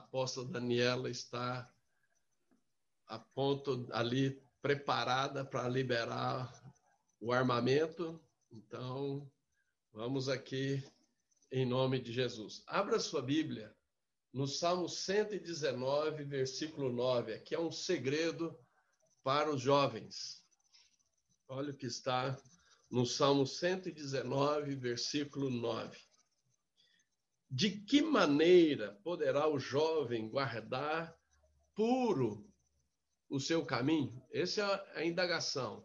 apóstola Daniela está a ponto ali, preparada para liberar o armamento. Então, vamos aqui em nome de Jesus. Abra sua Bíblia no Salmo 119, versículo 9. Aqui é um segredo para os jovens. Olha o que está no Salmo 119, versículo 9. De que maneira poderá o jovem guardar puro o seu caminho? Essa é a indagação.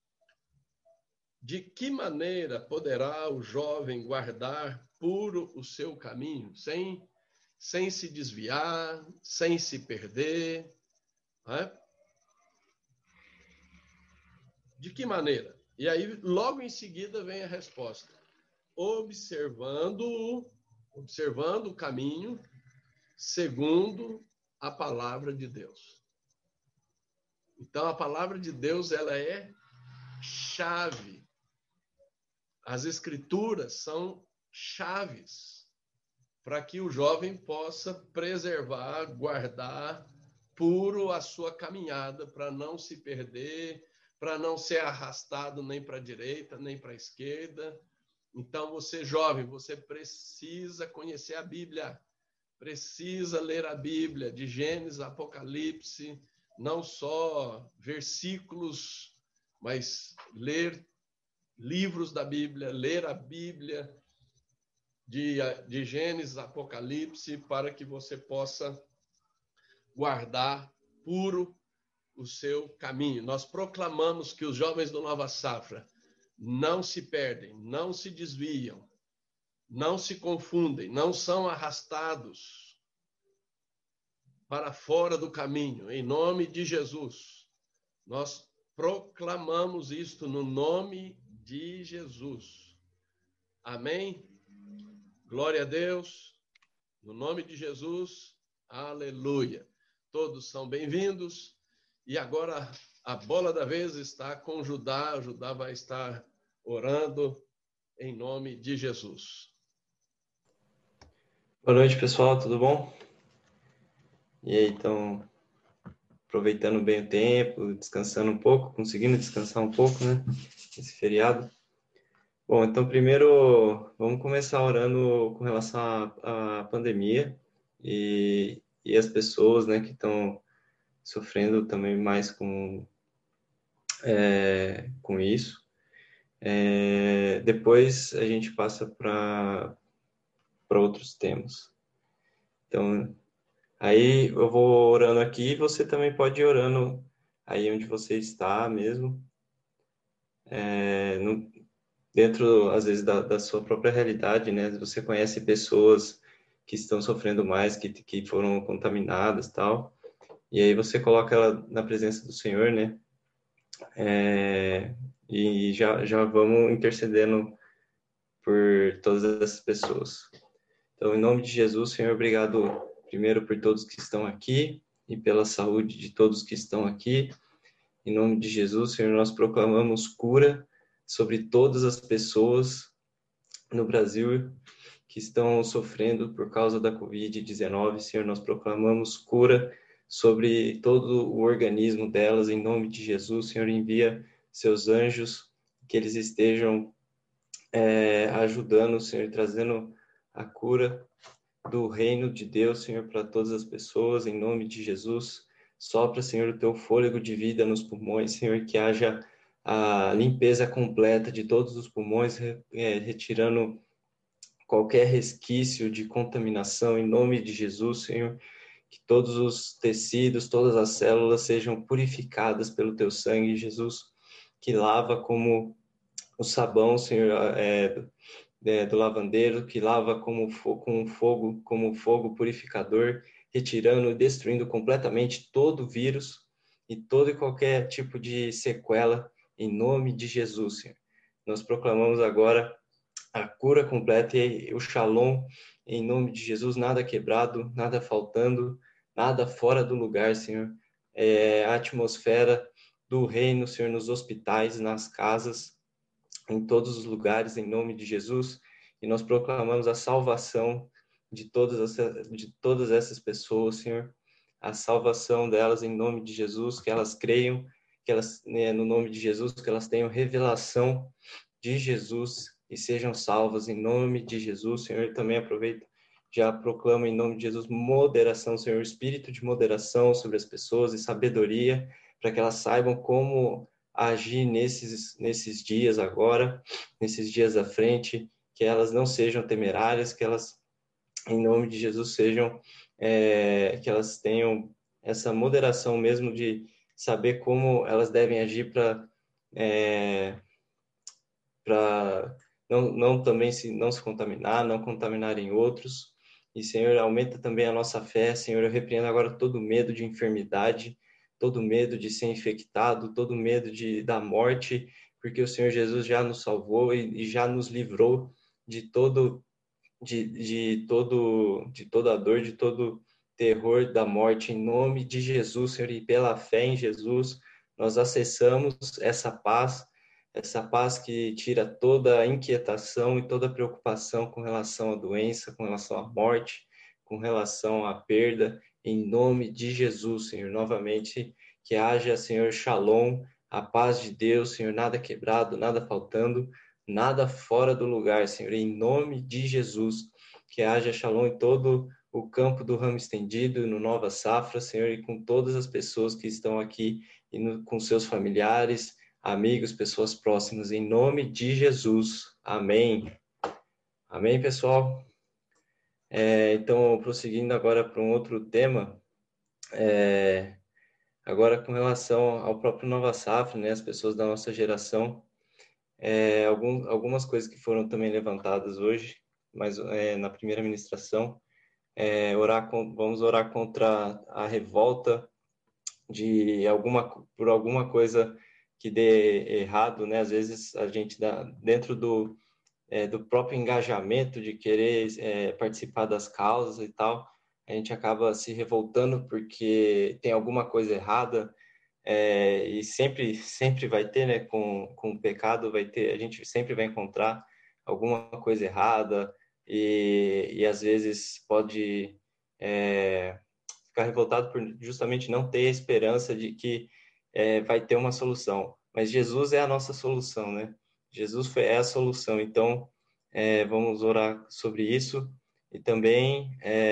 De que maneira poderá o jovem guardar puro o seu caminho, sem se desviar, sem se perder? Né? De que maneira? E aí, logo em seguida, vem a resposta. Observando o caminho segundo a palavra de Deus. Então, a palavra de Deus, ela é chave. As escrituras são chaves para que o jovem possa preservar, guardar puro a sua caminhada, para não se perder, para não ser arrastado nem para a direita, nem para a esquerda. Então, você jovem, você precisa conhecer a Bíblia, precisa ler a Bíblia, de Gênesis, Apocalipse, não só versículos, mas ler livros da Bíblia, ler a Bíblia de Gênesis, Apocalipse, para que você possa guardar puro o seu caminho. Nós proclamamos que os jovens do Nova Safra não se perdem, não se desviam, não se confundem, não são arrastados para fora do caminho, em nome de Jesus. Nós proclamamos isto no nome de Jesus. Amém? Glória a Deus. No nome de Jesus. Aleluia. Todos são bem-vindos. E agora a bola da vez está com Judá. Judá vai estar orando em nome de Jesus. Boa noite, pessoal. Tudo bom? E aí, então, aproveitando bem o tempo, descansando um pouco, conseguindo descansar um pouco, né? Esse feriado. Bom, então primeiro vamos começar orando com relação à pandemia e as pessoas, né, que estão sofrendo também mais com isso. Depois a gente passa para outros temas. Então, aí eu vou orando aqui e você também pode ir orando aí onde você está mesmo. Dentro, às vezes, da sua própria realidade, né? Você conhece pessoas que estão sofrendo mais, que foram contaminadas e tal. E aí você coloca ela na presença do Senhor, né? E já vamos intercedendo por todas essas pessoas. Então, em nome de Jesus, Senhor, obrigado primeiro por todos que estão aqui e pela saúde de todos que estão aqui. Em nome de Jesus, Senhor, nós proclamamos cura sobre todas as pessoas no Brasil que estão sofrendo por causa da Covid-19. Senhor, nós proclamamos cura sobre todo o organismo delas, em nome de Jesus. Senhor, envia seus anjos, que eles estejam ajudando, Senhor, trazendo a cura do reino de Deus, Senhor, para todas as pessoas, em nome de Jesus. Sopra, Senhor, o teu fôlego de vida nos pulmões, Senhor, que haja a limpeza completa de todos os pulmões, retirando qualquer resquício de contaminação, em nome de Jesus, Senhor, que todos os tecidos, todas as células sejam purificadas pelo teu sangue, Jesus, que lava como o sabão, Senhor, do lavandeiro, que lava como fogo purificador, retirando e destruindo completamente todo o vírus e todo e qualquer tipo de sequela, em nome de Jesus, Senhor. Nós proclamamos agora a cura completa e o shalom, em nome de Jesus, nada quebrado, nada faltando, nada fora do lugar, Senhor. A atmosfera do reino, Senhor, nos hospitais, nas casas, em todos os lugares, em nome de Jesus. E nós proclamamos a salvação de todas essas pessoas, Senhor, a salvação delas em nome de Jesus, que elas creiam, que elas, né, no nome de Jesus, que elas tenham revelação de Jesus e sejam salvas em nome de Jesus, Senhor. E também aproveito, já proclamo em nome de Jesus moderação, Senhor, espírito de moderação sobre as pessoas e sabedoria, para que elas saibam como agir nesses dias agora, nesses dias à frente, que elas não sejam temerárias, que elas, em nome de Jesus, sejam, que elas tenham essa moderação mesmo de saber como elas devem agir para não também não se contaminar, não contaminarem outros. E, Senhor, aumenta também a nossa fé. Senhor, eu repreendo agora todo medo de enfermidade, todo medo de ser infectado, todo medo da morte, porque o Senhor Jesus já nos salvou e já nos livrou de toda a dor, de todo terror da morte, em nome de Jesus, Senhor, e pela fé em Jesus, nós acessamos essa paz que tira toda a inquietação e toda a preocupação com relação à doença, com relação à morte, com relação à perda, em nome de Jesus, Senhor. Novamente, que haja, Senhor, shalom, a paz de Deus, Senhor, nada quebrado, nada faltando, nada fora do lugar, Senhor, em nome de Jesus. Que haja shalom em todo o campo do ramo estendido, no Nova Safra, Senhor, e com todas as pessoas que estão aqui, com seus familiares, amigos, pessoas próximas, em nome de Jesus. Amém. Amém, pessoal? Então, prosseguindo agora para um outro tema, agora com relação ao próprio Nova Safra, né, as pessoas da nossa geração, algumas coisas que foram também levantadas hoje, mas na primeira ministração, vamos orar contra a revolta por alguma coisa que dê errado, né? Às vezes a gente dentro do próprio engajamento de querer participar das causas e tal, a gente acaba se revoltando porque tem alguma coisa errada, e sempre vai ter, né? Com o pecado a gente sempre vai encontrar alguma coisa errada e às vezes pode ficar revoltado por justamente não ter a esperança de que vai ter uma solução. Mas Jesus é a nossa solução, né? Jesus é a solução. Então, vamos orar sobre isso. E também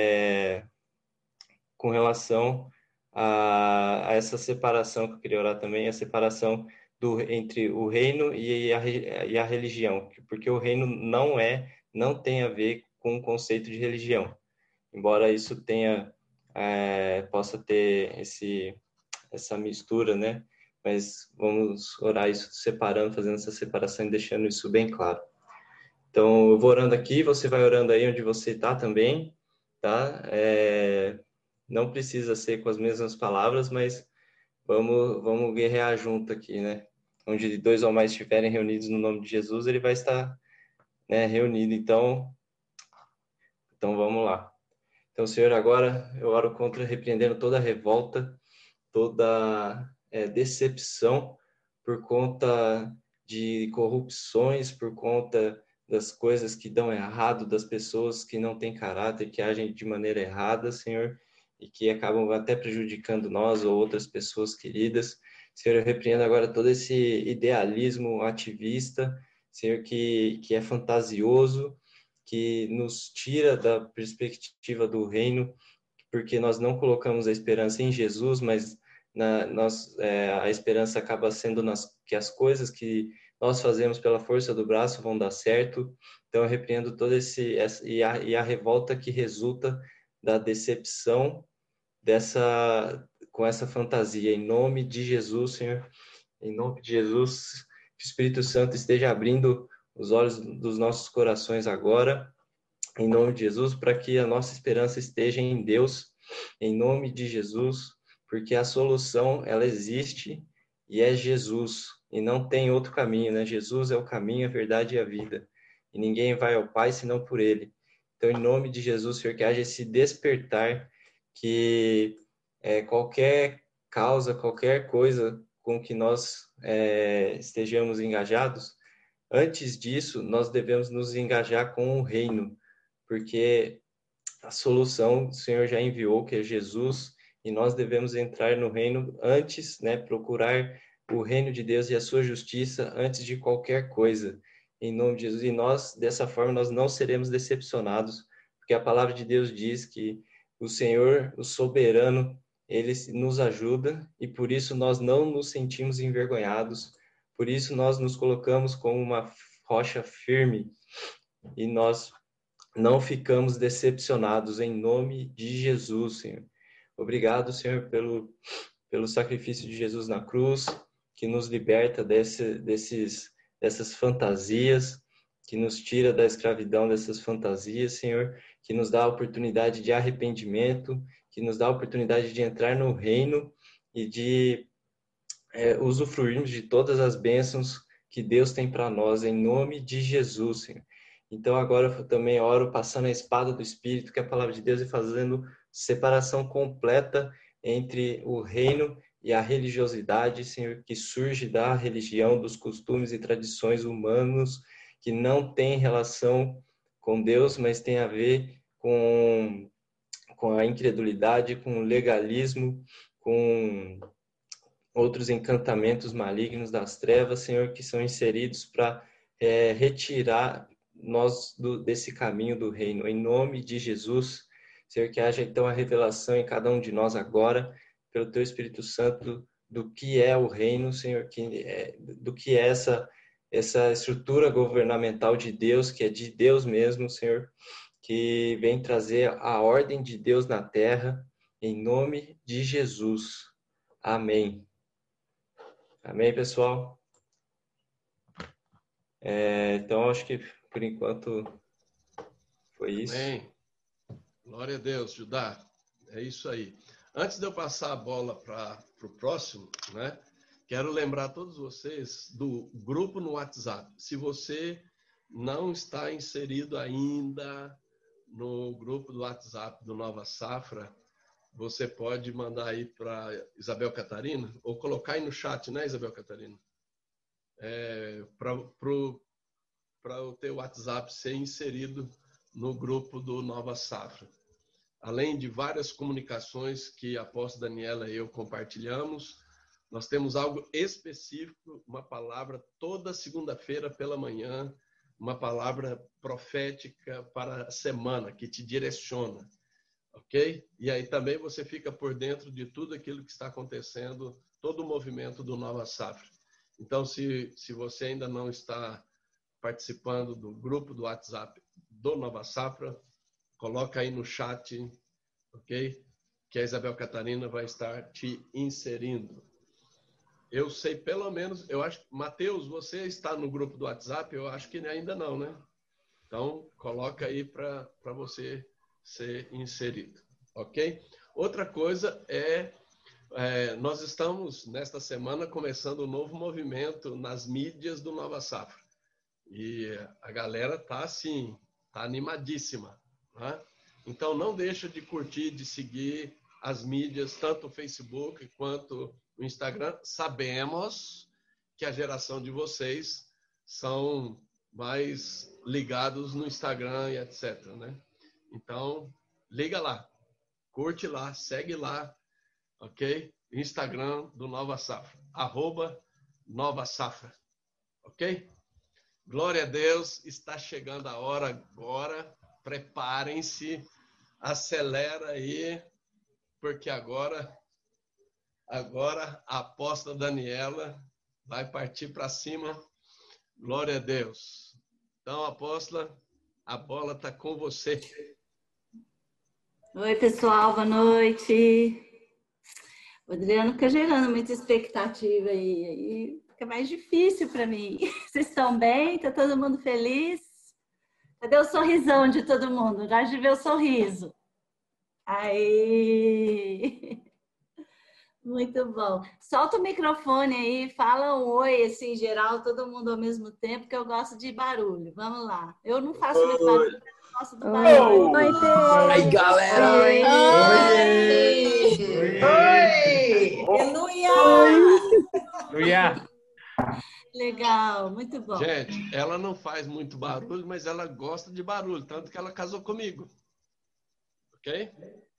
com relação a essa separação, que eu queria orar também, a separação entre o reino e a religião. Porque o reino não tem a ver com o conceito de religião. Embora isso possa ter essa mistura, né? Mas vamos orar isso separando, fazendo essa separação e deixando isso bem claro. Então, eu vou orando aqui, você vai orando aí onde você está também, tá? Não precisa ser com as mesmas palavras, mas vamos guerrear junto aqui, né? Onde 2 ou mais estiverem reunidos no nome de Jesus, ele vai estar, né, reunido. Então vamos lá. Então, Senhor, agora eu oro repreendendo toda revolta, toda decepção por conta de corrupções, por conta das coisas que dão errado, das pessoas que não têm caráter, que agem de maneira errada, Senhor, e que acabam até prejudicando nós ou outras pessoas queridas. Senhor, eu repreendo agora todo esse idealismo ativista, Senhor, que é fantasioso, que nos tira da perspectiva do reino, porque nós não colocamos a esperança em Jesus, mas a esperança acaba sendo que as coisas que nós fazemos pela força do braço vão dar certo. Então eu repreendo todo e a revolta que resulta da decepção com essa fantasia. Em nome de Jesus, Senhor, em nome de Jesus, que o Espírito Santo esteja abrindo os olhos dos nossos corações agora, em nome de Jesus, para que a nossa esperança esteja em Deus, em nome de Jesus, porque a solução, ela existe e é Jesus, e não tem outro caminho, né? Jesus é o caminho, a verdade e a vida, e ninguém vai ao Pai senão por Ele. Então, em nome de Jesus, Senhor, que haja esse despertar, que qualquer causa, qualquer coisa com que nós estejamos engajados, antes disso, nós devemos nos engajar com o reino, porque a solução o Senhor já enviou, que é Jesus, e nós devemos entrar no reino antes, né, procurar o reino de Deus e a sua justiça antes de qualquer coisa, em nome de Jesus. E nós, dessa forma, nós não seremos decepcionados, porque a palavra de Deus diz que o Senhor, o soberano, ele nos ajuda, e por isso nós não nos sentimos envergonhados, por isso nós nos colocamos como uma rocha firme, e nós não ficamos decepcionados em nome de Jesus, Senhor. Obrigado, Senhor, pelo sacrifício de Jesus na cruz, que nos liberta dessas fantasias, que nos tira da escravidão dessas fantasias, Senhor, que nos dá a oportunidade de arrependimento, que nos dá a oportunidade de entrar no reino e de usufruirmos de todas as bênçãos que Deus tem para nós, em nome de Jesus, Senhor. Então agora eu também oro passando a espada do Espírito, que é a palavra de Deus, e fazendo separação completa entre o reino e a religiosidade, Senhor, que surge da religião, dos costumes e tradições humanos, que não tem relação com Deus, mas tem a ver com a incredulidade, com o legalismo, com outros encantamentos malignos das trevas, Senhor, que são inseridos para retirar nós desse caminho do reino. Em nome de Jesus, Senhor, que haja então a revelação em cada um de nós agora, pelo Teu Espírito Santo, do que é o reino, Senhor, do que é essa estrutura governamental de Deus, que é de Deus mesmo, Senhor, que vem trazer a ordem de Deus na terra, em nome de Jesus. Amém. Amém, pessoal? Então, acho que, por enquanto, foi isso. Amém. Glória a Deus, Judá. É isso aí. Antes de eu passar a bola para o próximo, né? Quero lembrar a todos vocês do grupo no WhatsApp. Se você não está inserido ainda no grupo do WhatsApp do Nova Safra, você pode mandar aí para Isabel Catarina, ou colocar aí no chat, né, Isabel Catarina? Para o teu WhatsApp ser inserido no grupo do Nova Safra. Além de várias comunicações que a apóstola Daniela e eu compartilhamos, nós temos algo específico, uma palavra toda segunda-feira pela manhã, uma palavra profética para a semana, que te direciona, ok? E aí também você fica por dentro de tudo aquilo que está acontecendo, todo o movimento do Nova Safra. Então, se você ainda não está participando do grupo do WhatsApp do Nova Safra, coloca aí no chat, ok? Que a Isabel Catarina vai estar te inserindo. Eu sei pelo menos, eu acho, Mateus, você está no grupo do WhatsApp? Eu acho que ainda não, né? Então, coloca aí para você ser inserido, ok? Outra coisa nós estamos, nesta semana, começando um novo movimento nas mídias do Nova Safra. E a galera tá assim, tá animadíssima, né? Então, não deixa de curtir, de seguir as mídias, tanto o Facebook quanto o Instagram. Sabemos que a geração de vocês são mais ligados no Instagram e etc, né? Então, liga lá, curte lá, segue lá, ok? Instagram do Nova Safra, @Nova Safra, ok? Glória a Deus, está chegando a hora agora, preparem-se, acelera aí, porque agora a apóstola Daniela vai partir para cima. Glória a Deus. Então, apóstola, a bola está com você. Oi, pessoal, boa noite. O Adriano fica gerando muita expectativa aí fica mais difícil para mim. Vocês estão bem? Está todo mundo feliz? Cadê o sorrisão de todo mundo? Já de ver o sorriso. Aí. Muito bom. Solta o microfone aí, fala um oi, assim, em geral, todo mundo ao mesmo tempo, que eu gosto de barulho. Vamos lá. Eu não faço muito barulho, mas eu gosto do barulho. Oi, Pedro. Aí, galera! Oi! Oi! Aleluia! Aleluia! Legal, muito bom. Gente, ela não faz muito barulho, mas ela gosta de barulho, tanto que ela casou comigo. Ok?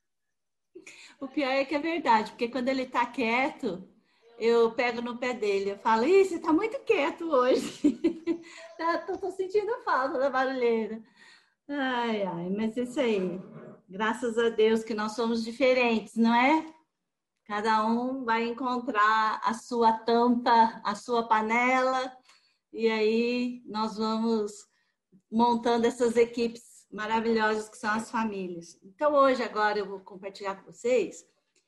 O pior é que é verdade, porque quando ele tá quieto, eu pego no pé dele. Eu falo, ih, você tá muito quieto hoje. Tô sentindo falta da barulheira. Ai, ai, mas isso aí. Graças a Deus que nós somos diferentes, não é? Cada um vai encontrar a sua tampa, a sua panela, e aí nós vamos montando essas equipes maravilhosas que são as famílias. Então, hoje, agora, eu vou compartilhar com vocês.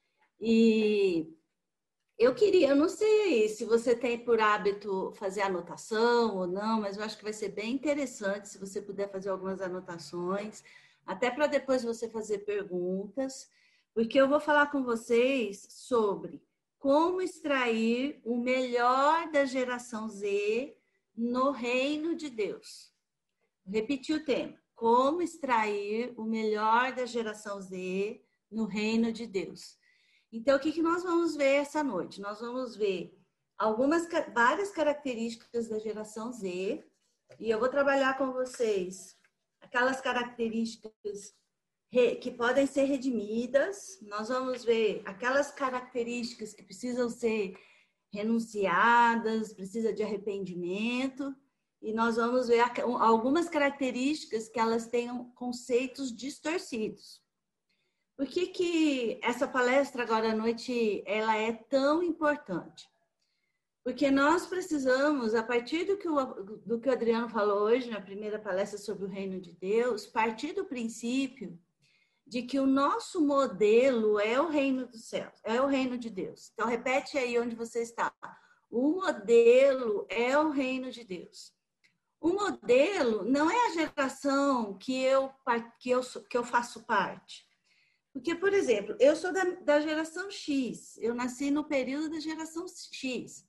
E eu não sei se você tem por hábito fazer anotação ou não, mas eu acho que vai ser bem interessante se você puder fazer algumas anotações, até para depois você fazer perguntas, porque eu vou falar com vocês sobre como extrair o melhor da geração Z no reino de Deus. Vou repetir o tema. Como extrair o melhor da geração Z no reino de Deus. Então, o que nós vamos ver essa noite? Nós vamos ver várias características da geração Z, e eu vou trabalhar com vocês aquelas características que podem ser redimidas, nós vamos ver aquelas características que precisam ser renunciadas, precisa de arrependimento, e nós vamos ver algumas características que elas tenham conceitos distorcidos. Por que essa palestra agora à noite ela é tão importante? Porque nós precisamos, a partir do que o Adriano falou hoje, na primeira palestra sobre o reino de Deus, partir do princípio de que o nosso modelo é o reino dos céus, é o reino de Deus. Então, repete aí onde você está. O modelo é o reino de Deus. O modelo não é a geração que eu faço parte. Porque, por exemplo, eu sou da geração X, eu nasci no período da geração X.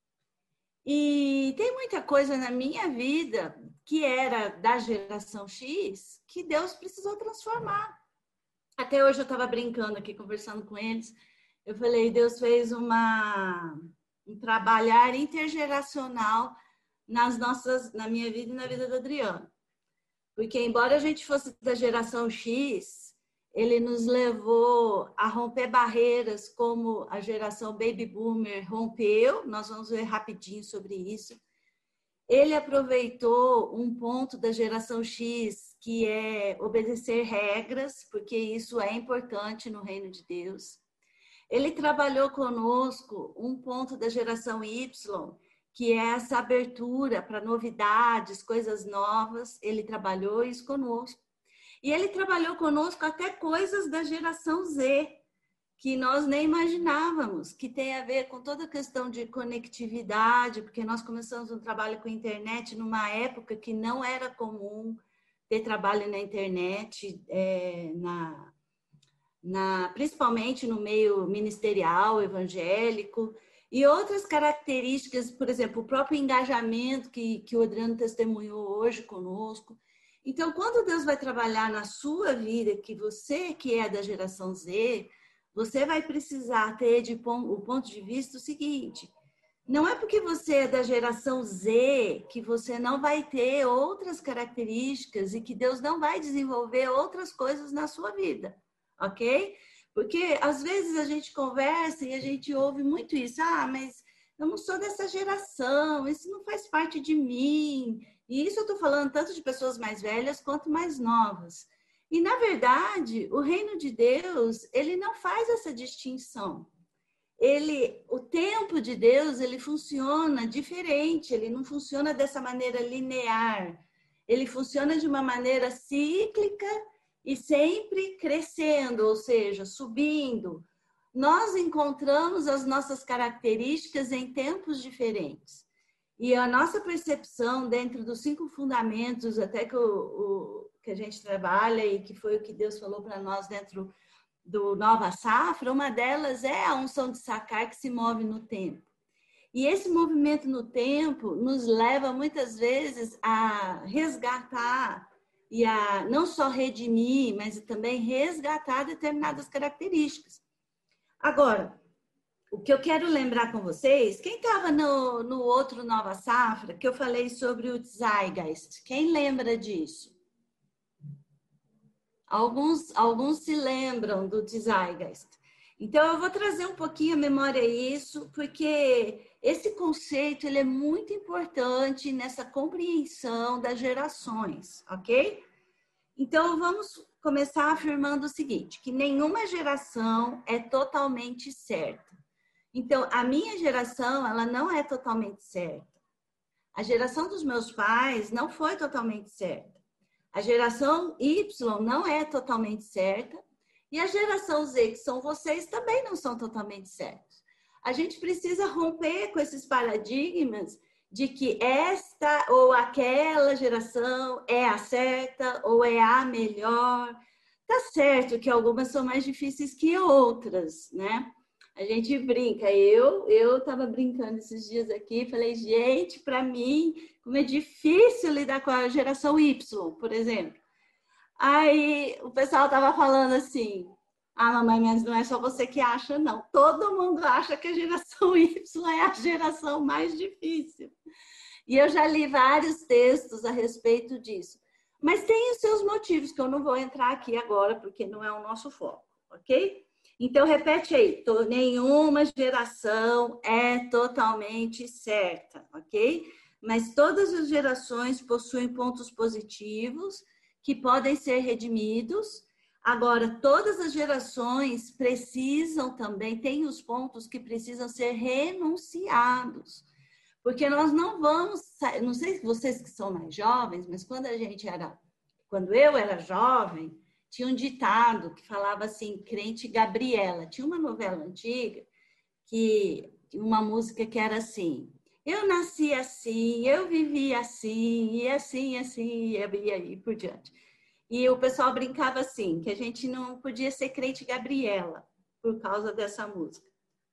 E tem muita coisa na minha vida que era da geração X que Deus precisou transformar. Até hoje eu estava brincando aqui, conversando com eles. Eu falei, Deus fez um trabalhar intergeracional na minha vida e na vida do Adriano. Porque, embora a gente fosse da geração X, ele nos levou a romper barreiras como a geração Baby Boomer rompeu. Nós vamos ver rapidinho sobre isso. Ele aproveitou um ponto da geração X, que é obedecer regras, porque isso é importante no reino de Deus. Ele trabalhou conosco um ponto da geração Y, que é essa abertura para novidades, coisas novas. Ele trabalhou isso conosco. E ele trabalhou conosco até coisas da geração Z, que nós nem imaginávamos, que tem a ver com toda a questão de conectividade, porque nós começamos um trabalho com a internet numa época que não era comum ter trabalho na internet, principalmente no meio ministerial, evangélico, e outras características, por exemplo, o próprio engajamento que o Adriano testemunhou hoje conosco. Então, quando Deus vai trabalhar na sua vida, que você que é da geração Z, você vai precisar ter o ponto de vista o seguinte: não é porque você é da geração Z que você não vai ter outras características e que Deus não vai desenvolver outras coisas na sua vida, ok? Porque às vezes a gente conversa e a gente ouve muito isso. Ah, mas eu não sou dessa geração, isso não faz parte de mim. E isso eu estou falando tanto de pessoas mais velhas quanto mais novas. E, na verdade, o reino de Deus, ele não faz essa distinção. O tempo de Deus, ele funciona diferente, ele não funciona dessa maneira linear. Ele funciona de uma maneira cíclica e sempre crescendo, ou seja, subindo. Nós encontramos as nossas características em tempos diferentes. E a nossa percepção dentro dos 5 fundamentos, até que a gente trabalha e que foi o que Deus falou para nós dentro do Nova Safra, uma delas é a unção de sacar que se move no tempo. E esse movimento no tempo nos leva muitas vezes a resgatar e a não só redimir, mas também resgatar determinadas características. Agora, o que eu quero lembrar com vocês, quem estava no outro Nova Safra, que eu falei sobre o Zeitgeist, quem lembra disso? Alguns se lembram do Zeitgeist. Então, eu vou trazer um pouquinho a memória a isso, porque esse conceito ele é muito importante nessa compreensão das gerações, ok? Então, vamos começar afirmando o seguinte, que nenhuma geração é totalmente certa. Então, a minha geração, ela não é totalmente certa. A geração dos meus pais não foi totalmente certa. A geração Y não é totalmente certa. E a geração Z, que são vocês, também não são totalmente certos. A gente precisa romper com esses paradigmas de que esta ou aquela geração é a certa ou é a melhor. Tá certo que algumas são mais difíceis que outras, né? A gente brinca. Eu estava brincando esses dias aqui, falei, gente, para mim, como é difícil lidar com a geração Y, por exemplo. Aí o pessoal estava falando assim, mamãe, mas não é só você que acha, não. Todo mundo acha que a geração Y é a geração mais difícil. E eu já li vários textos a respeito disso. Mas tem os seus motivos, que eu não vou entrar aqui agora, porque não é o nosso foco, ok? Então, repete aí. Nenhuma geração é totalmente certa, ok? Mas todas as gerações possuem pontos positivos que podem ser redimidos. Agora, todas as gerações precisam também, tem os pontos que precisam ser renunciados. Porque nós não vamos, não sei se vocês que são mais jovens, mas quando eu era jovem, tinha um ditado que falava assim, crente Gabriela. Tinha uma novela antiga, uma música que era assim, eu nasci assim, eu vivi assim, e assim, e aí por diante. E o pessoal brincava assim, que a gente não podia ser crente Gabriela, por causa dessa música.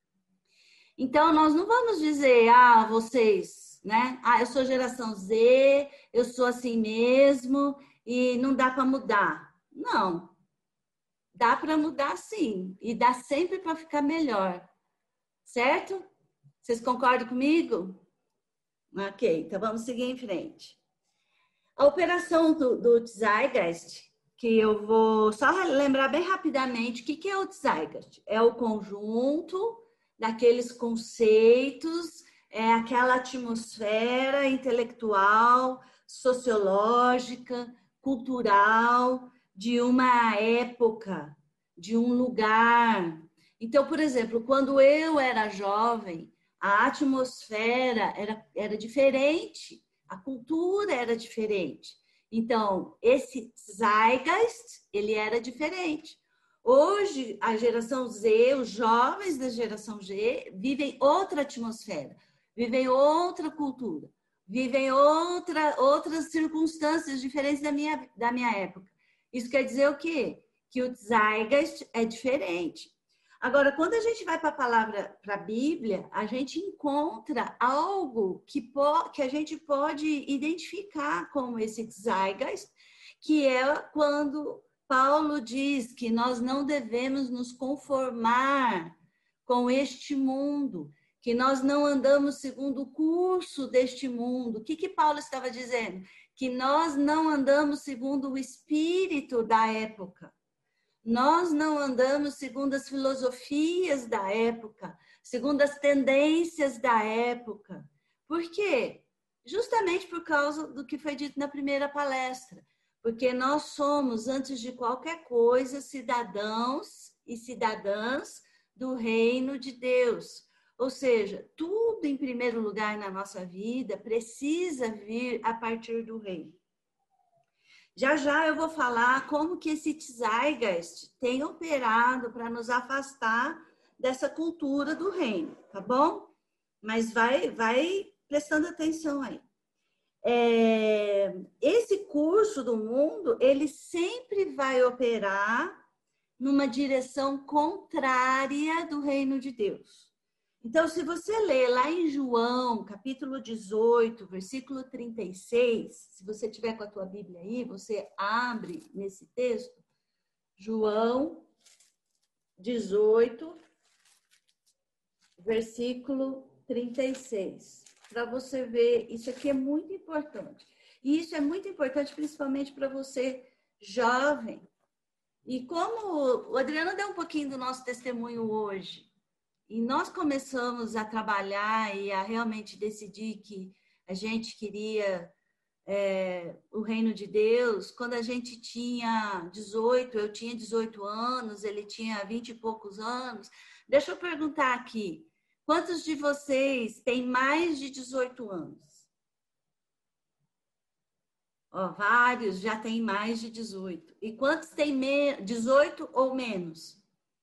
Então, nós não vamos dizer, vocês, né? Eu sou geração Z, eu sou assim mesmo, e não dá para mudar. Não. Dá para mudar sim, e dá sempre para ficar melhor. Certo? Vocês concordam comigo? Ok, então vamos seguir em frente. A operação do Zeitgeist, que eu vou só lembrar bem rapidamente, o que é o Zeitgeist? É o conjunto daqueles conceitos, é aquela atmosfera intelectual, sociológica, cultural, de uma época, de um lugar. Então, por exemplo, quando eu era jovem, a atmosfera era diferente, a cultura era diferente. Então, esse Zeitgeist, ele era diferente. Hoje, a geração Z, os jovens da geração Z, vivem outra atmosfera, vivem outra cultura, vivem outras circunstâncias diferentes da minha época. Isso quer dizer o quê? Que o Zeitgeist é diferente. Agora, quando a gente vai para a palavra, para a Bíblia, a gente encontra algo que a gente pode identificar como esse Zeitgeist, que é quando Paulo diz que nós não devemos nos conformar com este mundo, que nós não andamos segundo o curso deste mundo. O que Paulo estava dizendo? Que nós não andamos segundo o espírito da época. Nós não andamos segundo as filosofias da época, segundo as tendências da época. Por quê? Justamente por causa do que foi dito na primeira palestra. Porque nós somos, antes de qualquer coisa, cidadãos e cidadãs do reino de Deus. Ou seja, tudo em primeiro lugar na nossa vida precisa vir a partir do reino. Já eu vou falar como que esse Zeitgeist tem operado para nos afastar dessa cultura do reino, tá bom? Mas vai prestando atenção aí. Esse curso do mundo, ele sempre vai operar numa direção contrária do reino de Deus. Então, se você ler lá em João, capítulo 18, versículo 36, se você tiver com a tua Bíblia aí, você abre nesse texto, João 18, versículo 36, para você ver, isso aqui é muito importante. E isso é muito importante, principalmente para você jovem, E como o Adriano deu um pouquinho do nosso testemunho hoje, e nós começamos a trabalhar e a realmente decidir que a gente queria o reino de Deus, quando a gente tinha 18, eu tinha 18 anos, ele tinha 20 e poucos anos. Deixa eu perguntar aqui, quantos de vocês têm mais de 18 anos? Ó, vários já têm mais de 18. E quantos têm 18 ou menos?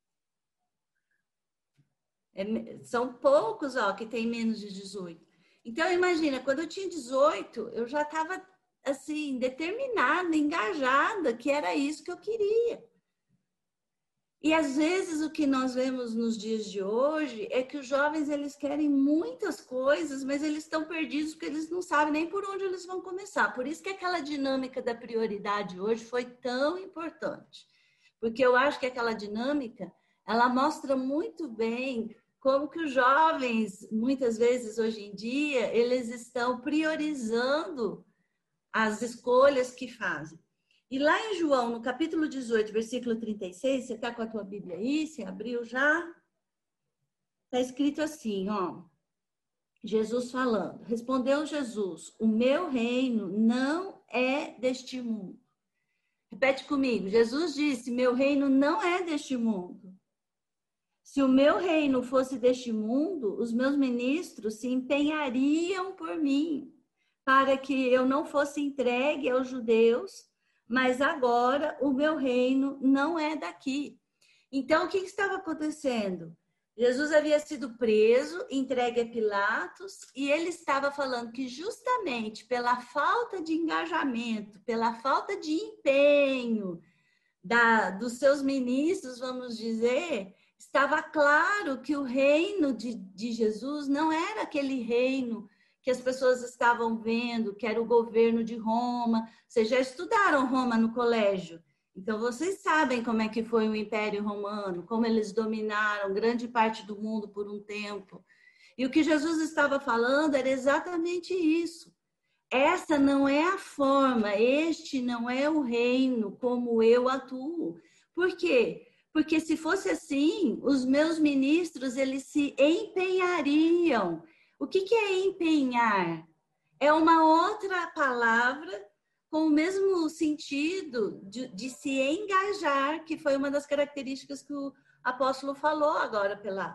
São poucos, ó, que têm menos de 18. Então, imagina, quando eu tinha 18, eu já estava, assim, determinada, engajada, que era isso que eu queria. E, às vezes, o que nós vemos nos dias de hoje é que os jovens, eles querem muitas coisas, mas eles estão perdidos porque eles não sabem nem por onde eles vão começar. Por isso que aquela dinâmica da prioridade hoje foi tão importante. Porque eu acho que aquela dinâmica, ela mostra muito bem como que os jovens, muitas vezes hoje em dia, eles estão priorizando as escolhas que fazem. E lá em João, no capítulo 18, versículo 36, você está com a tua Bíblia aí? Você abriu já? Está escrito assim, ó. Jesus falando. Respondeu Jesus, o meu reino não é deste mundo. Repete comigo. Jesus disse, meu reino não é deste mundo. Se o meu reino fosse deste mundo, os meus ministros se empenhariam por mim, para que eu não fosse entregue aos judeus, mas agora o meu reino não é daqui. Então, o que estava acontecendo? Jesus havia sido preso, entregue a Pilatos, e ele estava falando que justamente pela falta de engajamento, pela falta de empenho dos seus ministros, vamos dizer, estava claro que o reino de Jesus não era aquele reino que as pessoas estavam vendo, que era o governo de Roma. Vocês já estudaram Roma no colégio? Então, vocês sabem como é que foi o Império Romano, como eles dominaram grande parte do mundo por um tempo. E o que Jesus estava falando era exatamente isso. Essa não é a forma, este não é o reino como eu atuo. Por quê? Porque se fosse assim, os meus ministros, eles se empenhariam. O que é empenhar? É uma outra palavra com o mesmo sentido de se engajar, que foi uma das características que o apóstolo falou agora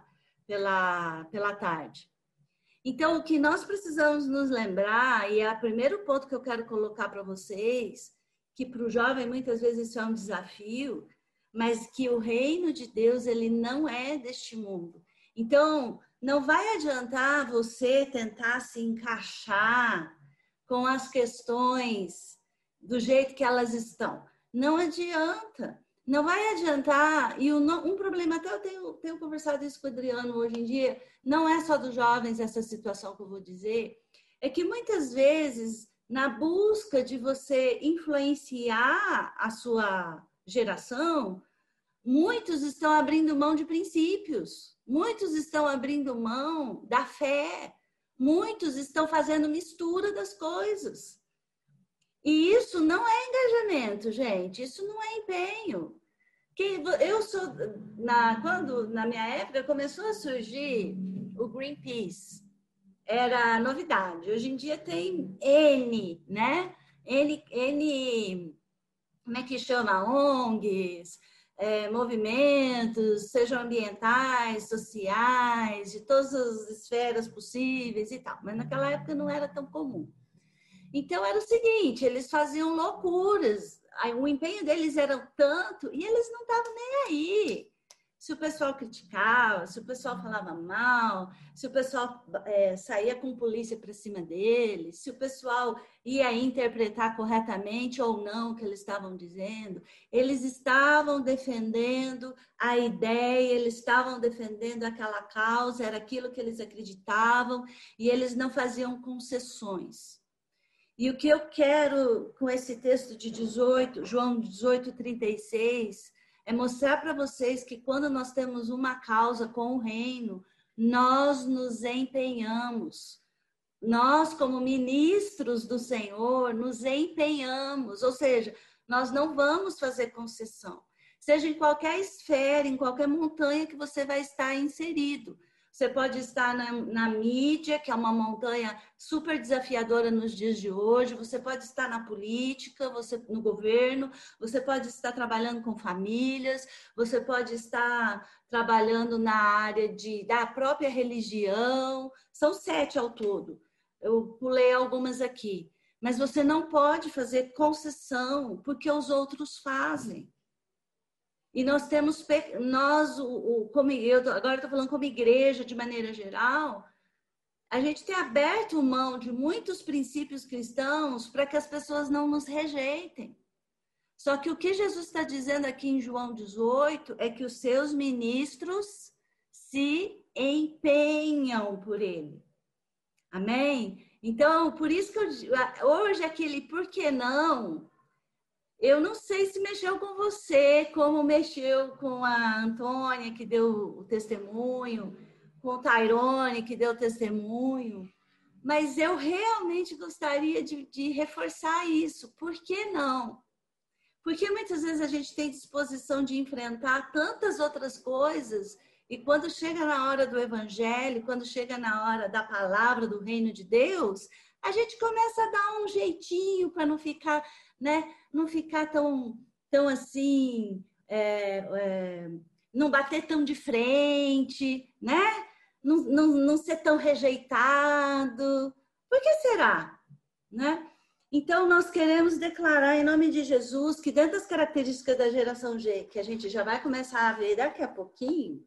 pela tarde. Então, o que nós precisamos nos lembrar, e é o primeiro ponto que eu quero colocar para vocês, que para o jovem muitas vezes isso é um desafio, mas que o reino de Deus, ele não é deste mundo. Então, não vai adiantar você tentar se encaixar com as questões do jeito que elas estão. Não adianta. Não vai adiantar. E um problema, até eu tenho conversado isso com o Adriano hoje em dia, não é só dos jovens essa situação que eu vou dizer, é que muitas vezes, na busca de você influenciar a sua geração, muitos estão abrindo mão de princípios, muitos estão abrindo mão da fé, muitos estão fazendo mistura das coisas. E isso não é engajamento, gente, isso não é empenho. Quando na minha época começou a surgir o Greenpeace, era novidade. Hoje em dia tem N, né? N, como é que chama? ONGs, movimentos, sejam ambientais, sociais, de todas as esferas possíveis e tal. Mas naquela época não era tão comum. Então era o seguinte, eles faziam loucuras, o empenho deles era tanto e eles não estavam nem aí. Se o pessoal criticava, se o pessoal falava mal, se o pessoal saía com polícia para cima deles, se o pessoal ia interpretar corretamente ou não o que eles estavam dizendo, eles estavam defendendo a ideia, eles estavam defendendo aquela causa, era aquilo que eles acreditavam e eles não faziam concessões. E o que eu quero com esse texto de João 18:36, é mostrar para vocês que quando nós temos uma causa com o reino, nós nos empenhamos. Nós, como ministros do Senhor, nos empenhamos. Ou seja, nós não vamos fazer concessão. seja em qualquer esfera, em qualquer montanha que você vai estar inserido. Você pode estar na mídia, que é uma montanha super desafiadora nos dias de hoje. Você pode estar na política, no governo. Você pode estar trabalhando com famílias. Você pode estar trabalhando na área da própria religião. São 7 ao todo. Eu pulei algumas aqui. Mas você não pode fazer concessão, porque os outros fazem. E nós temos, agora estou falando como igreja de maneira geral, a gente tem aberto mão de muitos princípios cristãos para que as pessoas não nos rejeitem. Só que o que Jesus está dizendo aqui em João 18 é que os seus ministros se empenham por ele. Amém? Então, por isso que hoje aquele por que não... Eu não sei se mexeu com você, como mexeu com a Antônia, que deu o testemunho, com o Tairone, que deu o testemunho, mas eu realmente gostaria de reforçar isso. Por que não? Porque muitas vezes a gente tem disposição de enfrentar tantas outras coisas, e quando chega na hora do evangelho, quando chega na hora da palavra do reino de Deus, a gente começa a dar um jeitinho para não ficar, né? Não ficar tão assim, não bater tão de frente, né? Não ser tão rejeitado. Por que será? Né? Então, nós queremos declarar em nome de Jesus que dentro das características da geração G, que a gente já vai começar a ver daqui a pouquinho,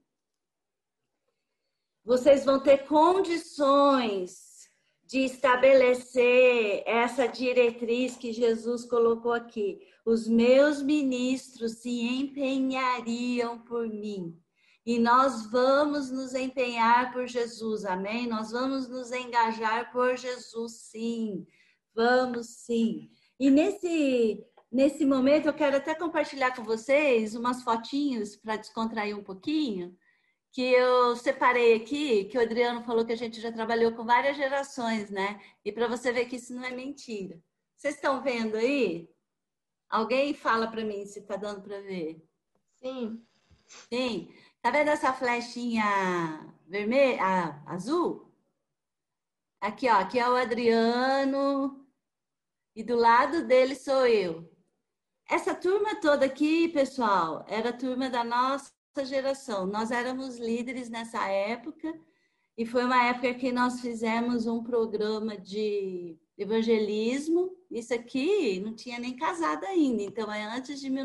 vocês vão ter condições de estabelecer essa diretriz que Jesus colocou aqui. Os meus ministros se empenhariam por mim. E nós vamos nos empenhar por Jesus, amém? Nós vamos nos engajar por Jesus, sim. Vamos, sim. E nesse momento, eu quero até compartilhar com vocês umas fotinhos para descontrair um pouquinho, que eu separei aqui, que o Adriano falou que a gente já trabalhou com várias gerações, né? E para você ver que isso não é mentira. Vocês estão vendo aí? Alguém fala para mim se está dando para ver. Sim. Sim. Tá vendo essa flechinha vermelha, azul? Aqui, ó, aqui é o Adriano e do lado dele sou eu. Essa turma toda aqui, pessoal, era a turma da nossa geração. Nós éramos líderes nessa época e foi uma época que nós fizemos um programa de evangelismo. Isso aqui não tinha nem casado ainda, então é antes de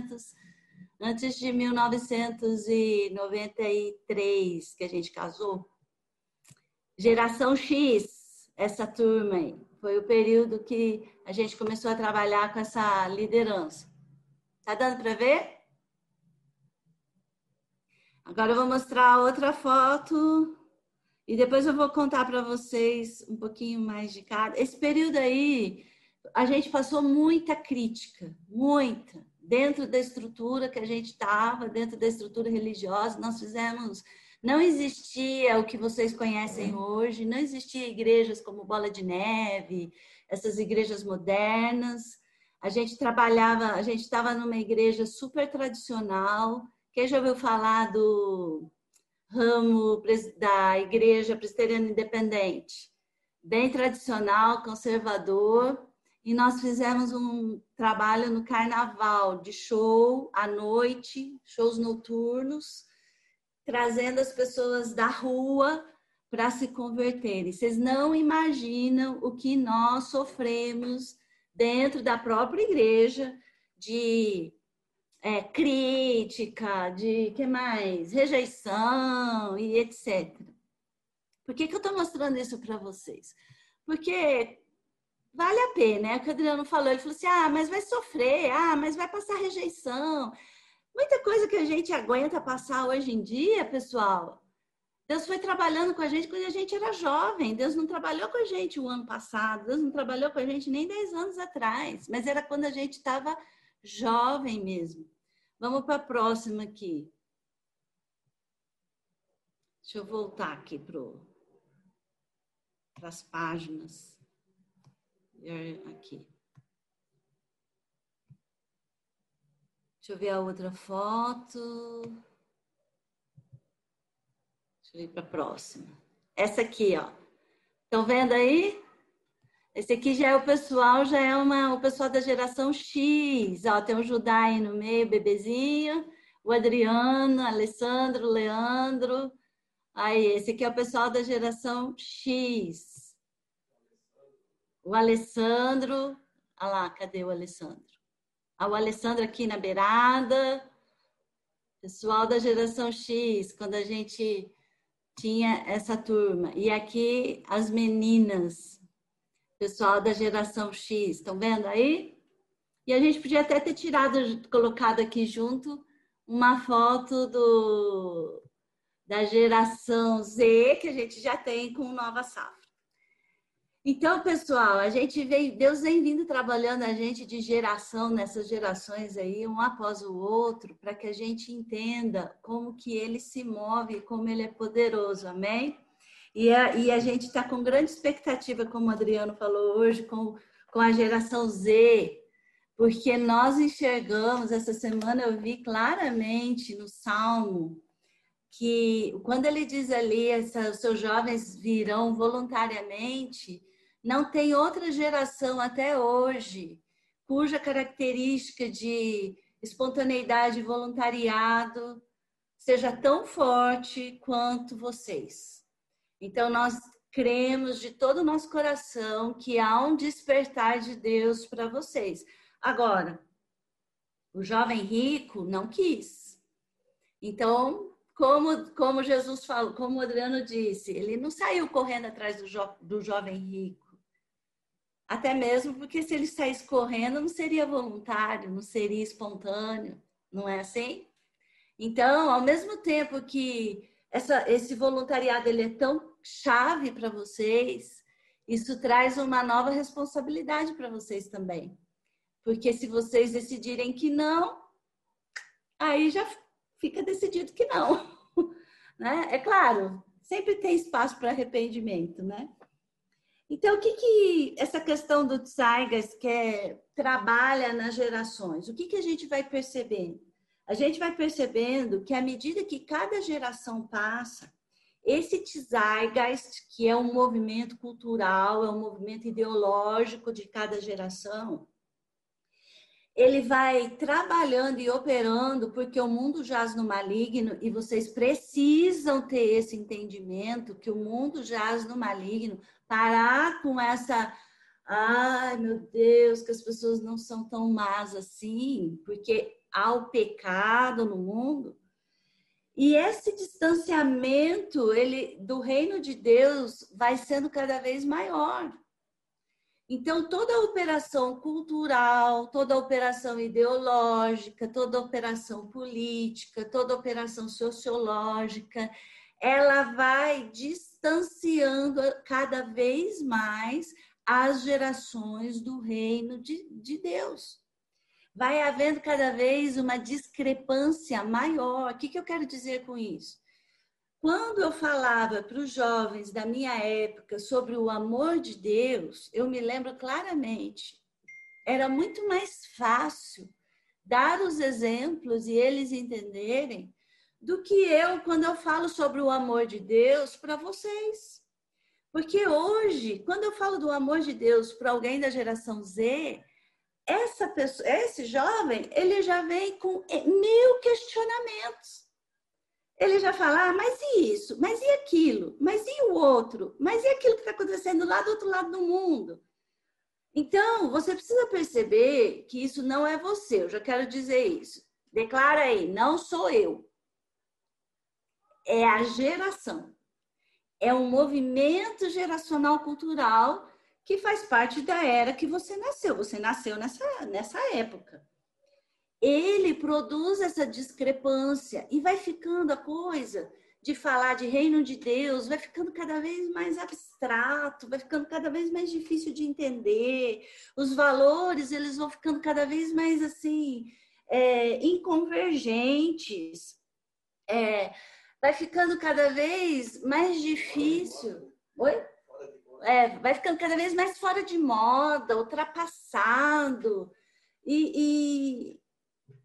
1993 que a gente casou. Geração X, essa turma aí. Foi o período que a gente começou a trabalhar com essa liderança. Tá dando para ver? Agora eu vou mostrar outra foto e depois eu vou contar para vocês um pouquinho mais de cada. Esse período aí, a gente passou muita crítica, muita. Dentro da estrutura que a gente estava, dentro da estrutura religiosa, nós fizemos... Não existia o que vocês conhecem hoje, não existia igrejas como Bola de Neve, essas igrejas modernas. A gente estava numa igreja super tradicional. Quem já ouviu falar do ramo da Igreja Presbiteriana Independente? Bem tradicional, conservador. E nós fizemos um trabalho no carnaval, de show à noite, shows noturnos, trazendo as pessoas da rua para se converterem. Vocês não imaginam o que nós sofremos dentro da própria igreja de crítica, de que mais? Rejeição e etc. Por que eu estou mostrando isso para vocês? Porque vale a pena, é o que o Adriano falou. Ele falou assim, mas vai sofrer, mas vai passar rejeição. Muita coisa que a gente aguenta passar hoje em dia, pessoal. Deus foi trabalhando com a gente quando a gente era jovem. Deus não trabalhou com a gente o ano passado. Deus não trabalhou com a gente nem 10 anos atrás. Mas era quando a gente estava jovem mesmo. Vamos para a próxima aqui. Deixa eu voltar aqui para as páginas. Aqui. Deixa eu ver a outra foto. Deixa eu ir para a próxima. Essa aqui, ó. Estão vendo aí? Esse aqui já é o pessoal, o pessoal da geração X. Ó, tem o Judá aí no meio, bebezinho. O Adriano, Alessandro, Leandro. Aí, esse aqui é o pessoal da geração X. O Alessandro. Olha lá, cadê o Alessandro? O Alessandro aqui na beirada. Pessoal da geração X, quando a gente tinha essa turma. E aqui as meninas. Pessoal da geração X, estão vendo aí? E a gente podia até ter colocado aqui junto uma foto da geração Z, que a gente já tem com Nova Safra. Então, pessoal, Deus vem vindo trabalhando a gente de geração nessas gerações aí, um após o outro, para que a gente entenda como que ele se move, como ele é poderoso, amém? E a gente está com grande expectativa, como o Adriano falou hoje, com a geração Z, porque nós enxergamos, essa semana eu vi claramente no Salmo, que quando ele diz ali, os seus jovens virão voluntariamente, não tem outra geração até hoje cuja característica de espontaneidade e voluntariado seja tão forte quanto vocês. Então, nós cremos de todo o nosso coração que há um despertar de Deus para vocês. Agora, o jovem rico não quis. Então, como Jesus falou, como o Adriano disse, ele não saiu correndo atrás do jovem rico. Até mesmo porque se ele saísse correndo, não seria voluntário, não seria espontâneo. Não é assim? Então, ao mesmo tempo que esse voluntariado ele é tão chave para vocês, isso traz uma nova responsabilidade para vocês também. Porque se vocês decidirem que não, aí já fica decidido que não. Né? É claro, sempre tem espaço para arrependimento, né? Então, o que essa questão do Zeitgeist trabalha nas gerações? O que a gente vai percebendo? A gente vai percebendo que à medida que cada geração passa, esse Zeitgeist, que é um movimento cultural, é um movimento ideológico de cada geração, ele vai trabalhando e operando porque o mundo jaz no maligno e vocês precisam ter esse entendimento que o mundo jaz no maligno, parar com essa, ai meu Deus, que as pessoas não são tão más assim, porque há o pecado no mundo. E esse distanciamento do reino de Deus vai sendo cada vez maior. Então, toda a operação cultural, toda a operação ideológica, toda a operação política, toda a operação sociológica, ela vai distanciando cada vez mais as gerações do reino de Deus. Vai havendo cada vez uma discrepância maior. O que eu quero dizer com isso? Quando eu falava para os jovens da minha época sobre o amor de Deus, eu me lembro claramente, era muito mais fácil dar os exemplos e eles entenderem do que quando eu falo sobre o amor de Deus para vocês. Porque hoje, quando eu falo do amor de Deus para alguém da geração Z, esse jovem, ele já vem com 1000 questionamentos. Ele já fala, mas e isso? Mas e aquilo? Mas e o outro? Mas e aquilo que está acontecendo lá do outro lado do mundo? Então, você precisa perceber que isso não é você. Eu já quero dizer isso. Declara aí, não sou eu. É a geração. É um movimento geracional cultural que faz parte da era que você nasceu. Você nasceu nessa época. Ele produz essa discrepância e vai ficando a coisa de falar de reino de Deus, vai ficando cada vez mais abstrato, vai ficando cada vez mais difícil de entender. Os valores, eles vão ficando cada vez mais assim, inconvergentes. Vai ficando cada vez mais difícil. Oi? Vai ficando cada vez mais fora de moda, ultrapassado.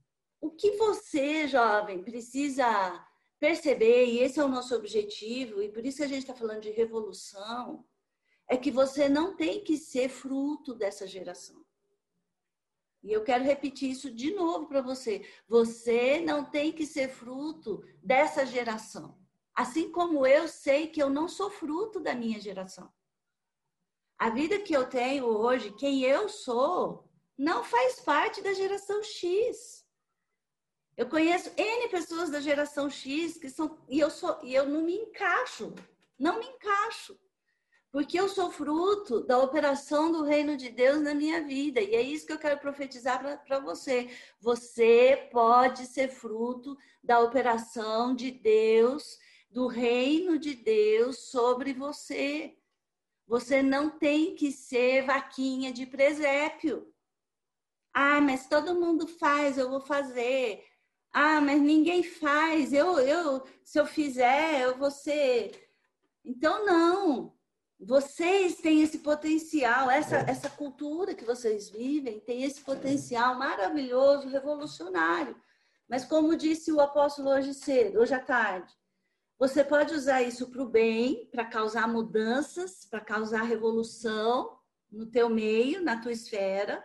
o que você, jovem, precisa perceber, e esse é o nosso objetivo, e por isso que a gente está falando de revolução, é que você não tem que ser fruto dessa geração. E eu quero repetir isso de novo para você. Você não tem que ser fruto dessa geração. Assim como eu sei que eu não sou fruto da minha geração. A vida que eu tenho hoje, quem eu sou, não faz parte da geração X. Eu conheço N pessoas da geração X que são, e eu não me encaixo. Não me encaixo. Porque eu sou fruto da operação do reino de Deus na minha vida. E é isso que eu quero profetizar para você. Você pode ser fruto da operação de Deus, do reino de Deus sobre você. Você não tem que ser vaquinha de presépio. Ah, mas todo mundo faz, eu vou fazer. Ah, mas ninguém faz. Se eu fizer, eu vou ser. Então, não. Vocês têm esse potencial, essa cultura que vocês vivem tem esse potencial maravilhoso, revolucionário. Mas como disse o apóstolo hoje cedo, hoje à tarde, você pode usar isso para o bem, para causar mudanças, para causar revolução no teu meio, na tua esfera,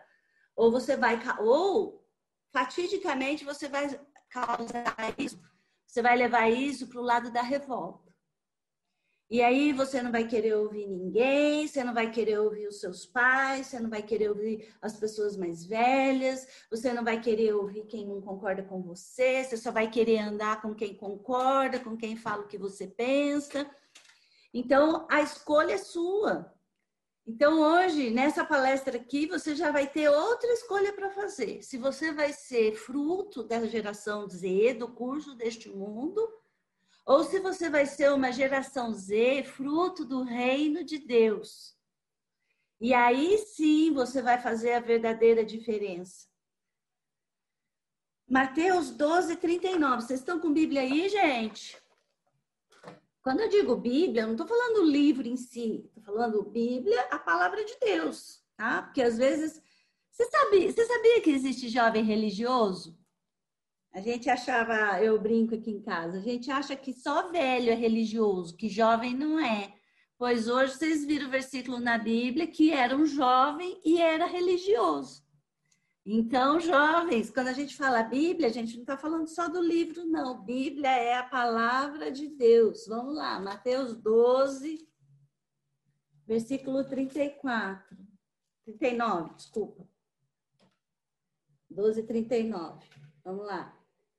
ou fatidicamente você vai causar isso, você vai levar isso para o lado da revolta. E aí você não vai querer ouvir ninguém, você não vai querer ouvir os seus pais, você não vai querer ouvir as pessoas mais velhas, você não vai querer ouvir quem não concorda com você, você só vai querer andar com quem concorda, com quem fala o que você pensa. Então, a escolha é sua. Então, hoje, nessa palestra aqui, você já vai ter outra escolha para fazer. Se você vai ser fruto da geração Z, do curso deste mundo, ou se você vai ser uma geração Z, fruto do reino de Deus. E aí sim você vai fazer a verdadeira diferença. Mateus 12:39. Vocês estão com Bíblia aí, gente? Quando eu digo Bíblia, eu não estou falando o livro em si. Estou falando Bíblia, a palavra de Deus. Tá? Porque às vezes... Você sabia que existe jovem religioso? A gente achava, eu brinco aqui em casa, a gente acha que só velho é religioso, que jovem não é. Pois hoje vocês viram o versículo na Bíblia que era um jovem e era religioso. Então, jovens, quando a gente fala Bíblia, a gente não está falando só do livro, não. Bíblia é a palavra de Deus. Vamos lá, Mateus 12, versículo 39, desculpa. 12:39. Vamos lá.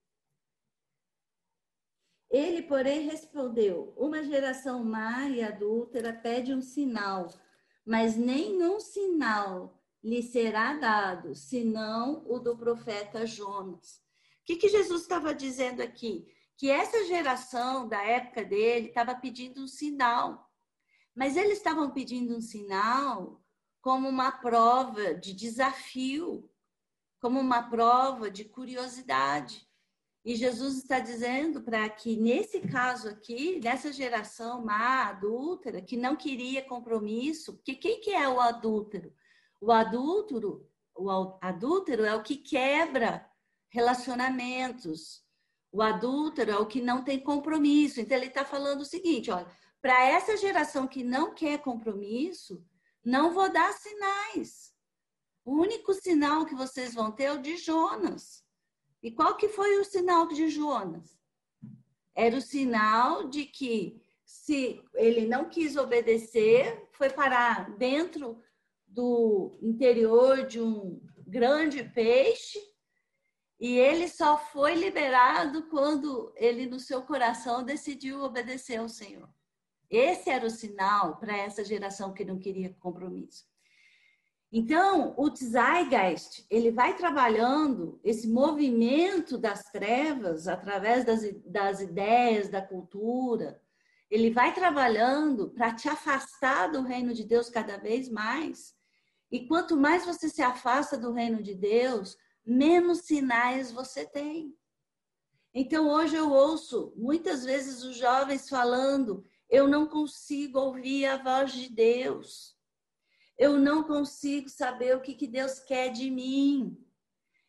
Ele, porém, respondeu: uma geração má e adúltera pede um sinal, mas nenhum sinal lhe será dado, senão o do profeta Jonas. O que Jesus estava dizendo aqui? Que essa geração da época dele estava pedindo um sinal, mas eles estavam pedindo um sinal como uma prova de desafio, como uma prova de curiosidade. E Jesus está dizendo para que, nesse caso aqui, nessa geração má, adúltera, que não queria compromisso, porque quem que é o adúltero? O adúltero é o que quebra relacionamentos. O adúltero é o que não tem compromisso. Então, ele está falando o seguinte, olha, para essa geração que não quer compromisso, não vou dar sinais. O único sinal que vocês vão ter é o de Jonas. E qual que foi o sinal de Jonas? Era o sinal de que, se ele não quis obedecer, foi parar dentro do interior de um grande peixe, e ele só foi liberado quando ele, no seu coração, decidiu obedecer ao Senhor. Esse era o sinal para essa geração que não queria compromisso. Então, o Zeitgeist, ele vai trabalhando esse movimento das trevas através das ideias, da cultura. Ele vai trabalhando para te afastar do reino de Deus cada vez mais. E quanto mais você se afasta do reino de Deus, menos sinais você tem. Então, hoje eu ouço muitas vezes os jovens falando: eu não consigo ouvir a voz de Deus. Eu não consigo saber o que Deus quer de mim.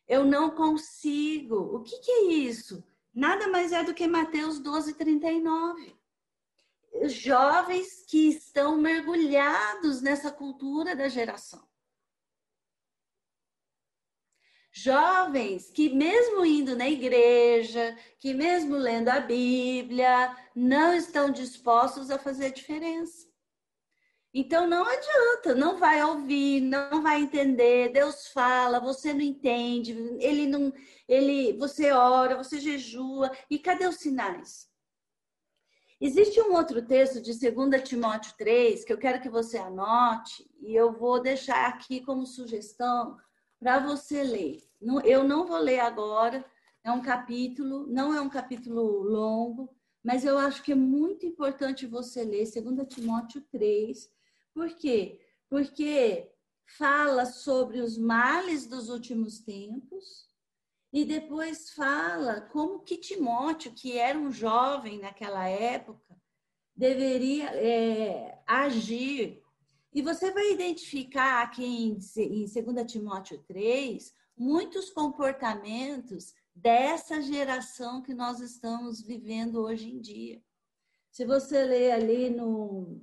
Eu não consigo. O que é isso? Nada mais é do que Mateus 12:39. Os jovens que estão mergulhados nessa cultura da geração. Jovens que mesmo indo na igreja, que mesmo lendo a Bíblia, não estão dispostos a fazer diferença. Então não adianta, não vai ouvir, não vai entender. Deus fala, você não entende, você ora, você jejua, e cadê os sinais? Existe um outro texto de 2 Timóteo 3 que eu quero que você anote e eu vou deixar aqui como sugestão para você ler. Eu não vou ler agora, é um capítulo, não é um capítulo longo, mas eu acho que é muito importante você ler 2 Timóteo 3. Por quê? Porque fala sobre os males dos últimos tempos e depois fala como que Timóteo, que era um jovem naquela época, deveria agir. E você vai identificar aqui em 2 Timóteo 3 muitos comportamentos dessa geração que nós estamos vivendo hoje em dia. Se você ler ali no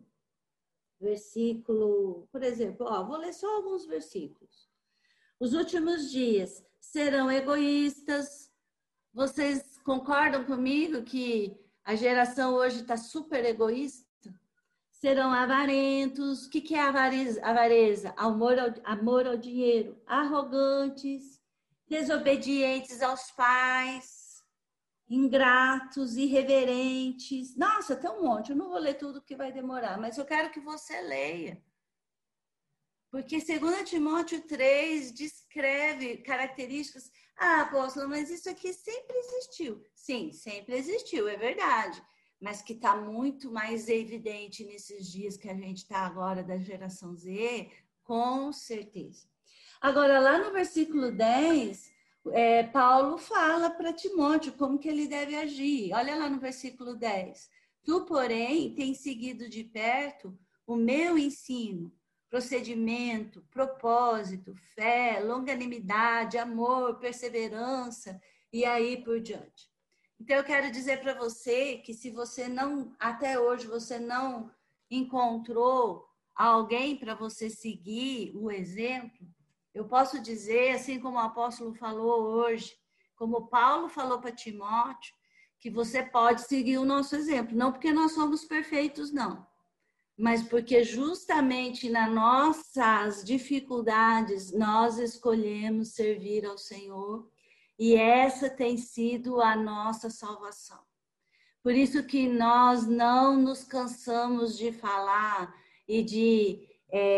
versículo, por exemplo, vou ler só alguns versículos. Os últimos dias serão egoístas. Vocês concordam comigo que a geração hoje está super egoísta? Serão avarentos. O que é avareza? Amor ao dinheiro. Arrogantes, desobedientes aos pais, ingratos, irreverentes. Nossa, tem um monte. Eu não vou ler tudo que vai demorar, mas eu quero que você leia. Porque 2 Timóteo 3 descreve características. Apóstolo, mas isso aqui sempre existiu. Sim, sempre existiu, é verdade. Mas que está muito mais evidente nesses dias que a gente está agora da geração Z, com certeza. Agora, lá no versículo 10, Paulo fala para Timóteo como que ele deve agir. Olha lá no versículo 10. Tu, porém, tens seguido de perto o meu ensino, procedimento, propósito, fé, longanimidade, amor, perseverança e aí por diante. Então, eu quero dizer para você que se você não, até hoje, você não encontrou alguém para você seguir o exemplo, eu posso dizer, assim como o apóstolo falou hoje, como Paulo falou para Timóteo, que você pode seguir o nosso exemplo. Não porque nós somos perfeitos, não. Mas porque justamente nas nossas dificuldades, nós escolhemos servir ao Senhor. E essa tem sido a nossa salvação. Por isso que nós não nos cansamos de falar e de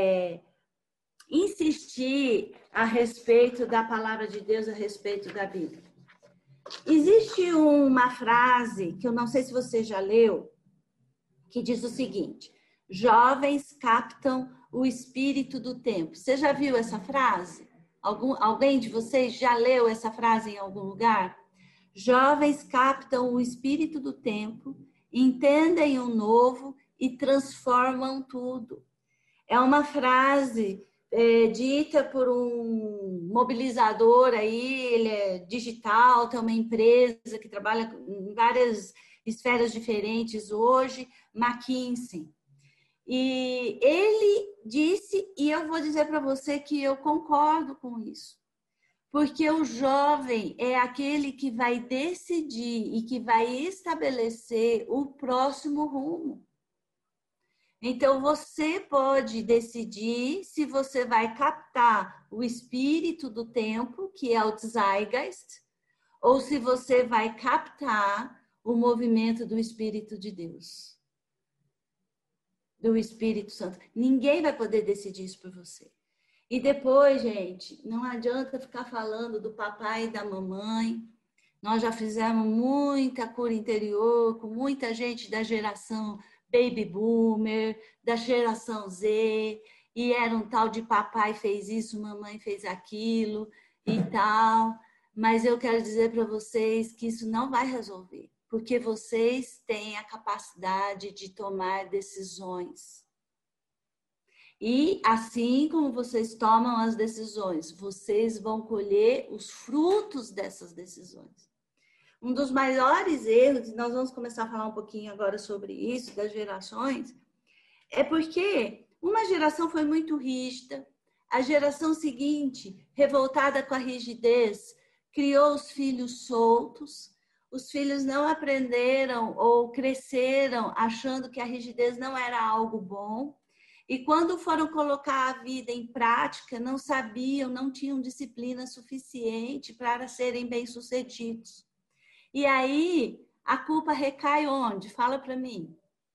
insistir a respeito da palavra de Deus, a respeito da Bíblia. Existe uma frase, que eu não sei se você já leu, que diz o seguinte: jovens captam o espírito do tempo. Você já viu essa frase? Alguém de vocês já leu essa frase em algum lugar? Jovens captam o espírito do tempo, entendem o novo e transformam tudo. É uma frase dita por um mobilizador aí, ele é digital, tem uma empresa que trabalha em várias esferas diferentes hoje, McKinsey. E ele disse, e eu vou dizer para você que eu concordo com isso, porque o jovem é aquele que vai decidir e que vai estabelecer o próximo rumo. Então, você pode decidir se você vai captar o espírito do tempo, que é o Zeitgeist, ou se você vai captar o movimento do Espírito de Deus, do Espírito Santo. Ninguém vai poder decidir isso por você. E depois, gente, não adianta ficar falando do papai e da mamãe. Nós já fizemos muita cura interior com muita gente da geração Baby Boomer, da geração Z, e era um tal de papai fez isso, mamãe fez aquilo e tal. Mas eu quero dizer para vocês que isso não vai resolver, porque vocês têm a capacidade de tomar decisões. E assim como vocês tomam as decisões, vocês vão colher os frutos dessas decisões. Um dos maiores erros, nós vamos começar a falar um pouquinho agora sobre isso, das gerações, é porque uma geração foi muito rígida, a geração seguinte, revoltada com a rigidez, criou os filhos soltos, os filhos não aprenderam ou cresceram achando que a rigidez não era algo bom, e quando foram colocar a vida em prática, não sabiam, não tinham disciplina suficiente para serem bem-sucedidos. E aí, a culpa recai onde? Fala para mim.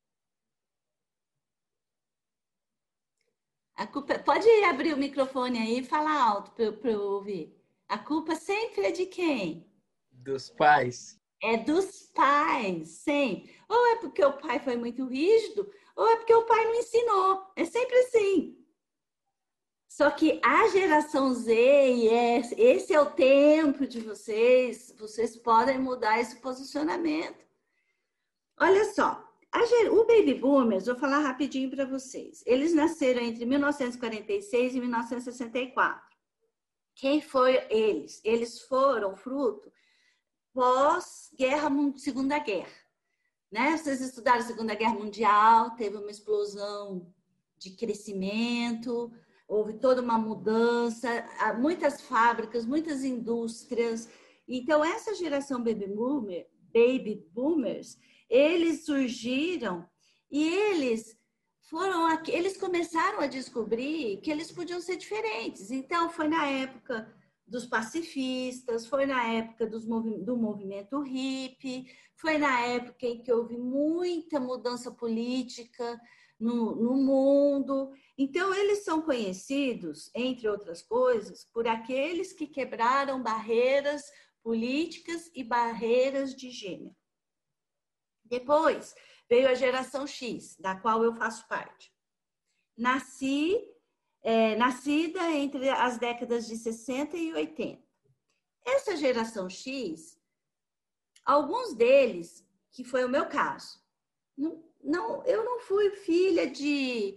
A culpa... Pode abrir o microfone aí e falar alto para eu ouvir. A culpa sempre é de quem? Dos pais. É dos pais, sempre. Ou é porque o pai foi muito rígido, ou é porque o pai não ensinou. É sempre assim. Só que a geração Z, e esse é o tempo de vocês, vocês podem mudar esse posicionamento. Olha só, o Baby Boomers, vou falar rapidinho para vocês. Eles nasceram entre 1946 e 1964. Quem foi eles? Eles foram fruto pós-guerra, Segunda Guerra. Né? Vocês estudaram a Segunda Guerra Mundial, teve uma explosão de crescimento, houve toda uma mudança, muitas fábricas, muitas indústrias. Então, essa geração Baby Boomers, eles surgiram e eles começaram a descobrir que eles podiam ser diferentes. Então, foi na época dos pacifistas, foi na época do movimento hippie, foi na época em que houve muita mudança política no mundo. Então, eles são conhecidos, entre outras coisas, por aqueles que quebraram barreiras políticas e barreiras de gênero. Depois, veio a geração X, da qual eu faço parte. Nascida entre as décadas de 60 e 80. Essa geração X, alguns deles, que foi o meu caso, eu não fui filha de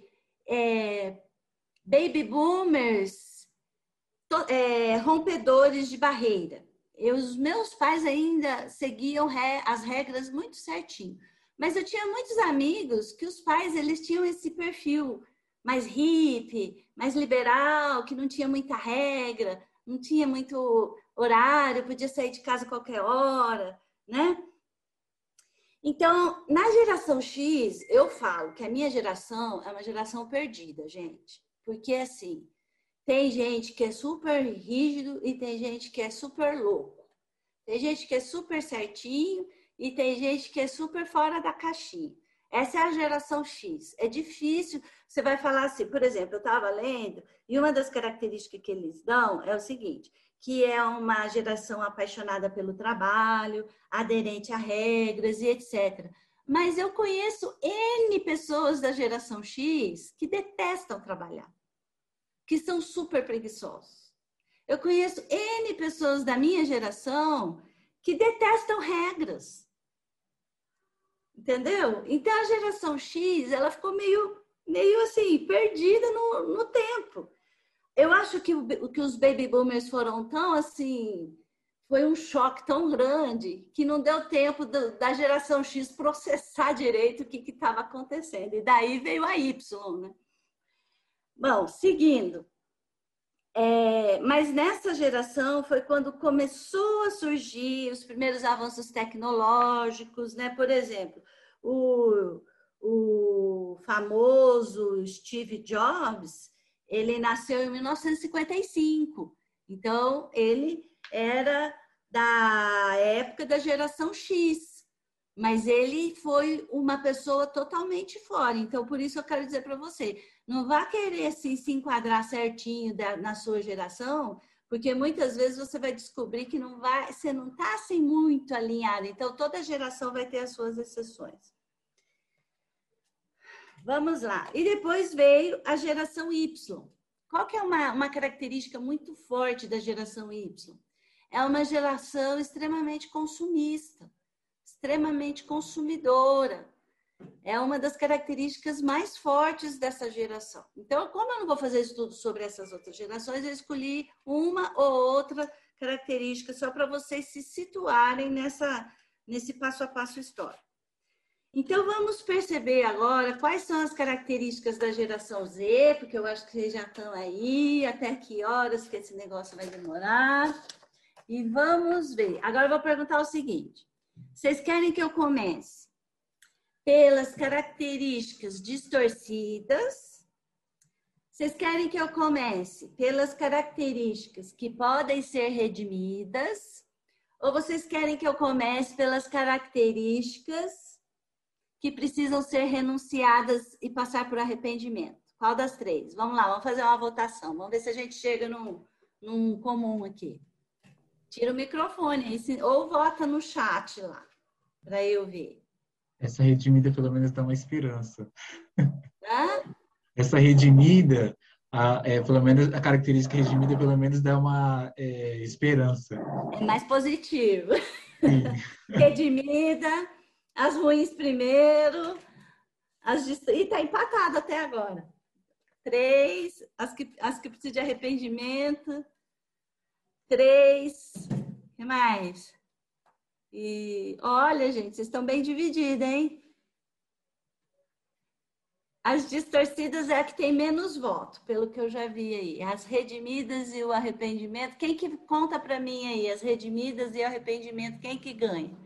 baby boomers rompedores de barreira. Os meus pais ainda seguiam as regras muito certinho. Mas eu tinha muitos amigos que os pais eles tinham esse perfil mais hippie, mais liberal, que não tinha muita regra, não tinha muito horário, podia sair de casa a qualquer hora, né? Então, na geração X, eu falo que a minha geração é uma geração perdida, gente. Porque, assim, tem gente que é super rígido e tem gente que é super louco. Tem gente que é super certinho e tem gente que é super fora da caixinha. Essa é a geração X. É difícil, você vai falar assim, por exemplo, eu estava lendo, e uma das características que eles dão é o seguinte, que é uma geração apaixonada pelo trabalho, aderente a regras e etc. Mas eu conheço N pessoas da geração X que detestam trabalhar, que são super preguiçosos. Eu conheço N pessoas da minha geração que detestam regras. Entendeu? Então, a geração X, ela ficou meio assim, perdida no tempo. Eu acho que os baby boomers foram tão assim, foi um choque tão grande que não deu tempo da geração X processar direito o que estava acontecendo. E daí veio a Y, né? Bom, seguindo. Mas nessa geração foi quando começou a surgir os primeiros avanços tecnológicos, né? Por exemplo, o famoso Steve Jobs, ele nasceu em 1955. Então, ele era da época da geração X. Mas ele foi uma pessoa totalmente fora. Então, por isso eu quero dizer para você, não vá querer assim, se enquadrar certinho na sua geração, porque muitas vezes você vai descobrir que você não está assim, muito alinhado. Então, toda geração vai ter as suas exceções. Vamos lá. E depois veio a geração Y. Qual que é uma característica muito forte da geração Y? É uma geração extremamente consumista, extremamente consumidora. é uma das características mais fortes dessa geração. Então, como eu não vou fazer estudo sobre essas outras gerações, eu escolhi uma ou outra característica só para vocês se situarem nesse passo a passo histórico. Então, vamos perceber agora quais são as características da geração Z, porque eu acho que vocês já estão aí, até que horas que esse negócio vai demorar. E vamos ver. Agora eu vou perguntar o seguinte. Vocês querem que eu comece pelas características distorcidas? Vocês querem que eu comece pelas características que podem ser redimidas? Ou vocês querem que eu comece pelas características que precisam ser renunciadas e passar por arrependimento? Qual das três? Vamos lá, vamos fazer uma votação. Vamos ver se a gente chega num comum aqui. Tira o microfone ou vota no chat lá, para eu ver. Essa redimida pelo menos dá uma esperança. Hã? Essa redimida, pelo menos a característica redimida pelo menos dá uma esperança. É mais positivo. Sim. Redimida, as ruins primeiro, e tá empatado até agora. 3, as que precisam de arrependimento. 3, o que mais? E olha, gente, vocês estão bem divididos, hein? As distorcidas é a que tem menos voto, pelo que eu já vi aí. As redimidas e o arrependimento. Quem que conta para mim aí? As redimidas e o arrependimento, quem que ganha?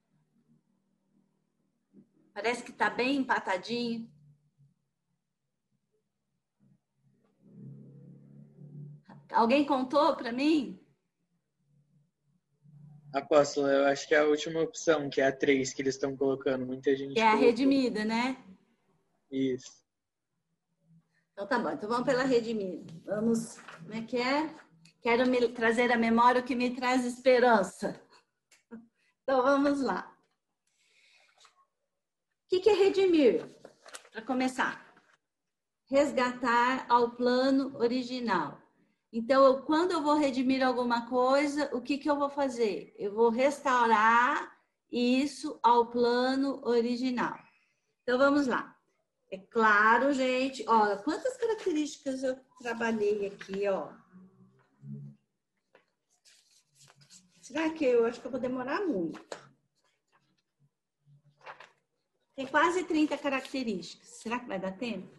Parece que tá bem empatadinho. Alguém contou para mim? Apóstolo, eu acho que é a última opção, que é a 3 que eles estão colocando. Muita gente É a colocou. redimida, né? Isso. Então tá bom, então vamos pela redimida. Vamos, como é que é? Quero trazer à memória o que me traz esperança. Então vamos lá. O que é redimir? Para começar, resgatar ao plano original. Então, quando eu vou redimir alguma coisa, o que eu vou fazer? Eu vou restaurar isso ao plano original. Então, vamos lá. É claro, gente, ó, quantas características eu trabalhei aqui, ó. Será que eu acho que eu vou demorar muito? Tem quase 30 características. Será que vai dar tempo?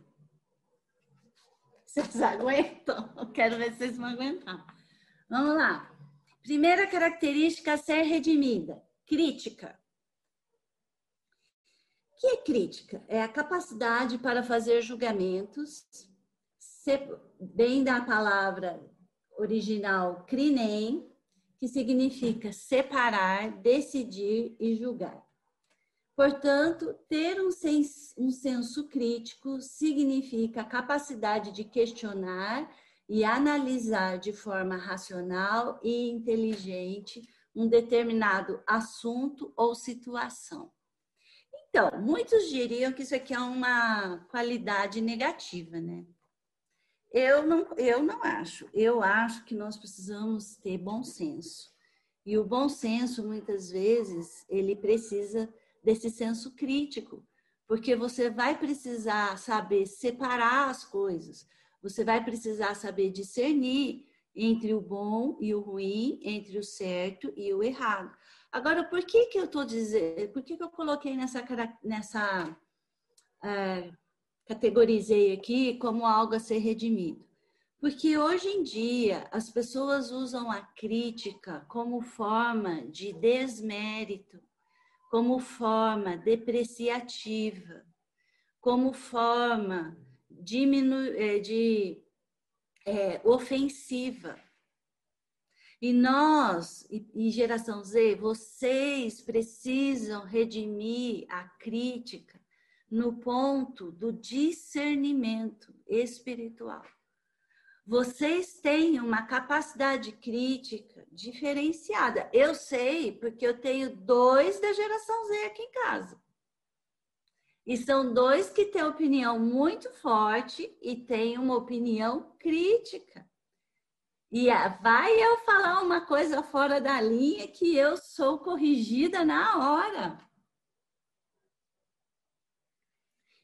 Vocês aguentam? Eu quero ver se vocês vão aguentar. Vamos lá. Primeira característica a ser redimida. Crítica. O que é crítica? É a capacidade para fazer julgamentos. Vem da palavra original crinem, que significa separar, decidir e julgar. Portanto, ter um senso crítico significa a capacidade de questionar e analisar de forma racional e inteligente um determinado assunto ou situação. Então, muitos diriam que isso aqui é uma qualidade negativa, né? Eu não acho. Eu acho que nós precisamos ter bom senso. E o bom senso, muitas vezes, ele precisa desse senso crítico, porque você vai precisar saber separar as coisas, você vai precisar saber discernir entre o bom e o ruim, entre o certo e o errado. Agora, por que eu estou dizendo, por que eu coloquei categorizei aqui como algo a ser redimido? Porque hoje em dia as pessoas usam a crítica como forma de desmérito, como forma depreciativa, como forma ofensiva. E nós, e geração Z, vocês precisam redimir a crítica no ponto do discernimento espiritual. Vocês têm uma capacidade crítica diferenciada. Eu sei porque eu tenho 2 da geração Z aqui em casa. E são 2 que têm opinião muito forte e têm uma opinião crítica. E vai eu falar uma coisa fora da linha que eu sou corrigida na hora.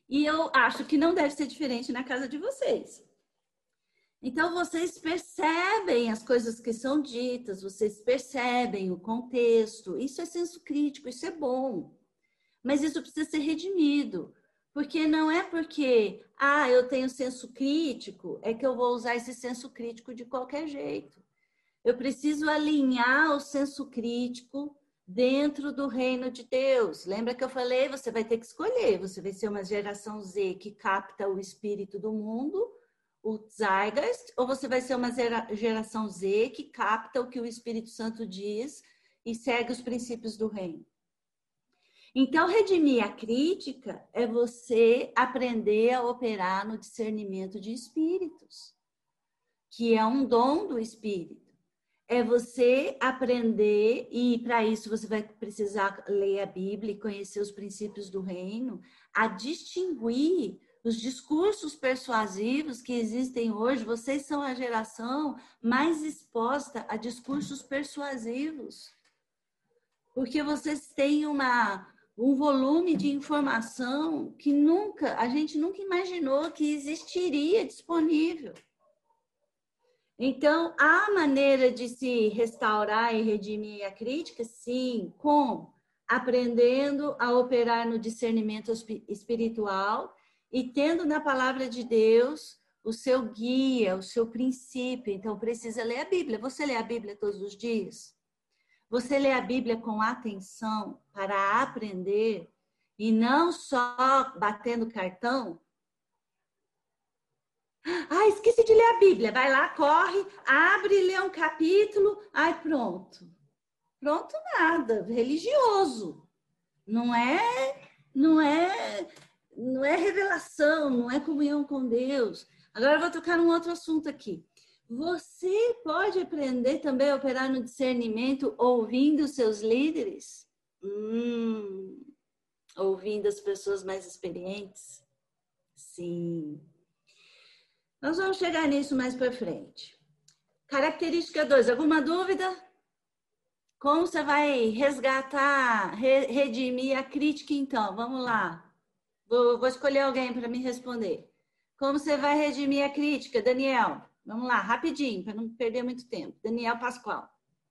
E eu acho que não deve ser diferente na casa de vocês. Então, vocês percebem as coisas que são ditas, vocês percebem o contexto. Isso é senso crítico, isso é bom. Mas isso precisa ser redimido. Porque não é porque, eu tenho senso crítico, é que eu vou usar esse senso crítico de qualquer jeito. Eu preciso alinhar o senso crítico dentro do reino de Deus. Lembra que eu falei? Você vai ter que escolher. Você vai ser uma geração Z que capta o espírito do mundo, o Zeitgeist, ou você vai ser uma geração Z que capta o que o Espírito Santo diz e segue os princípios do reino. Então, redimir a crítica é você aprender a operar no discernimento de espíritos, que é um dom do Espírito. É você aprender, e para isso você vai precisar ler a Bíblia e conhecer os princípios do reino, a distinguir os discursos persuasivos que existem hoje. Vocês são a geração mais exposta a discursos persuasivos, porque vocês têm um volume de informação que a gente nunca imaginou que existiria disponível. Então, há maneira de se restaurar e redimir a crítica? Sim. Como? Aprendendo a operar no discernimento espiritual e tendo na palavra de Deus o seu guia, o seu princípio. Então, precisa ler a Bíblia. Você lê a Bíblia todos os dias? Você lê a Bíblia com atenção para aprender e não só batendo cartão? Esqueci de ler a Bíblia. Vai lá, corre, abre, lê um capítulo. Pronto. Pronto nada. Religioso. Não é revelação, não é comunhão com Deus. Agora eu vou tocar num outro assunto aqui. Você pode aprender também a operar no discernimento ouvindo os seus líderes? Ouvindo as pessoas mais experientes? Sim. Nós vamos chegar nisso mais para frente. Característica 2, alguma dúvida? Como você vai resgatar, redimir a crítica, então? Vamos lá. Vou escolher alguém para me responder. Como você vai redimir a crítica, Daniel? Vamos lá, rapidinho, para não perder muito tempo. Daniel Pascoal.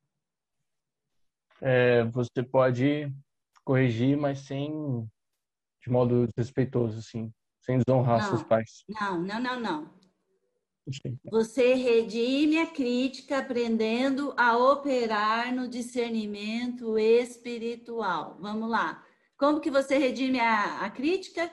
Você pode corrigir, mas de modo desrespeitoso, assim, sem desonrar seus pais. Não. Sim. Você redime a crítica aprendendo a operar no discernimento espiritual. Vamos lá. Como que você redime a crítica?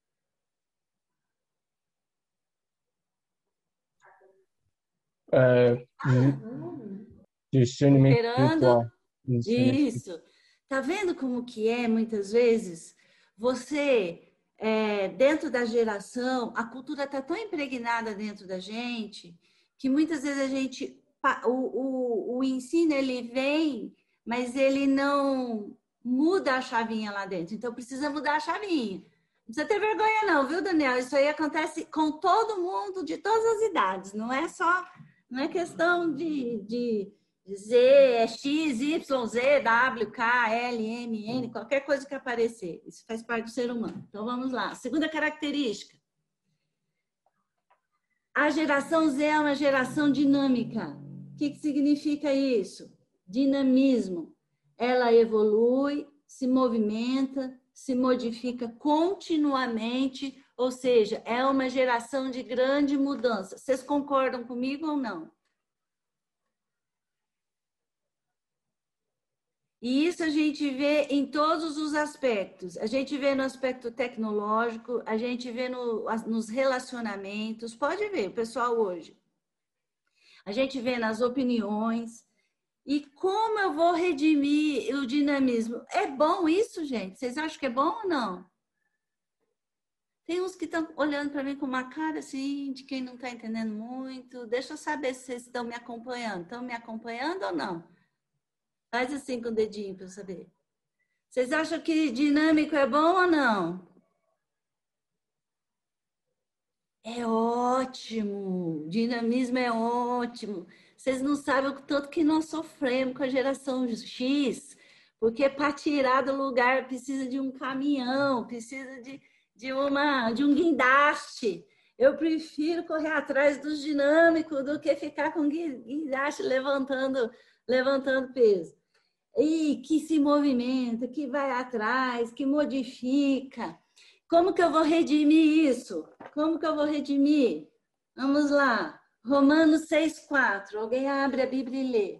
Discernimento operando. espiritual. Isso. Tá vendo como que é, muitas vezes? Você... dentro da geração, a cultura está tão impregnada dentro da gente que muitas vezes o ensino ele vem, mas ele não muda a chavinha lá dentro. Então precisa mudar a chavinha. Não precisa ter vergonha não, viu, Daniel? Isso aí acontece com todo mundo de todas as idades. Não é questão de Z, é X, Y, Z, W, K, L, M, N, qualquer coisa que aparecer. Isso faz parte do ser humano. Então, vamos lá. Segunda característica. A geração Z é uma geração dinâmica. O que significa isso? Dinamismo. Ela evolui, se movimenta, se modifica continuamente, ou seja, é uma geração de grande mudança. Vocês concordam comigo ou não? E isso a gente vê em todos os aspectos. A gente vê no aspecto tecnológico, a gente vê nos relacionamentos. Pode ver, o pessoal hoje. A gente vê nas opiniões. E como eu vou redimir o dinamismo? É bom isso, gente? Vocês acham que é bom ou não? Tem uns que estão olhando para mim com uma cara assim, de quem não está entendendo muito. Deixa eu saber se vocês estão me acompanhando. Estão me acompanhando ou não? Faz assim com o dedinho para eu saber. Vocês acham que dinâmico é bom ou não? É ótimo. Dinamismo é ótimo. Vocês não sabem o tanto que nós sofremos com a geração X, porque para tirar do lugar precisa de um caminhão, precisa de de um guindaste. Eu prefiro correr atrás dos dinâmicos do que ficar com guindaste levantando peso. E que se movimenta, que vai atrás, que modifica. Como que eu vou redimir isso? Como que eu vou redimir? Vamos lá. Romanos 6,4. Alguém abre a Bíblia e lê.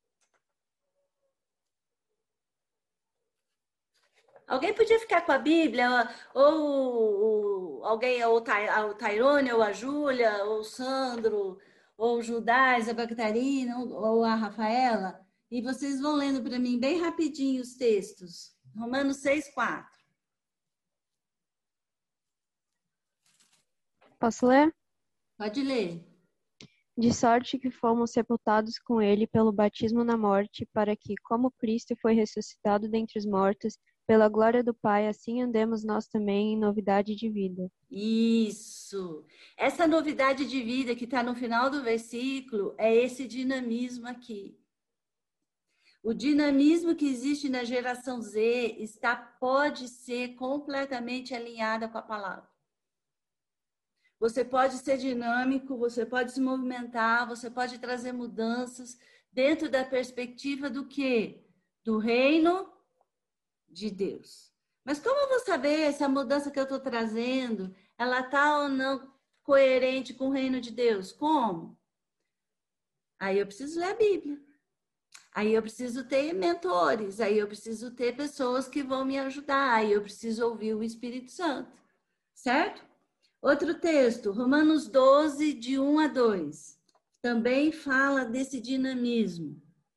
Alguém podia ficar com a Bíblia, ou alguém, ou o Tairone, ou a Júlia, ou o Sandro, ou o Judas, a Bactarina, ou a Rafaela, e vocês vão lendo para mim bem rapidinho os textos. Romanos 6,4. Posso ler? Pode ler. De sorte que fomos sepultados com ele pelo batismo na morte, para que, como Cristo foi ressuscitado dentre os mortos, pela glória do Pai, assim andemos nós também em novidade de vida. Isso. Essa novidade de vida que está no final do versículo é esse dinamismo aqui. O dinamismo que existe na geração Z pode ser completamente alinhado com a palavra. Você pode ser dinâmico, você pode se movimentar, você pode trazer mudanças dentro da perspectiva do quê? Do reino de Deus. Mas como eu vou saber se a mudança que eu estou trazendo, ela está ou não coerente com o reino de Deus? Como? Aí eu preciso ler a Bíblia. Aí eu preciso ter mentores. Aí eu preciso ter pessoas que vão me ajudar. Aí eu preciso ouvir o Espírito Santo. Certo? Outro texto, Romanos 12, de 1 a 2. Também fala desse dinamismo.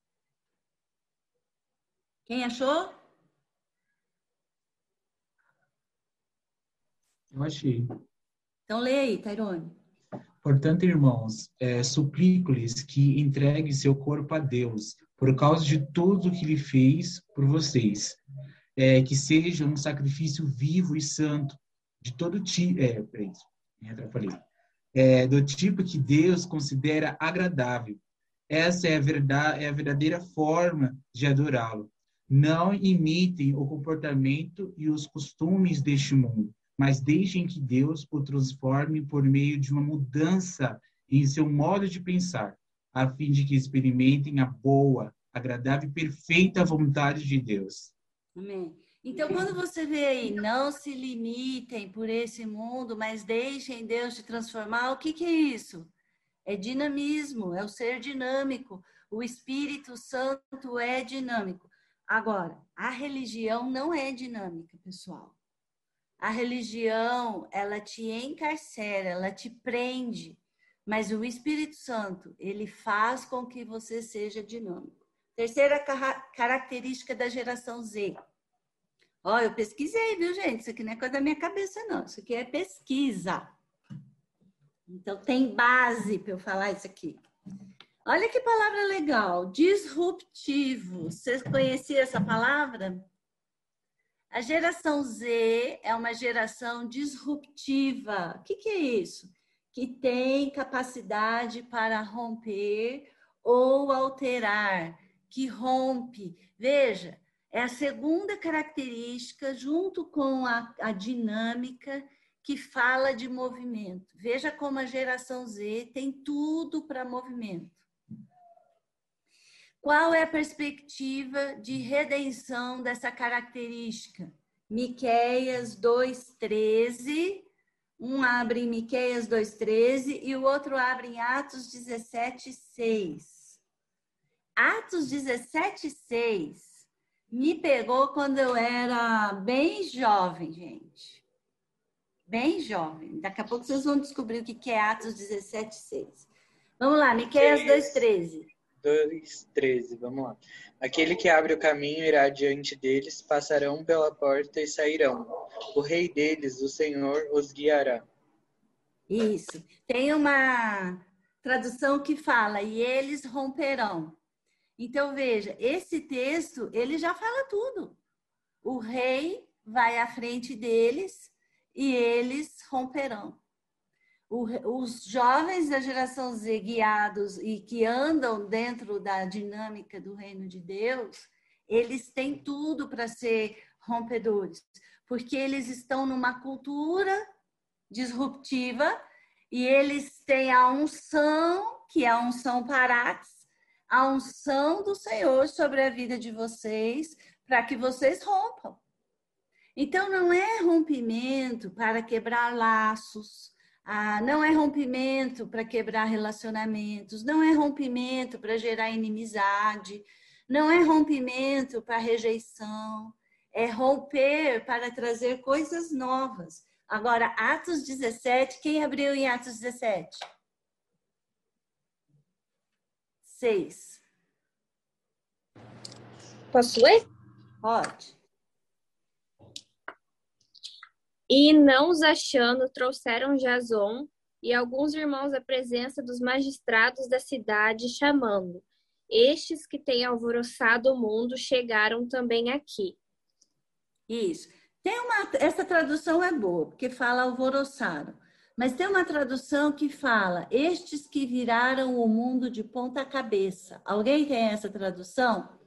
Quem achou? Eu achei. Então, lê aí, Tairone. Portanto, irmãos, suplico-lhes que entreguem seu corpo a Deus, por causa de tudo que ele fez por vocês. Que seja um sacrifício vivo e santo, de todo tipo. Me atrapalhei. Do tipo que Deus considera agradável. Essa é a verdadeira forma de adorá-lo. Não imitem o comportamento e os costumes deste mundo, mas deixem que Deus o transforme por meio de uma mudança em seu modo de pensar, a fim de que experimentem a boa, agradável e perfeita vontade de Deus. Amém. Então, quando você vê aí, não se limitem por esse mundo, mas deixem Deus te transformar, o que é isso? É dinamismo, é o ser dinâmico. O Espírito Santo é dinâmico. Agora, a religião não é dinâmica, pessoal. A religião, ela te encarcera, ela te prende. Mas o Espírito Santo, ele faz com que você seja dinâmico. Terceira característica da geração Z. Ó, eu pesquisei, viu, gente? Isso aqui não é coisa da minha cabeça, não. Isso aqui é pesquisa. Então, tem base para eu falar isso aqui. Olha que palavra legal. Disruptivo. Vocês conheciam essa palavra? A geração Z é uma geração disruptiva. O que é isso? Que tem capacidade para romper ou alterar. Que rompe. Veja, é a segunda característica, junto com a dinâmica, que fala de movimento. Veja como a geração Z tem tudo para movimento. Qual é a perspectiva de redenção dessa característica? Miqueias 2,13. Um abre em Miqueias 2,13 e o outro abre em Atos 17,6. Atos 17,6 me pegou quando eu era bem jovem, gente. Bem jovem. Daqui a pouco vocês vão descobrir o que é Atos 17,6. Vamos lá, Miqueias 2,13. 2,13, vamos lá. Aquele que abre o caminho irá diante deles, passarão pela porta e sairão. O rei deles, o Senhor, os guiará. Isso. Tem uma tradução que fala, e eles romperão. Então, veja, esse texto, ele já fala tudo. O rei vai à frente deles e eles romperão. Os jovens da geração Z guiados e que andam dentro da dinâmica do reino de Deus, eles têm tudo para ser rompedores. porque eles estão numa cultura disruptiva e eles têm a unção, que é a unção Parax, a unção do Senhor sobre a vida de vocês, para que vocês rompam. Então, não é rompimento para quebrar laços, não é rompimento para quebrar relacionamentos, não é rompimento para gerar inimizade, não é rompimento para rejeição, é romper para trazer coisas novas. Agora, Atos 17, quem abriu em Atos 17? 6. Posso ler? Pode. E, não os achando, trouxeram Jason e alguns irmãos à presença dos magistrados da cidade, chamando: estes que têm alvoroçado o mundo chegaram também aqui. Isso. Essa tradução é boa, porque fala alvoroçaram. Mas tem uma tradução que fala: estes que viraram o mundo de ponta cabeça. Alguém tem essa tradução?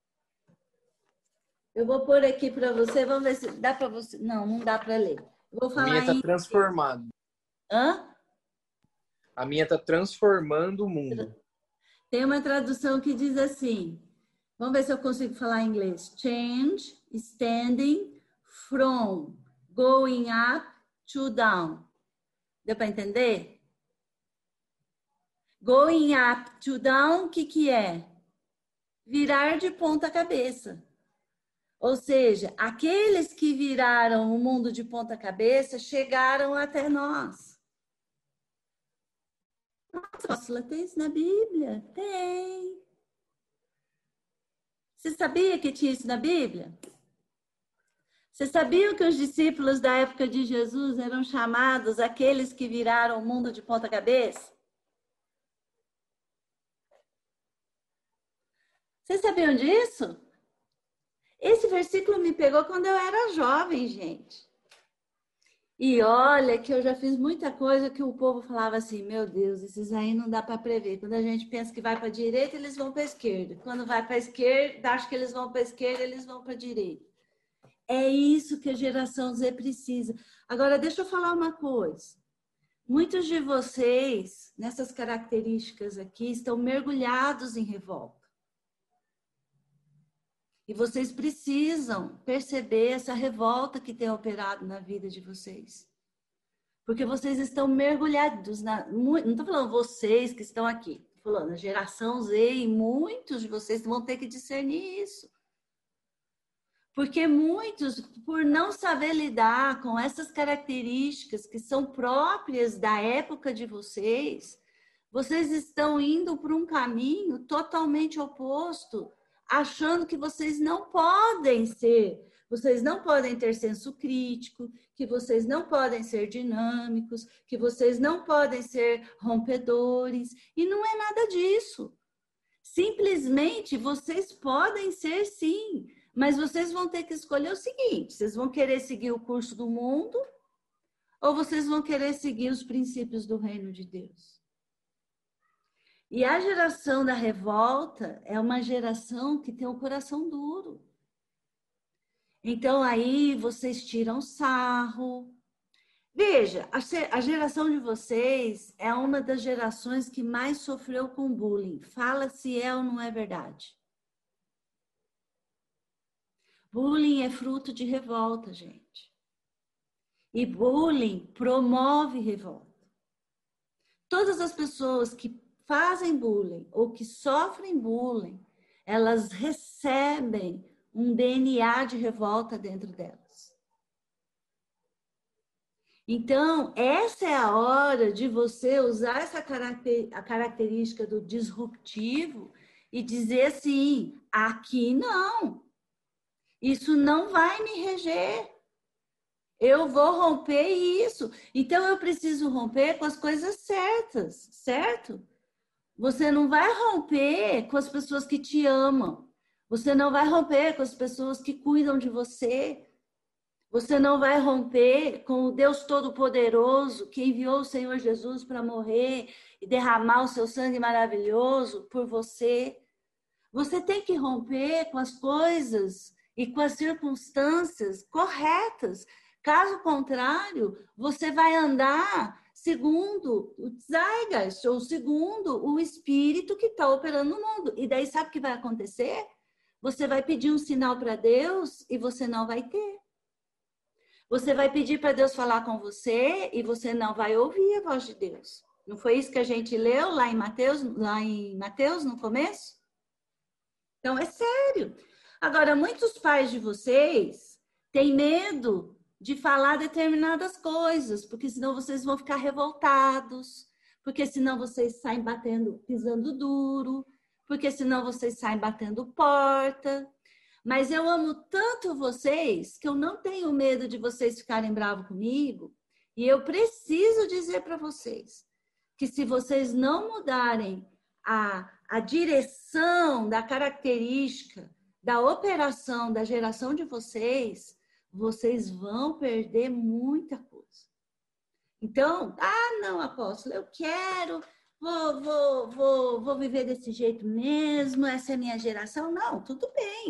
Eu vou pôr aqui para você, vamos ver se dá para você. Não dá para ler. Eu vou falar. A minha está transformado. Hã? A minha está transformando o mundo. Tem uma tradução que diz assim, vamos ver se eu consigo falar em inglês. Change, standing, from, going up to down. Deu para entender? Going up to down, o que é? Virar de ponta cabeça. Ou seja, aqueles que viraram o mundo de ponta cabeça chegaram até nós. Nossa, tem isso na Bíblia? Tem. Você sabia que tinha isso na Bíblia? Você sabia que os discípulos da época de Jesus eram chamados aqueles que viraram o mundo de ponta cabeça? Vocês sabiam disso? Esse versículo me pegou quando eu era jovem, gente. E olha que eu já fiz muita coisa que o povo falava assim, meu Deus, esses aí não dá para prever. Quando a gente pensa que vai para a direita, eles vão para a esquerda. Quando vai para a esquerda, acho que eles vão para a esquerda, eles vão para a direita. É isso que a geração Z precisa. Agora, deixa eu falar uma coisa. Muitos de vocês, nessas características aqui, estão mergulhados em revolta. E vocês precisam perceber essa revolta que tem operado na vida de vocês. Porque vocês estão mergulhados não estou falando vocês que estão aqui. Estou falando a geração Z e muitos de vocês vão ter que discernir isso. Porque muitos, por não saber lidar com essas características que são próprias da época de vocês, vocês estão indo por um caminho totalmente oposto, achando que vocês não podem ter senso crítico, que vocês não podem ser dinâmicos, que vocês não podem ser rompedores, e não é nada disso. Simplesmente vocês podem ser sim, mas vocês vão ter que escolher o seguinte, vocês vão querer seguir o curso do mundo ou vocês vão querer seguir os princípios do reino de Deus? E a geração da revolta é uma geração que tem o coração duro. Então, aí vocês tiram sarro. Veja, a geração de vocês é uma das gerações que mais sofreu com bullying. Fala se é ou não é verdade. Bullying é fruto de revolta, gente. E bullying promove revolta. Todas as pessoas que fazem bullying ou que sofrem bullying, elas recebem um DNA de revolta dentro delas. Então, essa é a hora de você usar a característica do disruptivo e dizer assim, aqui não, isso não vai me reger. Eu vou romper isso. Então, eu preciso romper com as coisas certas, certo? Você não vai romper com as pessoas que te amam. Você não vai romper com as pessoas que cuidam de você. Você não vai romper com o Deus Todo-Poderoso que enviou o Senhor Jesus para morrer e derramar o seu sangue maravilhoso por você. Você tem que romper com as coisas e com as circunstâncias corretas. Caso contrário, você vai andar segundo o Zeitgeist, ou segundo o espírito que está operando no mundo. E daí sabe o que vai acontecer? Você vai pedir um sinal para Deus e você não vai ter. Você vai pedir para Deus falar com você e você não vai ouvir a voz de Deus. Não foi isso que a gente leu lá em Mateus no começo? Então, é sério. Agora, muitos pais de vocês têm medo de falar determinadas coisas, porque senão vocês vão ficar revoltados, porque senão vocês saem pisando duro, porque senão vocês saem batendo porta. Mas eu amo tanto vocês que eu não tenho medo de vocês ficarem bravos comigo, e eu preciso dizer para vocês que se vocês não mudarem a direção da característica da operação da geração de vocês, vocês vão perder muita coisa. Então, não, apóstolo, eu quero, vou viver desse jeito mesmo, essa é a minha geração. Não, tudo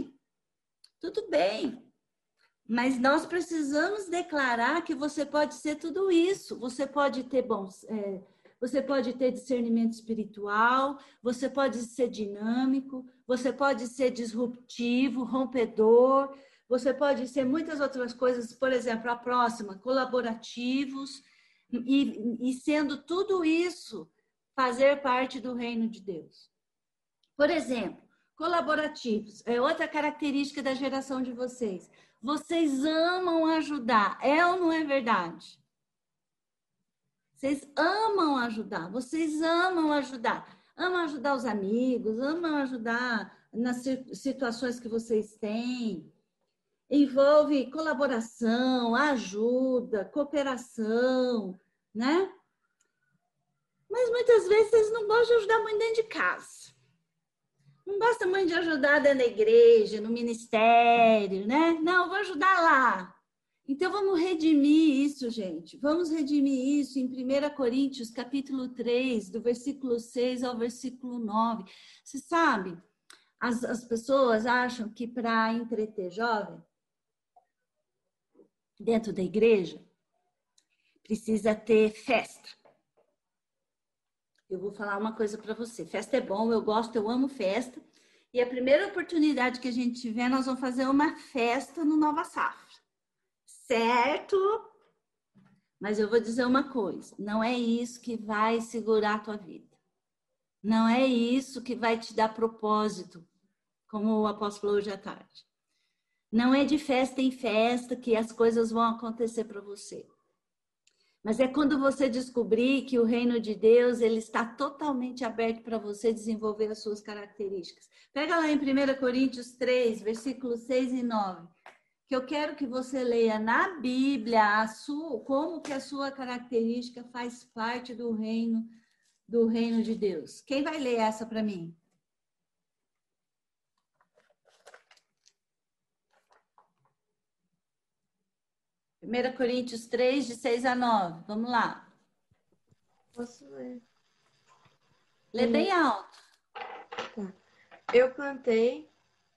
bem. Mas nós precisamos declarar que você pode ser tudo isso. Você pode ter você pode ter discernimento espiritual, você pode ser dinâmico, você pode ser disruptivo, rompedor, você pode ser muitas outras coisas, por exemplo, a próxima, colaborativos, e sendo tudo isso, fazer parte do reino de Deus. Por exemplo, colaborativos, é outra característica da geração de vocês. Vocês amam ajudar, é ou não é verdade? Vocês amam ajudar, amam ajudar os amigos, amam ajudar nas situações que vocês têm. Envolve colaboração, ajuda, cooperação, né? Mas muitas vezes vocês não gostam de ajudar muito dentro de casa. Não gostam muito de ajudar dentro da igreja, no ministério, né? Não, vou ajudar lá. Então, vamos redimir isso, gente. Vamos redimir isso em 1 Coríntios, capítulo 3, do versículo 6 ao versículo 9. Você sabe, as pessoas acham que para entreter jovem, dentro da igreja, precisa ter festa. Eu vou falar uma coisa para você. Festa é bom, eu gosto, eu amo festa. E a primeira oportunidade que a gente tiver, nós vamos fazer uma festa no Nova Safra. Certo? Mas eu vou dizer uma coisa. Não é isso que vai segurar a tua vida. Não é isso que vai te dar propósito, como o apóstolo hoje à tarde. Não é de festa em festa que as coisas vão acontecer para você. Mas é quando você descobrir que o reino de Deus, ele está totalmente aberto para você desenvolver as suas características. Pega lá em 1 Coríntios 3, versículos 6 e 9, que eu quero que você leia na Bíblia como que a sua característica faz parte do reino de Deus. Quem vai ler essa para mim? Primeira Coríntios 3, de 6 a 9. Vamos lá. Posso ler? Lê bem alto. Tá. Eu plantei,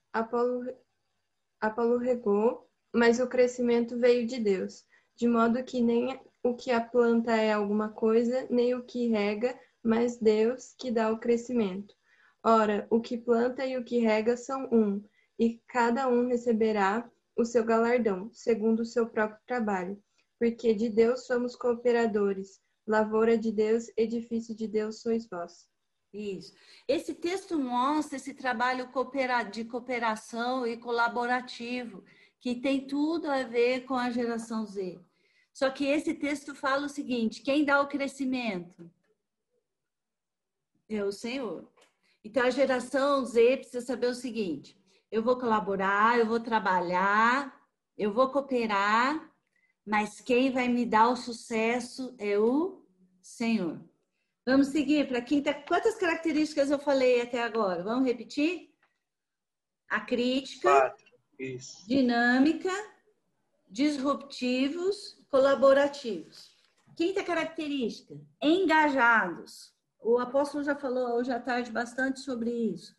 Apolo regou, mas o crescimento veio de Deus, de modo que nem o que a planta é alguma coisa, nem o que rega, mas Deus que dá o crescimento. Ora, o que planta e o que rega são um, e cada um receberá o seu galardão, segundo o seu próprio trabalho. Porque de Deus somos cooperadores, lavoura de Deus, edifício de Deus sois vós. Isso. Esse texto mostra esse trabalho de cooperação e colaborativo, que tem tudo a ver com a geração Z. Só que esse texto fala o seguinte: quem dá o crescimento? É o Senhor. Então, a geração Z precisa saber o seguinte: eu vou colaborar, eu vou trabalhar, eu vou cooperar, mas quem vai me dar o sucesso é o Senhor. Vamos seguir para a quinta. Quantas características eu falei até agora? Vamos repetir? A crítica, 4. Isso. Dinâmica, disruptivos, colaborativos. Quinta característica, engajados. O apóstolo já falou hoje à tarde bastante sobre isso.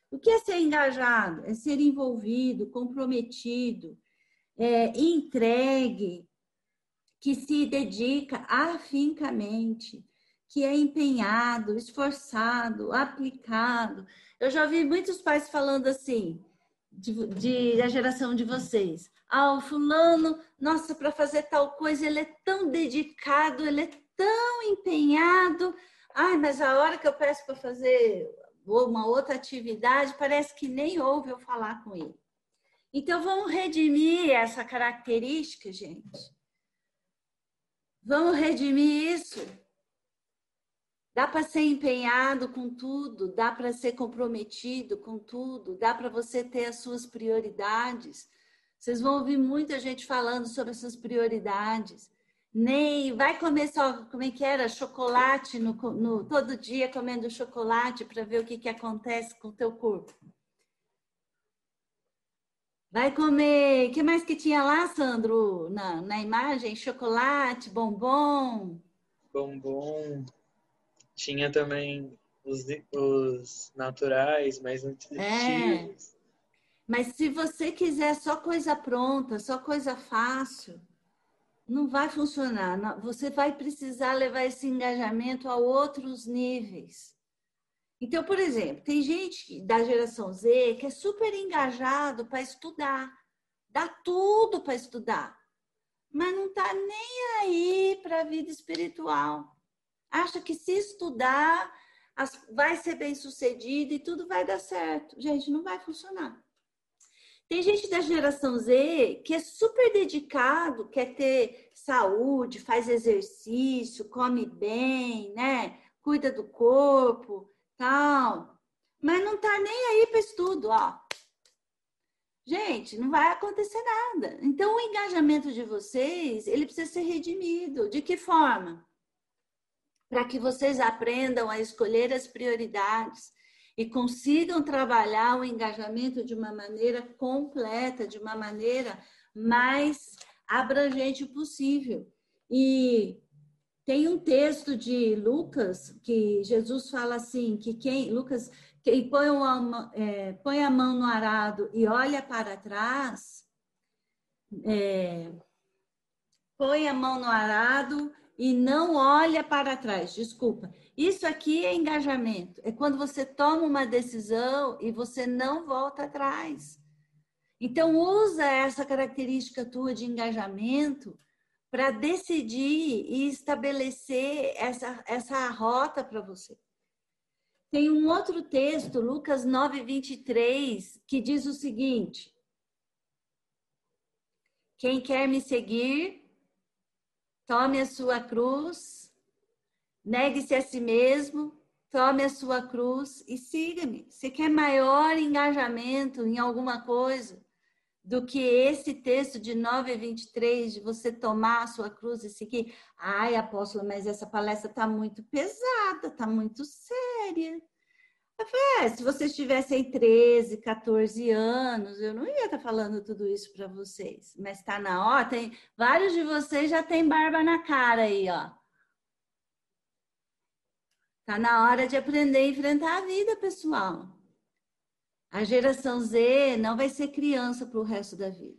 O que é ser engajado? É ser envolvido, comprometido, entregue, que se dedica afincamente, que é empenhado, esforçado, aplicado. Eu já ouvi muitos pais falando assim, da geração de vocês. O fulano, nossa, para fazer tal coisa, ele é tão dedicado, ele é tão empenhado. Ai, mas a hora que eu peço para fazer uma outra atividade, parece que nem ouve eu falar com ele. Então, vamos redimir essa característica, gente. Vamos redimir isso. Dá para ser empenhado com tudo, dá para ser comprometido com tudo, dá para você ter as suas prioridades. Vocês vão ouvir muita gente falando sobre essas prioridades. Nem vai comer só, como é que era? Chocolate, todo dia comendo chocolate para ver o que acontece com o teu corpo. Vai comer, o que mais que tinha lá, Sandro, na imagem? Chocolate, bombom. Bombom. Tinha também os naturais, mais nutritivos. Mas se você quiser só coisa pronta, só coisa fácil, não vai funcionar. Você vai precisar levar esse engajamento a outros níveis. Então, por exemplo, tem gente da geração Z que é super engajado para estudar. Dá tudo para estudar. Mas não está nem aí para a vida espiritual. Acha que se estudar, vai ser bem sucedido e tudo vai dar certo. Gente, não vai funcionar. Tem gente da geração Z que é super dedicado, quer ter saúde, faz exercício, come bem, né? Cuida do corpo, tal. Mas não tá nem aí para estudo, ó. Gente, não vai acontecer nada. Então, o engajamento de vocês, ele precisa ser redimido. De que forma? Para que vocês aprendam a escolher as prioridades e consigam trabalhar o engajamento de uma maneira completa, de uma maneira mais abrangente possível. E tem um texto de Lucas que Jesus fala assim, que quem põe a mão no arado e olha para trás, põe a mão no arado e não olha para trás, desculpa. Isso aqui é engajamento. É quando você toma uma decisão e você não volta atrás. Então, usa essa característica tua de engajamento para decidir e estabelecer essa rota para você. Tem um outro texto, Lucas 9:23, que diz o seguinte: quem quer me seguir, tome a sua cruz, negue-se a si mesmo, tome a sua cruz e siga-me. Você quer maior engajamento em alguma coisa do que esse texto de 9:23, de você tomar a sua cruz e seguir? Ai, apóstola, mas essa palestra está muito pesada, está muito séria. Eu falei, se vocês tivessem 13, 14 anos, eu não ia estar falando tudo isso para vocês. Mas está na hora, vários de vocês já têm barba na cara aí, ó. Está na hora de aprender a enfrentar a vida, pessoal. A geração Z não vai ser criança para o resto da vida.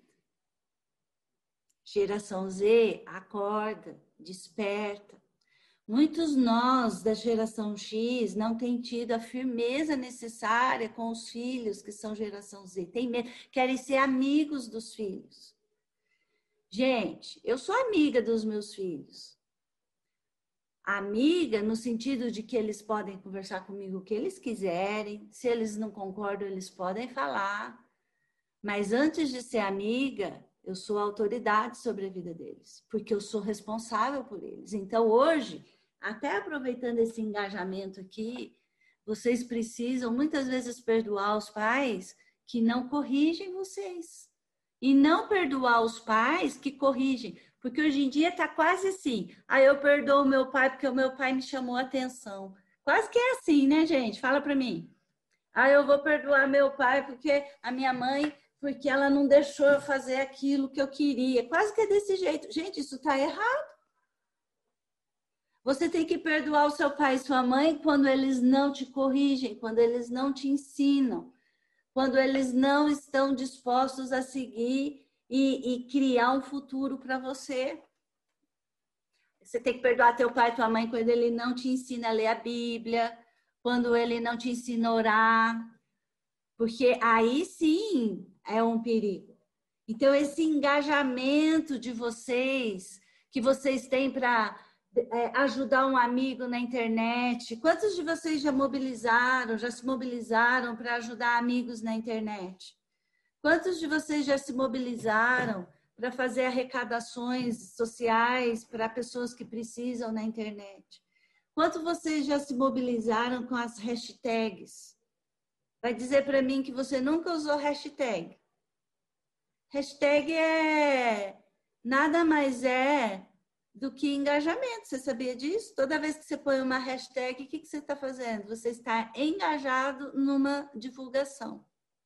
Geração Z, acorda, desperta. Muitos nós da geração X não têm tido a firmeza necessária com os filhos que são geração Z. Tem medo, querem ser amigos dos filhos. Gente, eu sou amiga dos meus filhos. Amiga no sentido de que eles podem conversar comigo o que eles quiserem. Se eles não concordam, eles podem falar. Mas antes de ser amiga, eu sou autoridade sobre a vida deles. Porque eu sou responsável por eles. Então, hoje, até aproveitando esse engajamento aqui, vocês precisam muitas vezes perdoar os pais que não corrigem vocês. E não perdoar os pais que corrigem. Porque hoje em dia está quase assim. Eu perdoo o meu pai porque o meu pai me chamou a atenção. Quase que é assim, né, gente? Fala para mim. Eu vou perdoar meu pai porque a minha mãe, porque ela não deixou eu fazer aquilo que eu queria. Quase que é desse jeito. Gente, isso está errado. Você tem que perdoar o seu pai e sua mãe quando eles não te corrigem, quando eles não te ensinam. quando eles não estão dispostos a seguir e criar um futuro para você. Você tem que perdoar teu pai e tua mãe quando ele não te ensina a ler a Bíblia, quando ele não te ensina a orar, porque aí sim é um perigo. Então, esse engajamento de vocês, que vocês têm para ajudar um amigo na internet, quantos de vocês já se mobilizaram para ajudar amigos na internet? Quantos de vocês já se mobilizaram para fazer arrecadações sociais para pessoas que precisam na internet? Quantos vocês já se mobilizaram com as hashtags? Vai dizer para mim que você nunca usou hashtag. Hashtag nada mais do que engajamento. Você sabia disso? Toda vez que você põe uma hashtag, o que você está fazendo? Você está engajado numa divulgação.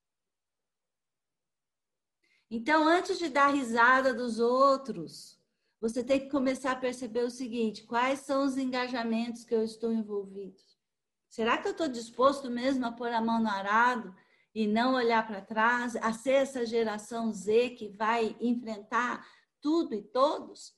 Então, antes de dar risada dos outros, você tem que começar a perceber o seguinte: quais são os engajamentos que eu estou envolvido? Será que eu estou disposto mesmo a pôr a mão no arado e não olhar para trás, a ser essa geração Z que vai enfrentar tudo e todos?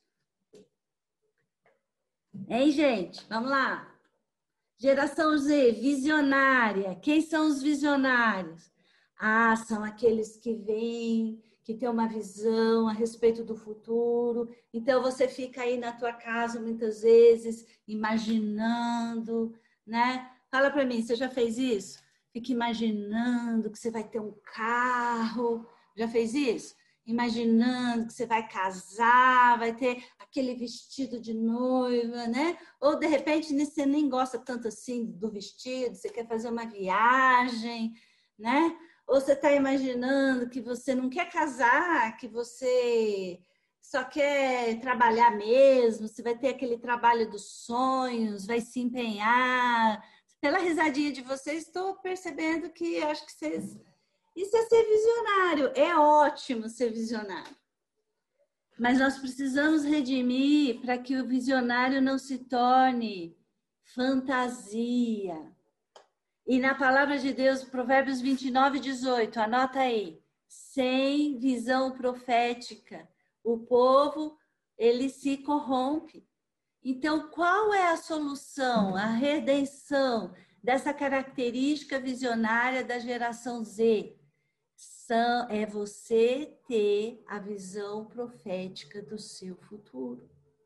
Hein, gente? Vamos lá. Geração Z, visionária. Quem são os visionários? Ah, são aqueles que vêm, que têm uma visão a respeito do futuro. Então, você fica aí na tua casa, muitas vezes, imaginando, né? Fala para mim, você já fez isso? Fica imaginando que você vai ter um carro. Já fez isso? Imaginando que você vai casar, vai ter aquele vestido de noiva, né? Ou, de repente, você nem gosta tanto assim do vestido, você quer fazer uma viagem, né? Ou você está imaginando que você não quer casar, que você só quer trabalhar mesmo, você vai ter aquele trabalho dos sonhos, vai se empenhar. Pela risadinha de vocês, estou percebendo que acho que vocês... Isso é ser visionário. É ótimo ser visionário. Mas nós precisamos redimir para que o visionário não se torne fantasia. E na palavra de Deus, Provérbios 29:18, anota aí. Sem visão profética, o povo, ele se corrompe. Então, qual é a solução, a redenção dessa característica visionária da geração Z? É você ter a visão profética do seu futuro.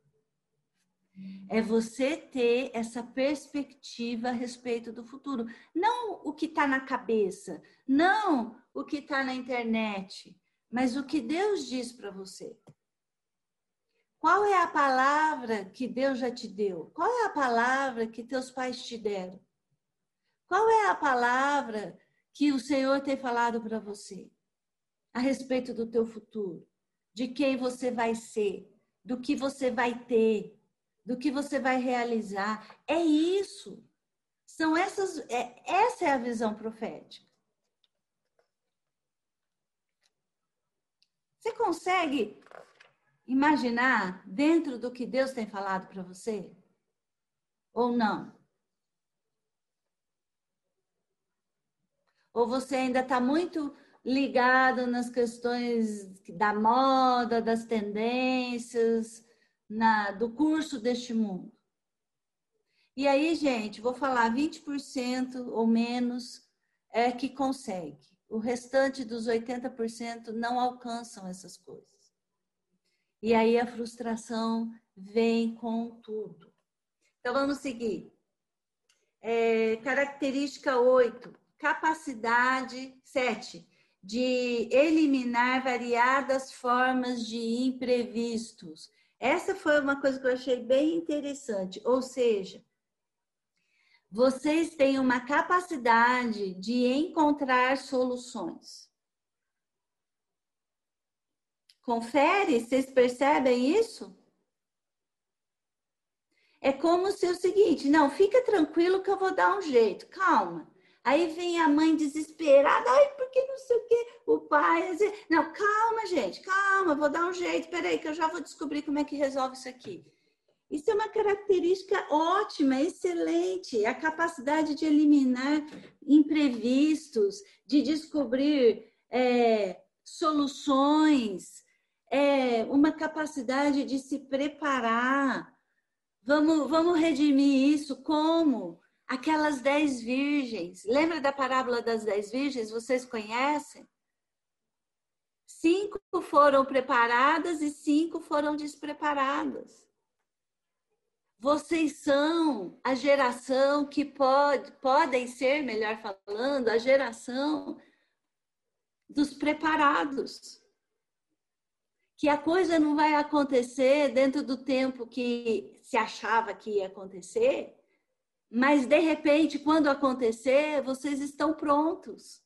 É você ter essa perspectiva a respeito do futuro. Não o que está na cabeça, não o que está na internet, mas o que Deus diz para você. Qual é a palavra que Deus já te deu? Qual é a palavra que teus pais te deram? Qual é a palavra que o Senhor tem falado para você a respeito do teu futuro? De quem você vai ser? Do que você vai ter? Do que você vai realizar? É isso. Essa é a visão profética. Você consegue imaginar dentro do que Deus tem falado para você? Ou não? Ou você ainda está muito ligado nas questões da moda, das tendências, do curso deste mundo? E aí, gente, vou falar 20% ou menos é que consegue. O restante dos 80% não alcançam essas coisas. E aí a frustração vem com tudo. Então, vamos seguir. Característica 8, capacidade 7, de eliminar variadas formas de imprevistos. Essa foi uma coisa que eu achei bem interessante. Ou seja, vocês têm uma capacidade de encontrar soluções. Confere, vocês percebem isso? É como se é o seguinte, não, fica tranquilo que eu vou dar um jeito, calma. Aí vem a mãe desesperada, ai, porque não sei o quê, o pai, não, calma, gente, calma, vou dar um jeito, peraí que eu já vou descobrir como é que resolve isso aqui. Isso é uma característica ótima, excelente. A capacidade de eliminar imprevistos, de descobrir soluções, uma capacidade de se preparar. Vamos redimir isso como aquelas 10 virgens. Lembra da parábola das 10 virgens? Vocês conhecem? 5 foram preparadas e 5 foram despreparadas. Vocês são a geração que podem ser, melhor falando, a geração dos preparados. Que a coisa não vai acontecer dentro do tempo que se achava que ia acontecer, mas de repente, quando acontecer, vocês estão prontos.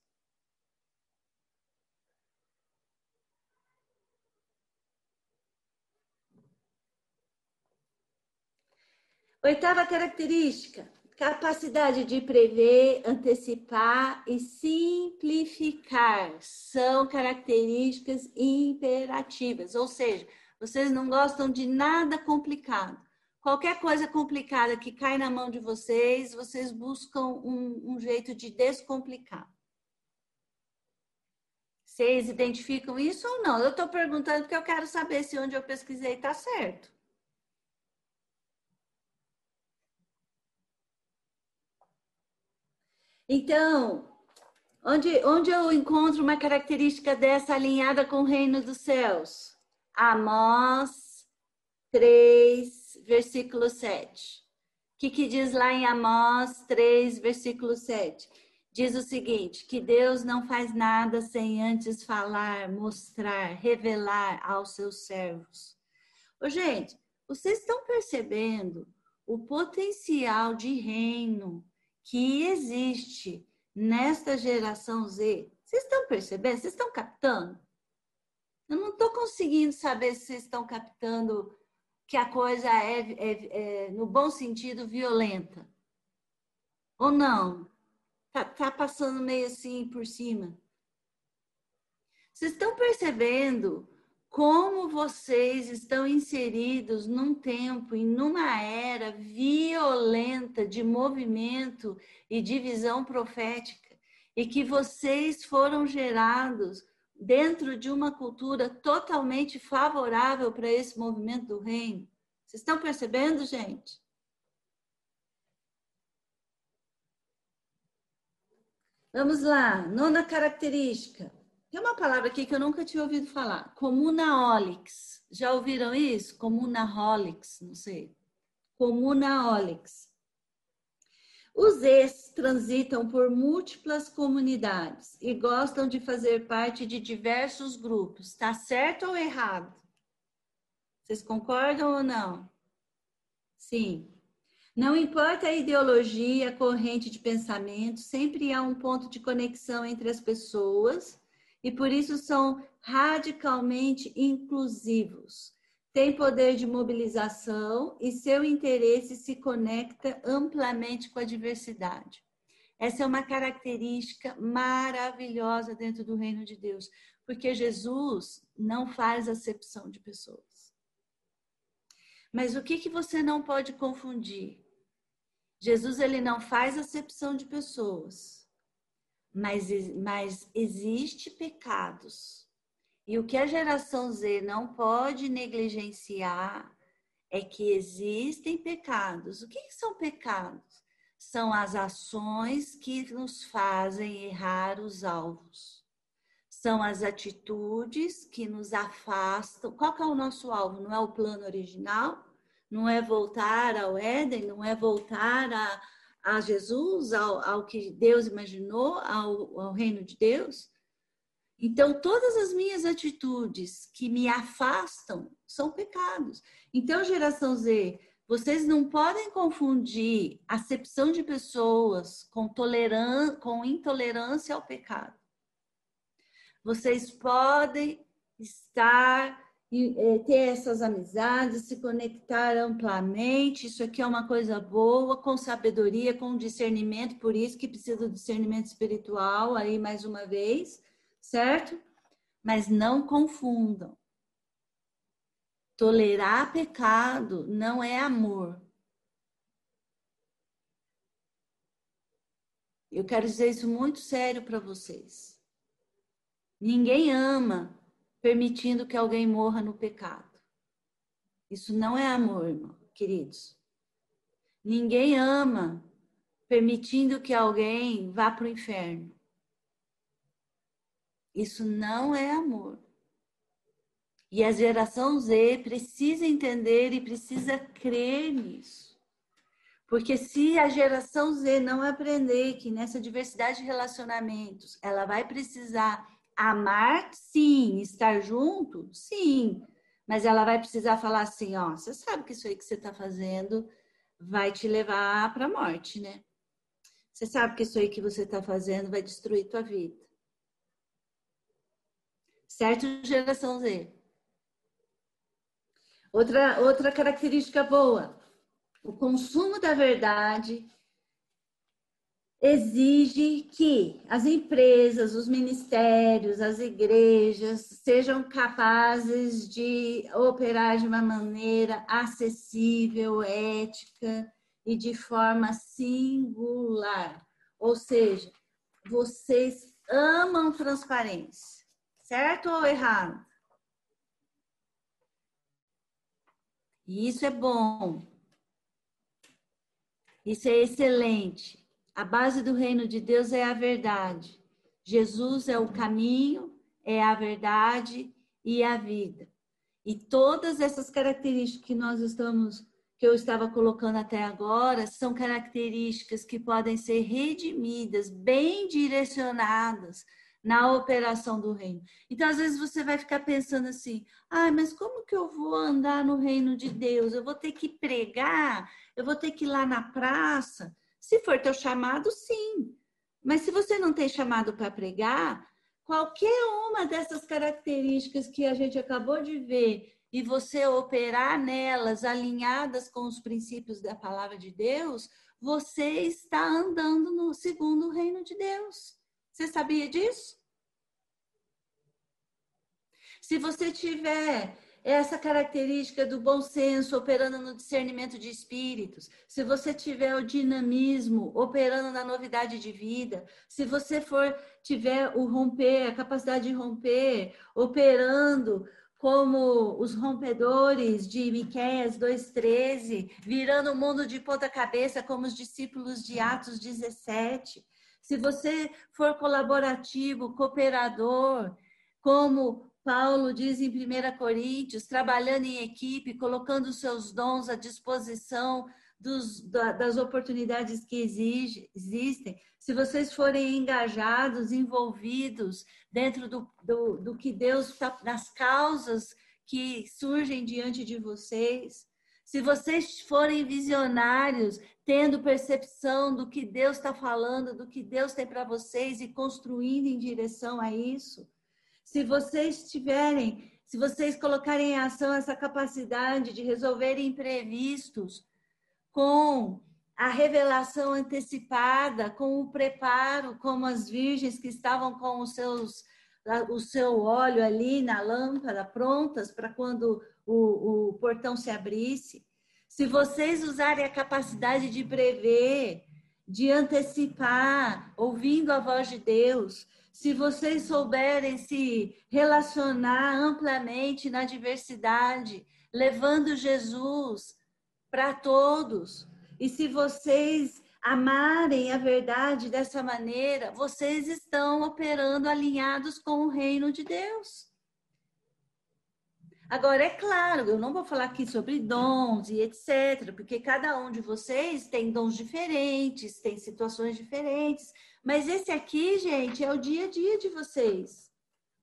Oitava característica, capacidade de prever, antecipar e simplificar. São características imperativas, ou seja, vocês não gostam de nada complicado. Qualquer coisa complicada que cai na mão de vocês, vocês buscam um jeito de descomplicar. Vocês identificam isso ou não? Eu estou perguntando porque eu quero saber se onde eu pesquisei está certo. Então, onde eu encontro uma característica dessa alinhada com o reino dos céus? Amós 3, versículo 7. O que diz lá em Amós 3, versículo 7? Diz o seguinte, que Deus não faz nada sem antes falar, mostrar, revelar aos seus servos. Ô, gente, vocês estão percebendo o potencial de reino que existe nesta geração Z? Vocês estão percebendo? Vocês estão captando? Eu não estou conseguindo saber se vocês estão captando que a coisa é no bom sentido, violenta. Ou não? Tá passando meio assim por cima. Vocês estão percebendo como vocês estão inseridos num tempo e numa era violenta de movimento e de visão profética, e que vocês foram gerados dentro de uma cultura totalmente favorável para esse movimento do reino? Vocês estão percebendo, gente? Vamos lá, nona característica. Tem uma palavra aqui que eu nunca tinha ouvido falar. Comunaholics. Já ouviram isso? Comunaholics, não sei. Comunaholics. Os ex transitam por múltiplas comunidades e gostam de fazer parte de diversos grupos. Tá certo ou errado? Vocês concordam ou não? Sim. Não importa a ideologia, a corrente de pensamento, sempre há um ponto de conexão entre as pessoas e por isso são radicalmente inclusivos. Têm poder de mobilização e seu interesse se conecta amplamente com a diversidade. Essa é uma característica maravilhosa dentro do reino de Deus, porque Jesus não faz acepção de pessoas. Mas o que você não pode confundir? Jesus, ele não faz acepção de pessoas, mas existe pecados. E o que a geração Z não pode negligenciar é que existem pecados. O que são pecados? São as ações que nos fazem errar os alvos. São as atitudes que nos afastam. Qual que é o nosso alvo? Não é o plano original? Não é voltar ao Éden? Não é voltar a Jesus, ao que Deus imaginou, ao reino de Deus? Então, todas as minhas atitudes que me afastam são pecados. Então, geração Z, vocês não podem confundir acepção de pessoas com intolerância ao pecado. Vocês podem ter essas amizades, se conectar amplamente. Isso aqui é uma coisa boa, com sabedoria, com discernimento, por isso que precisa do discernimento espiritual, aí mais uma vez, certo? Mas não confundam. Tolerar pecado não é amor. Eu quero dizer isso muito sério para vocês. Ninguém ama permitindo que alguém morra no pecado. Isso não é amor, irmão, queridos. Ninguém ama permitindo que alguém vá para o inferno. Isso não é amor. E a geração Z precisa entender e precisa crer nisso. Porque se a geração Z não aprender que nessa diversidade de relacionamentos ela vai precisar amar, sim, estar junto, sim, mas ela vai precisar falar assim, ó, você sabe que isso aí que você está fazendo vai te levar para a morte, né? Você sabe que isso aí que você está fazendo vai destruir tua vida. Certo, geração Z? Outra característica boa. O consumo da verdade exige que as empresas, os ministérios, as igrejas sejam capazes de operar de uma maneira acessível, ética e de forma singular. Ou seja, vocês amam transparência, certo ou errado? E isso é bom. Isso é excelente. A base do reino de Deus é a verdade. Jesus é o caminho, é a verdade e a vida. E todas essas características que eu estava colocando até agora, são características que podem ser redimidas, bem direcionadas na operação do reino. Então, às vezes você vai ficar pensando assim, mas como que eu vou andar no reino de Deus? Eu vou ter que pregar? Eu vou ter que ir lá na praça? Se for teu chamado, sim. Mas se você não tem chamado para pregar, qualquer uma dessas características que a gente acabou de ver e você operar nelas, alinhadas com os princípios da palavra de Deus, você está andando no segundo o reino de Deus. Você sabia disso? Se você tiver essa característica do bom senso operando no discernimento de espíritos, se você tiver o dinamismo operando na novidade de vida, se você tiver o romper, a capacidade de romper, operando como os rompedores de Miqueias 2,13, virando o mundo de ponta cabeça como os discípulos de Atos 17, se você for colaborativo, cooperador, como Paulo diz em 1 Coríntios, trabalhando em equipe, colocando os seus dons à disposição das oportunidades que existem, se vocês forem engajados, envolvidos dentro do que Deus está, das causas que surgem diante de vocês, se vocês forem visionários, tendo percepção do que Deus está falando, do que Deus tem para vocês e construindo em direção a isso, se vocês colocarem em ação essa capacidade de resolver imprevistos com a revelação antecipada, com o preparo, como as virgens que estavam com o seu óleo ali na lâmpada, prontas para quando o portão se abrisse, se vocês usarem a capacidade de prever, de antecipar, ouvindo a voz de Deus, se vocês souberem se relacionar amplamente na diversidade, levando Jesus para todos, e se vocês amarem a verdade dessa maneira, vocês estão operando alinhados com o reino de Deus. Agora, é claro, eu não vou falar aqui sobre dons e etc., porque cada um de vocês tem dons diferentes, tem situações diferentes, mas esse aqui, gente, é o dia a dia de vocês.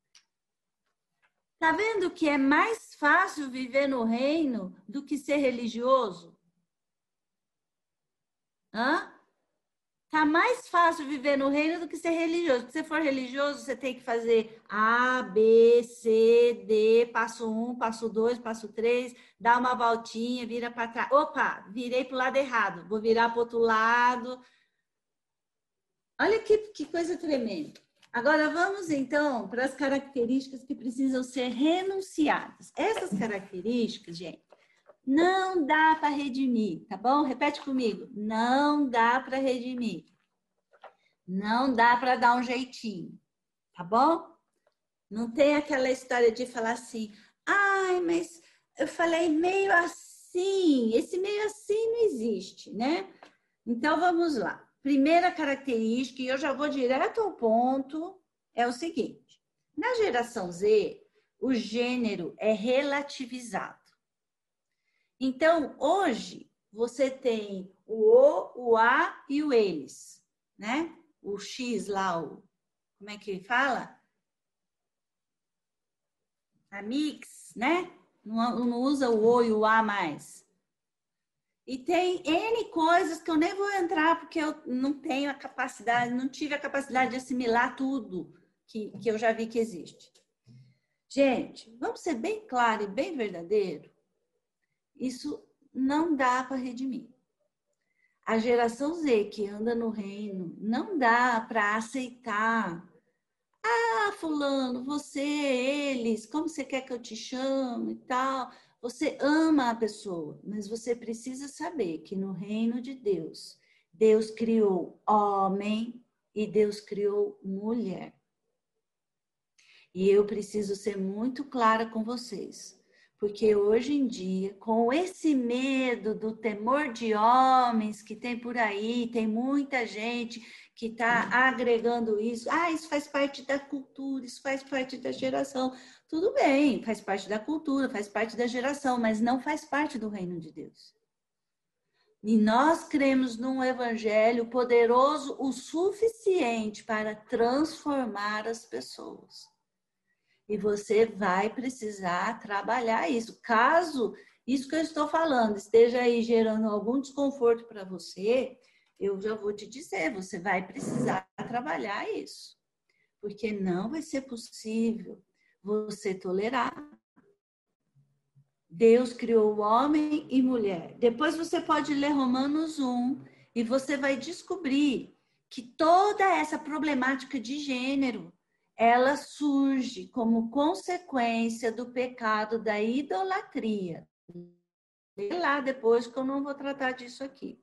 Tá vendo que é mais fácil viver no reino do que ser religioso? Tá mais fácil viver no reino do que ser religioso. Se você for religioso, você tem que fazer A, B, C, D, passo 1, passo 2, passo 3, dá uma voltinha, vira para trás. Opa, virei para o lado errado, vou virar para o outro lado. Olha que coisa tremenda. Agora vamos então para as características que precisam ser renunciadas. Essas características, gente, não dá para redimir, tá bom? Repete comigo. Não dá para redimir. Não dá para dar um jeitinho, tá bom? Não tem aquela história de falar assim, ai, mas eu falei meio assim, esse meio assim não existe, né? Então vamos lá. Primeira característica, e eu já vou direto ao ponto, é o seguinte. Na geração Z, o gênero é relativizado. Então, hoje, você tem o A e o eles, né? O X lá, como é que fala? A mix, né? Não usa o O e o A mais. E tem N coisas que eu nem vou entrar, porque eu não tenho a capacidade, não tive a capacidade de assimilar tudo que eu já vi que existe. Gente, vamos ser bem claro e bem verdadeiro. Isso não dá para redimir. A geração Z que anda no reino, não dá para aceitar. Ah, fulano, você, eles, como você quer que eu te chame e tal. Você ama a pessoa, mas você precisa saber que no reino de Deus, Deus criou homem e Deus criou mulher. E eu preciso ser muito clara com vocês, porque hoje em dia, com esse medo do temor de homens que tem por aí, tem muita gente que está agregando isso. Ah, isso faz parte da cultura, isso faz parte da geração. Tudo bem, faz parte da cultura, faz parte da geração, mas não faz parte do reino de Deus. E nós cremos num evangelho poderoso o suficiente para transformar as pessoas. E você vai precisar trabalhar isso. Caso isso que eu estou falando esteja aí gerando algum desconforto para você, eu já vou te dizer, você vai precisar trabalhar isso. Porque não vai ser possível você tolerar. Deus criou homem e mulher. Depois você pode ler Romanos 1 e você vai descobrir que toda essa problemática de gênero, ela surge como consequência do pecado da idolatria. Lê lá depois que eu não vou tratar disso aqui.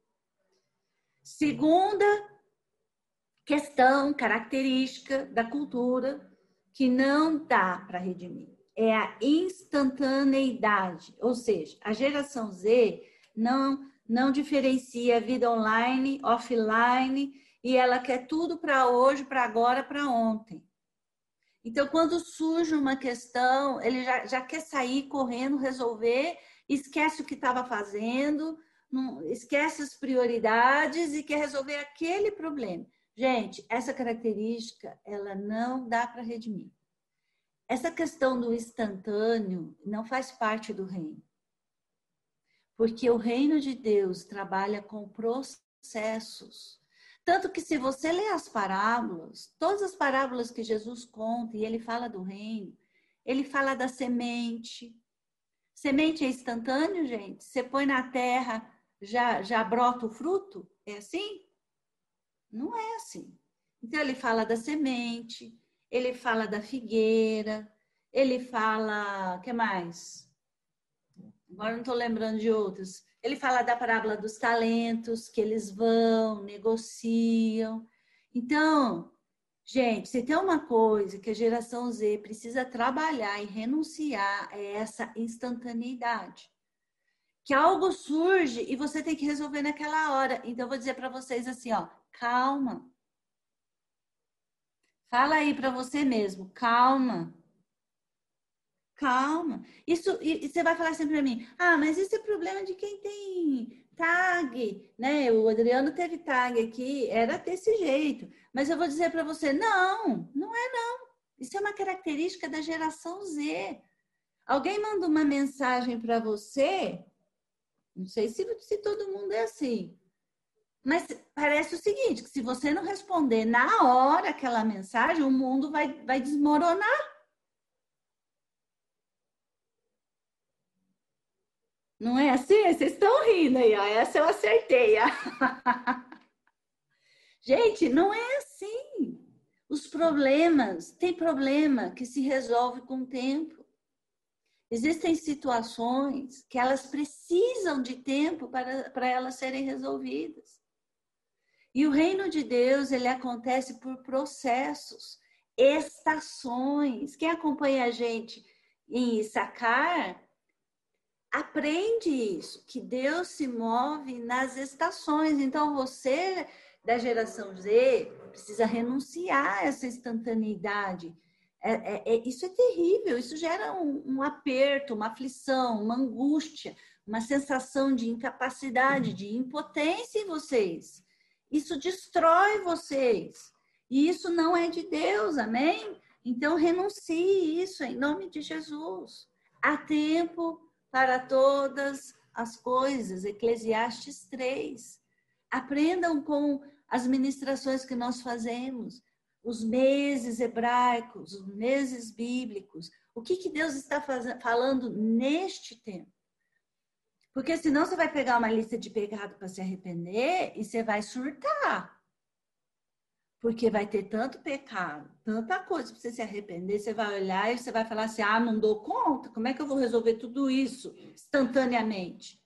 Segunda questão, característica da cultura que não dá para redimir é a instantaneidade, ou seja, a geração Z não diferencia vida online, offline, e ela quer tudo para hoje, para agora, para ontem. Então, quando surge uma questão, ele já quer sair correndo, resolver, esquece o que estava fazendo, esquece as prioridades e quer resolver aquele problema. Gente, essa característica, ela não dá para redimir. Essa questão do instantâneo não faz parte do reino. Porque o reino de Deus trabalha com processos. Tanto que se você ler as parábolas, todas as parábolas que Jesus conta e ele fala do reino, ele fala da semente. Semente é instantâneo, gente? Você põe na terra, já brota o fruto? É assim? Não é assim. Então ele fala da semente, ele fala da figueira, ele fala, o que mais? Agora não estou lembrando de outros. Ele fala da parábola dos talentos, que eles vão, negociam. Então, gente, se tem uma coisa que a geração Z precisa trabalhar e renunciar, é essa instantaneidade. Que algo surge e você tem que resolver naquela hora. Então, eu vou dizer para vocês assim, ó, calma. Fala aí para você mesmo, calma. Calma. Isso, e você vai falar sempre para mim, ah, mas isso é problema de quem tem tag, né? O Adriano teve tag aqui, era desse jeito. Mas eu vou dizer para você, não é não. Isso é uma característica da geração Z. Alguém manda uma mensagem para você, não sei se todo mundo é assim, mas parece o seguinte, que se você não responder na hora aquela mensagem, o mundo vai desmoronar. Não é assim? Vocês estão rindo aí, ó. Essa eu acertei. Gente, não é assim. Os problemas, tem problema que se resolve com o tempo. Existem situações que elas precisam de tempo para elas serem resolvidas. E o reino de Deus, ele acontece por processos, estações. Quem acompanha a gente em Issacar, aprende isso, que Deus se move nas estações. Então, você, da geração Z, precisa renunciar a essa instantaneidade. Isso é terrível, isso gera um aperto, uma aflição, uma angústia, uma sensação de incapacidade, de impotência em vocês. Isso destrói vocês. E isso não é de Deus, amém? Então, renuncie isso em nome de Jesus. Há tempo para todas as coisas, Eclesiastes 3. Aprendam com as ministrações que nós fazemos, os meses hebraicos, os meses bíblicos. O que Deus está falando neste tempo? Porque senão você vai pegar uma lista de pecado para se arrepender e você vai surtar. Porque vai ter tanto pecado, tanta coisa para você se arrepender, você vai olhar e você vai falar assim, não dou conta, como é que eu vou resolver tudo isso instantaneamente?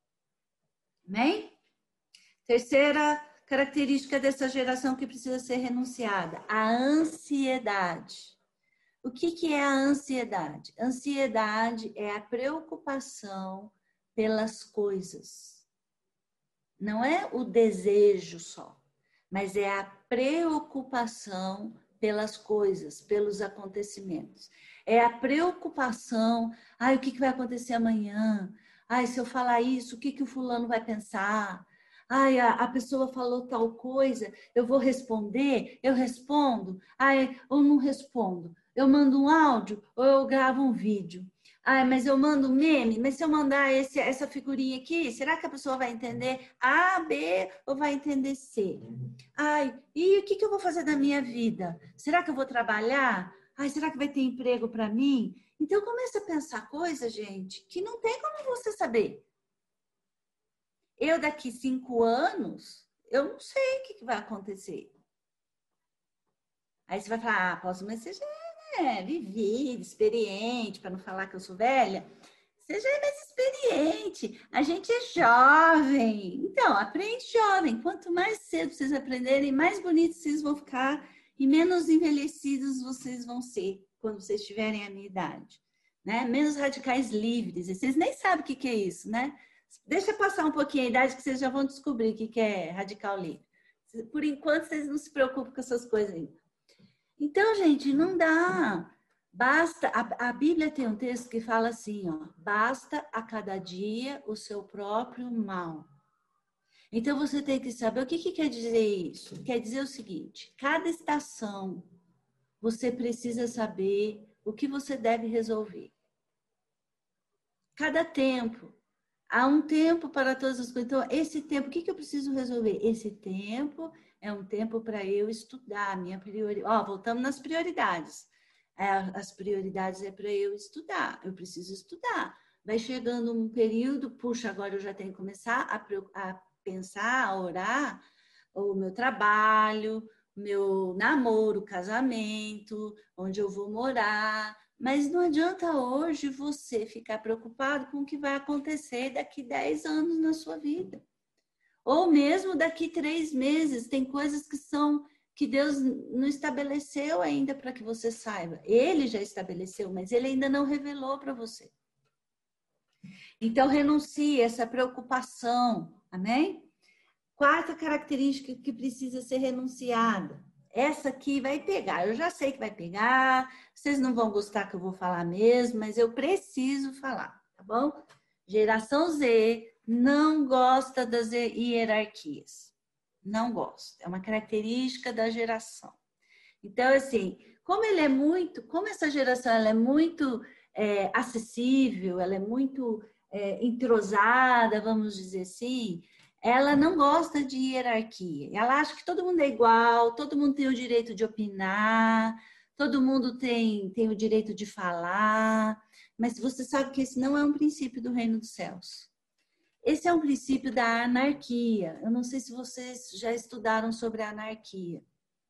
Amém? Terceira característica dessa geração que precisa ser renunciada, a ansiedade. O que é a ansiedade? Ansiedade é a preocupação pelas coisas. Não é o desejo só, mas é a preocupação pelas coisas, pelos acontecimentos. É a preocupação, o que vai acontecer amanhã? Se eu falar isso, o que o fulano vai pensar? A pessoa falou tal coisa, eu vou responder? Eu respondo? Ou não respondo? Eu mando um áudio ou eu gravo um vídeo? Mas eu mando um meme, mas se eu mandar essa figurinha aqui, será que a pessoa vai entender A, B ou vai entender C? E o que eu vou fazer da minha vida? Será que eu vou trabalhar? Será que vai ter emprego para mim? Então começa a pensar coisas, gente, que não tem como você saber. Eu daqui 5 anos, eu não sei o que vai acontecer. Aí você vai falar, mas você já é vivida, experiente, para não falar que eu sou velha. Você já é mais experiente. A gente é jovem. Então, aprende jovem. Quanto mais cedo vocês aprenderem, mais bonitos vocês vão ficar e menos envelhecidos vocês vão ser quando vocês tiverem a minha idade. Né? Menos radicais livres. E vocês nem sabem o que é isso, né? Deixa passar um pouquinho a idade que vocês já vão descobrir o que é radical livre. Por enquanto, vocês não se preocupem com essas coisas ainda. Então, gente, não dá. Basta, a Bíblia tem um texto que fala assim, basta a cada dia o seu próprio mal. Então, você tem que saber o que quer dizer isso. Quer dizer o seguinte, cada estação, você precisa saber o que você deve resolver. Cada tempo. Há um tempo para todas as coisas. Então, esse tempo, o que eu preciso resolver? Esse tempo é um tempo para eu estudar. Minha prioridade. Voltamos nas prioridades. As prioridades é para eu estudar. Eu preciso estudar. Vai chegando um período, puxa, agora eu já tenho que começar a pensar, a orar, o meu trabalho, meu namoro, casamento, onde eu vou morar. Mas não adianta hoje você ficar preocupado com o que vai acontecer daqui 10 anos na sua vida. Ou mesmo daqui 3 meses. Tem coisas que Deus não estabeleceu ainda para que você saiba. Ele já estabeleceu, mas ele ainda não revelou para você. Então, renuncie a essa preocupação. Amém? 4ª característica que precisa ser renunciada. Essa aqui vai pegar, eu já sei que vai pegar, vocês não vão gostar que eu vou falar mesmo, mas eu preciso falar, tá bom? Geração Z não gosta das hierarquias, não gosta, é uma característica da geração. Então, assim, como essa geração ela é muito acessível, ela é muito entrosada, vamos dizer assim, ela não gosta de hierarquia. Ela acha que todo mundo é igual, todo mundo tem o direito de opinar, todo mundo tem o direito de falar. Mas você sabe que esse não é um princípio do reino dos céus. Esse é um princípio da anarquia. Eu não sei se vocês já estudaram sobre a anarquia.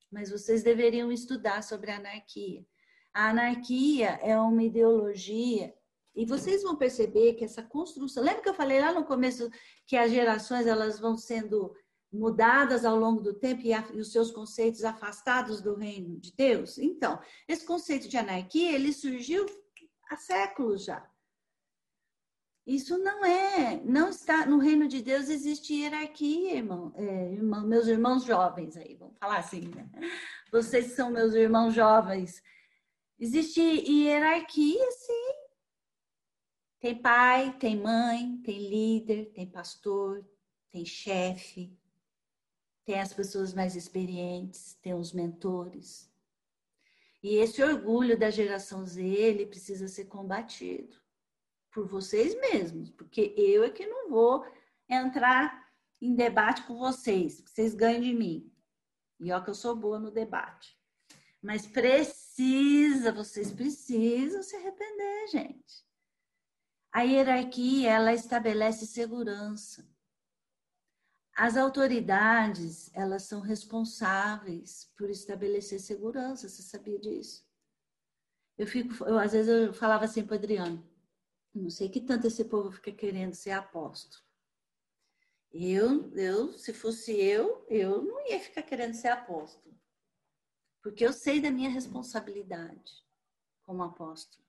mas vocês deveriam estudar sobre a anarquia. A anarquia é uma ideologia, e vocês vão perceber que essa construção... Lembra que eu falei lá no começo que as gerações elas vão sendo mudadas ao longo do tempo e os seus conceitos afastados do reino de Deus? Então, esse conceito de anarquia, ele surgiu há séculos já. Isso não está no reino de Deus, existe hierarquia, meus irmãos jovens aí, vamos falar assim, né? Vocês são meus irmãos jovens. Existe hierarquia, sim. Tem pai, tem mãe, tem líder, tem pastor, tem chefe, tem as pessoas mais experientes, tem os mentores. E esse orgulho da geração Z, ele precisa ser combatido por vocês mesmos, porque eu é que não vou entrar em debate com vocês, vocês ganham de mim. E ó que eu sou boa no debate. Mas vocês precisam se arrepender, gente. A hierarquia, ela estabelece segurança. As autoridades, elas são responsáveis por estabelecer segurança, você sabia disso? Às vezes eu falava assim para o Adriano, não sei que tanto esse povo fica querendo ser apóstolo. Se fosse eu não ia ficar querendo ser apóstolo. Porque eu sei da minha responsabilidade como apóstolo.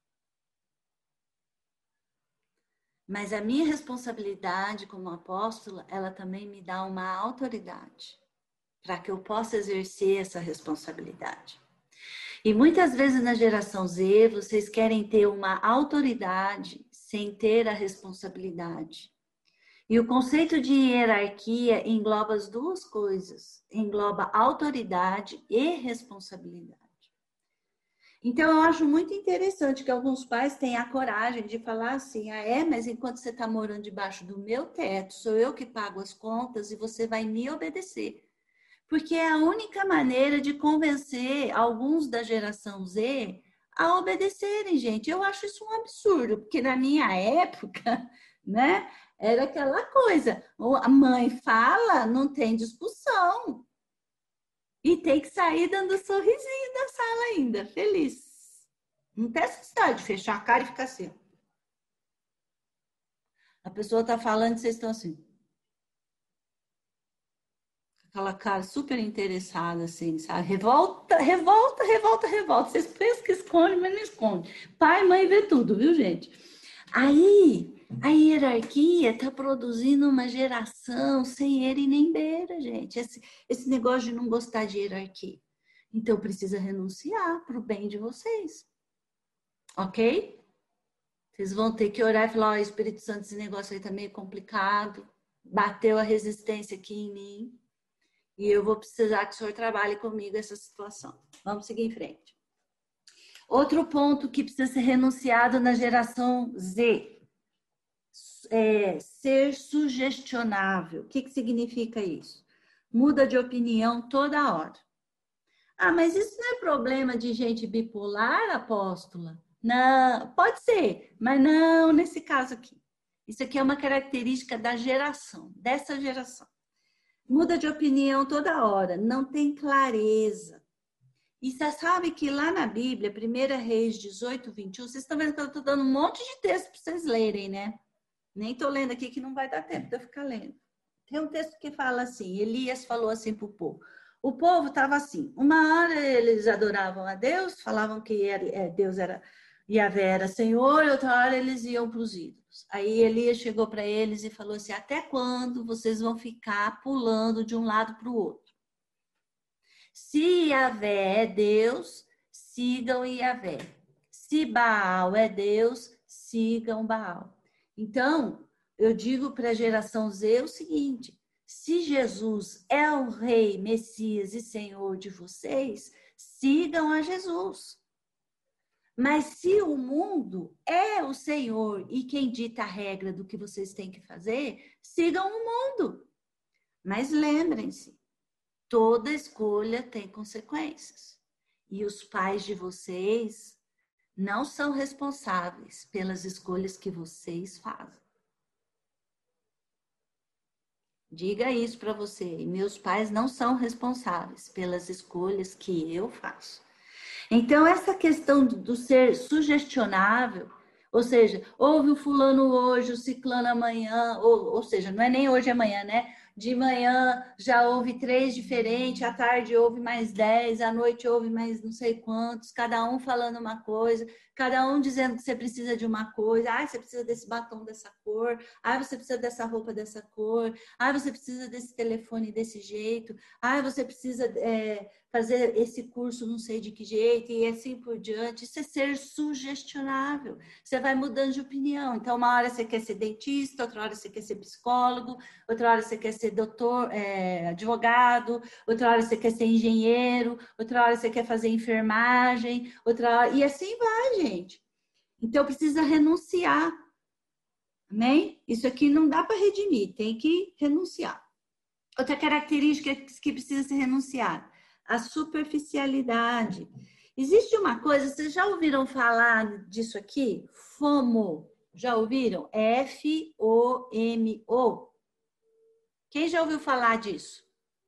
Mas a minha responsabilidade como apóstola, ela também me dá uma autoridade para que eu possa exercer essa responsabilidade. E muitas vezes na geração Z, vocês querem ter uma autoridade sem ter a responsabilidade. E o conceito de hierarquia engloba as duas coisas. Engloba autoridade e responsabilidade. Então, eu acho muito interessante que alguns pais tenham a coragem de falar assim, mas enquanto você está morando debaixo do meu teto, sou eu que pago as contas e você vai me obedecer. Porque é a única maneira de convencer alguns da geração Z a obedecerem, gente. Eu acho isso um absurdo, porque na minha época, né, era aquela coisa, a mãe fala, não tem discussão. E tem que sair dando sorrisinho da sala ainda, feliz. Não tem essa história de fechar a cara e ficar assim. A pessoa está falando e vocês estão assim. Aquela cara super interessada, assim, sabe? Revolta. Vocês pensam que esconde, mas não esconde. Pai e mãe vê tudo, viu, gente? Aí, a hierarquia está produzindo uma geração sem era e nem beira, gente. Esse negócio de não gostar de hierarquia. Então, precisa renunciar para o bem de vocês. Ok? Vocês vão ter que orar e falar, Espírito Santo, esse negócio aí tá meio complicado. Bateu a resistência aqui em mim. E eu vou precisar que o senhor trabalhe comigo essa situação. Vamos seguir em frente. Outro ponto que precisa ser renunciado na geração Z é ser sugestionável. O que significa isso? Muda de opinião toda hora. Mas isso não é problema de gente bipolar, apóstola? Não, pode ser, mas não nesse caso aqui. Isso aqui é uma característica da geração, dessa geração. Muda de opinião toda hora, não tem clareza. E você sabe que lá na Bíblia, 1 Reis 18, 21, vocês estão vendo que eu estou dando um monte de texto para vocês lerem, né? Nem estou lendo aqui que não vai dar tempo de eu ficar lendo. Tem um texto que fala assim, Elias falou assim para o povo. O povo estava assim, uma hora eles adoravam a Deus, falavam que Deus era, Yahvé era Senhor, e outra hora eles iam para os ídolos. Aí Elias chegou para eles e falou assim, até quando vocês vão ficar pulando de um lado para o outro? Se Yahvé é Deus, sigam Yahvé. Se Baal é Deus, sigam Baal. Então, eu digo para a geração Z o seguinte, se Jesus é o Rei, Messias e Senhor de vocês, sigam a Jesus. Mas se o mundo é o Senhor e quem dita a regra do que vocês têm que fazer, sigam o mundo. Mas lembrem-se, toda escolha tem consequências. E os pais de vocês não são responsáveis pelas escolhas que vocês fazem. Diga isso para você. E meus pais não são responsáveis pelas escolhas que eu faço. Então, essa questão do ser sugestionável, ou seja, ouve o fulano hoje, o ciclano amanhã, ou seja, não é nem hoje e amanhã, né? De manhã já houve 3 diferentes, à tarde houve mais 10, à noite houve mais não sei quantos, cada um falando uma coisa, cada um dizendo que você precisa de uma coisa, você precisa desse batom dessa cor, você precisa dessa roupa dessa cor, você precisa desse telefone desse jeito, você precisa fazer esse curso não sei de que jeito, e assim por diante. Isso é ser sugestionável. Você vai mudando de opinião. Então, uma hora você quer ser dentista, outra hora você quer ser psicólogo, outra hora você quer ser doutor, advogado, outra hora você quer ser engenheiro, outra hora você quer fazer enfermagem, outra hora... E assim vai, gente. Então, precisa renunciar. Amém? Isso aqui não dá para redimir, tem que renunciar. Outra característica que precisa ser renunciada, a superficialidade. Existe uma coisa, vocês já ouviram falar disso aqui? FOMO. Já ouviram? F-O-M-O. Quem já ouviu falar disso?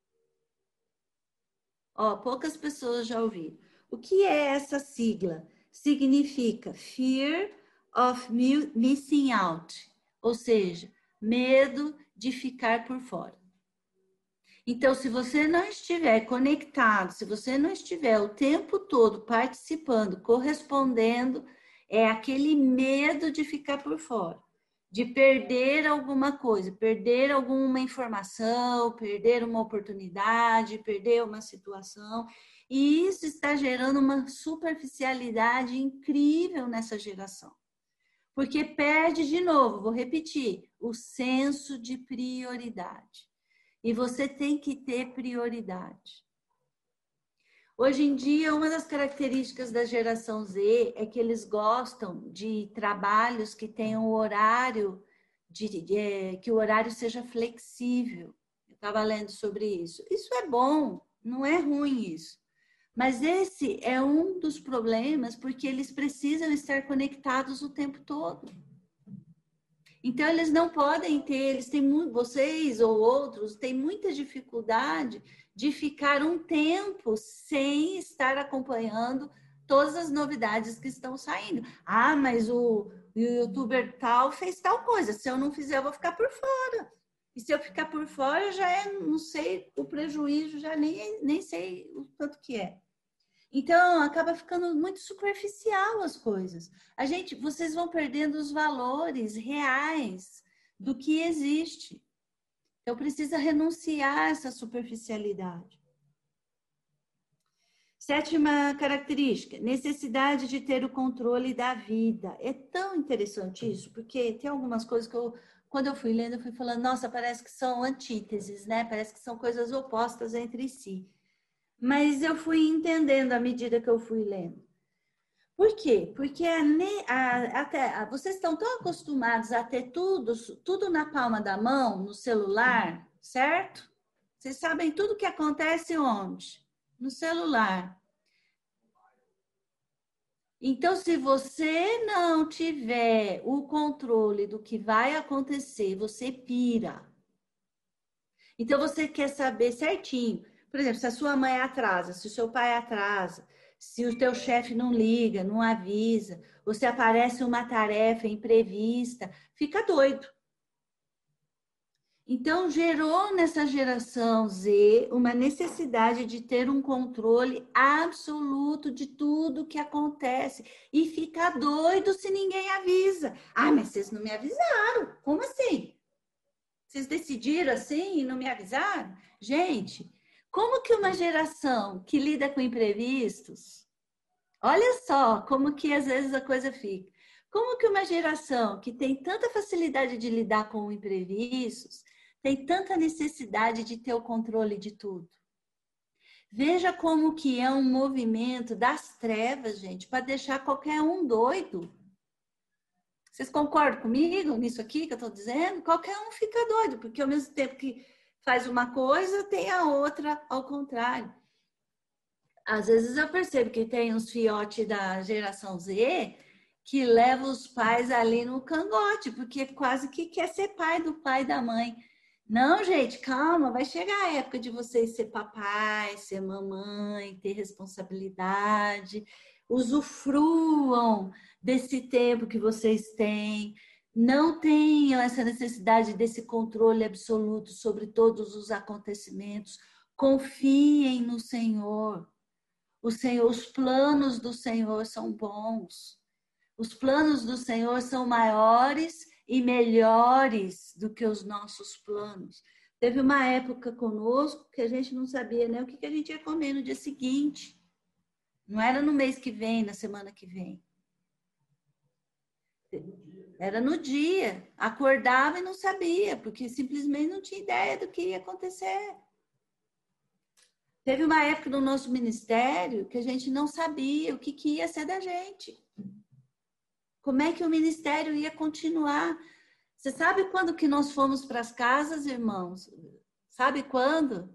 Poucas pessoas já ouviram. O que é essa sigla? Significa Fear of Missing Out, ou seja, medo de ficar por fora. Então, se você não estiver conectado, se você não estiver o tempo todo participando, correspondendo, é aquele medo de ficar por fora, de perder alguma coisa, perder alguma informação, perder uma oportunidade, perder uma situação. E isso está gerando uma superficialidade incrível nessa geração. Porque perde, de novo, vou repetir, o senso de prioridade. E você tem que ter prioridade. Hoje em dia, uma das características da geração Z é que eles gostam de trabalhos que tenham horário, que o horário seja flexível. Eu estava lendo sobre isso. Isso é bom, não é ruim isso. Mas esse é um dos problemas, porque eles precisam estar conectados o tempo todo. Então, eles não podem ter, vocês ou outros têm muita dificuldade de ficar um tempo sem estar acompanhando todas as novidades que estão saindo. Mas o youtuber tal fez tal coisa, se eu não fizer, eu vou ficar por fora. E se eu ficar por fora, não sei, o prejuízo, já nem sei o quanto que é. Então, acaba ficando muito superficial as coisas. Vocês vão perdendo os valores reais do que existe. Então, precisa renunciar a essa superficialidade. 7ª característica, necessidade de ter o controle da vida. É tão interessante isso, porque tem algumas coisas que quando eu fui lendo, eu fui falando, nossa, parece que são antíteses, né? Parece que são coisas opostas entre si. Mas eu fui entendendo à medida que eu fui lendo. Por quê? Porque vocês estão tão acostumados a ter tudo na palma da mão, no celular, certo? Vocês sabem tudo o que acontece onde? No celular. Então, se você não tiver o controle do que vai acontecer, você pira. Então, você quer saber certinho. Por exemplo, se a sua mãe atrasa, se o seu pai atrasa, se o teu chefe não liga, não avisa, ou se aparece uma tarefa imprevista, fica doido. Então, gerou nessa geração Z uma necessidade de ter um controle absoluto de tudo que acontece e fica doido se ninguém avisa. Mas vocês não me avisaram. Como assim? Vocês decidiram assim e não me avisaram? Gente, como que uma geração que lida com imprevistos, olha só como que às vezes a coisa fica. Como que uma geração que tem tanta facilidade de lidar com imprevistos, tem tanta necessidade de ter o controle de tudo? Veja como que é um movimento das trevas, gente, para deixar qualquer um doido. Vocês concordam comigo nisso aqui que eu estou dizendo? Qualquer um fica doido, porque ao mesmo tempo que faz uma coisa, tem a outra ao contrário. Às vezes eu percebo que tem uns fiotes da geração Z que levam os pais ali no cangote, porque quase que quer ser pai do pai e da mãe. Não, gente, calma, vai chegar a época de vocês ser papai, ser mamãe, ter responsabilidade. Usufruam desse tempo que vocês têm. Não tenham essa necessidade desse controle absoluto sobre todos os acontecimentos. Confiem no Senhor. Os planos do Senhor são bons. Os planos do Senhor são maiores e melhores do que os nossos planos. Teve uma época conosco que a gente não sabia nem o que a gente ia comer no dia seguinte. Não era no mês que vem, na semana que vem. Era no dia. Acordava e não sabia, porque simplesmente não tinha ideia do que ia acontecer. Teve uma época no nosso ministério que a gente não sabia o que ia ser da gente. Como é que o ministério ia continuar? Você sabe quando que nós fomos para as casas, irmãos? Sabe quando?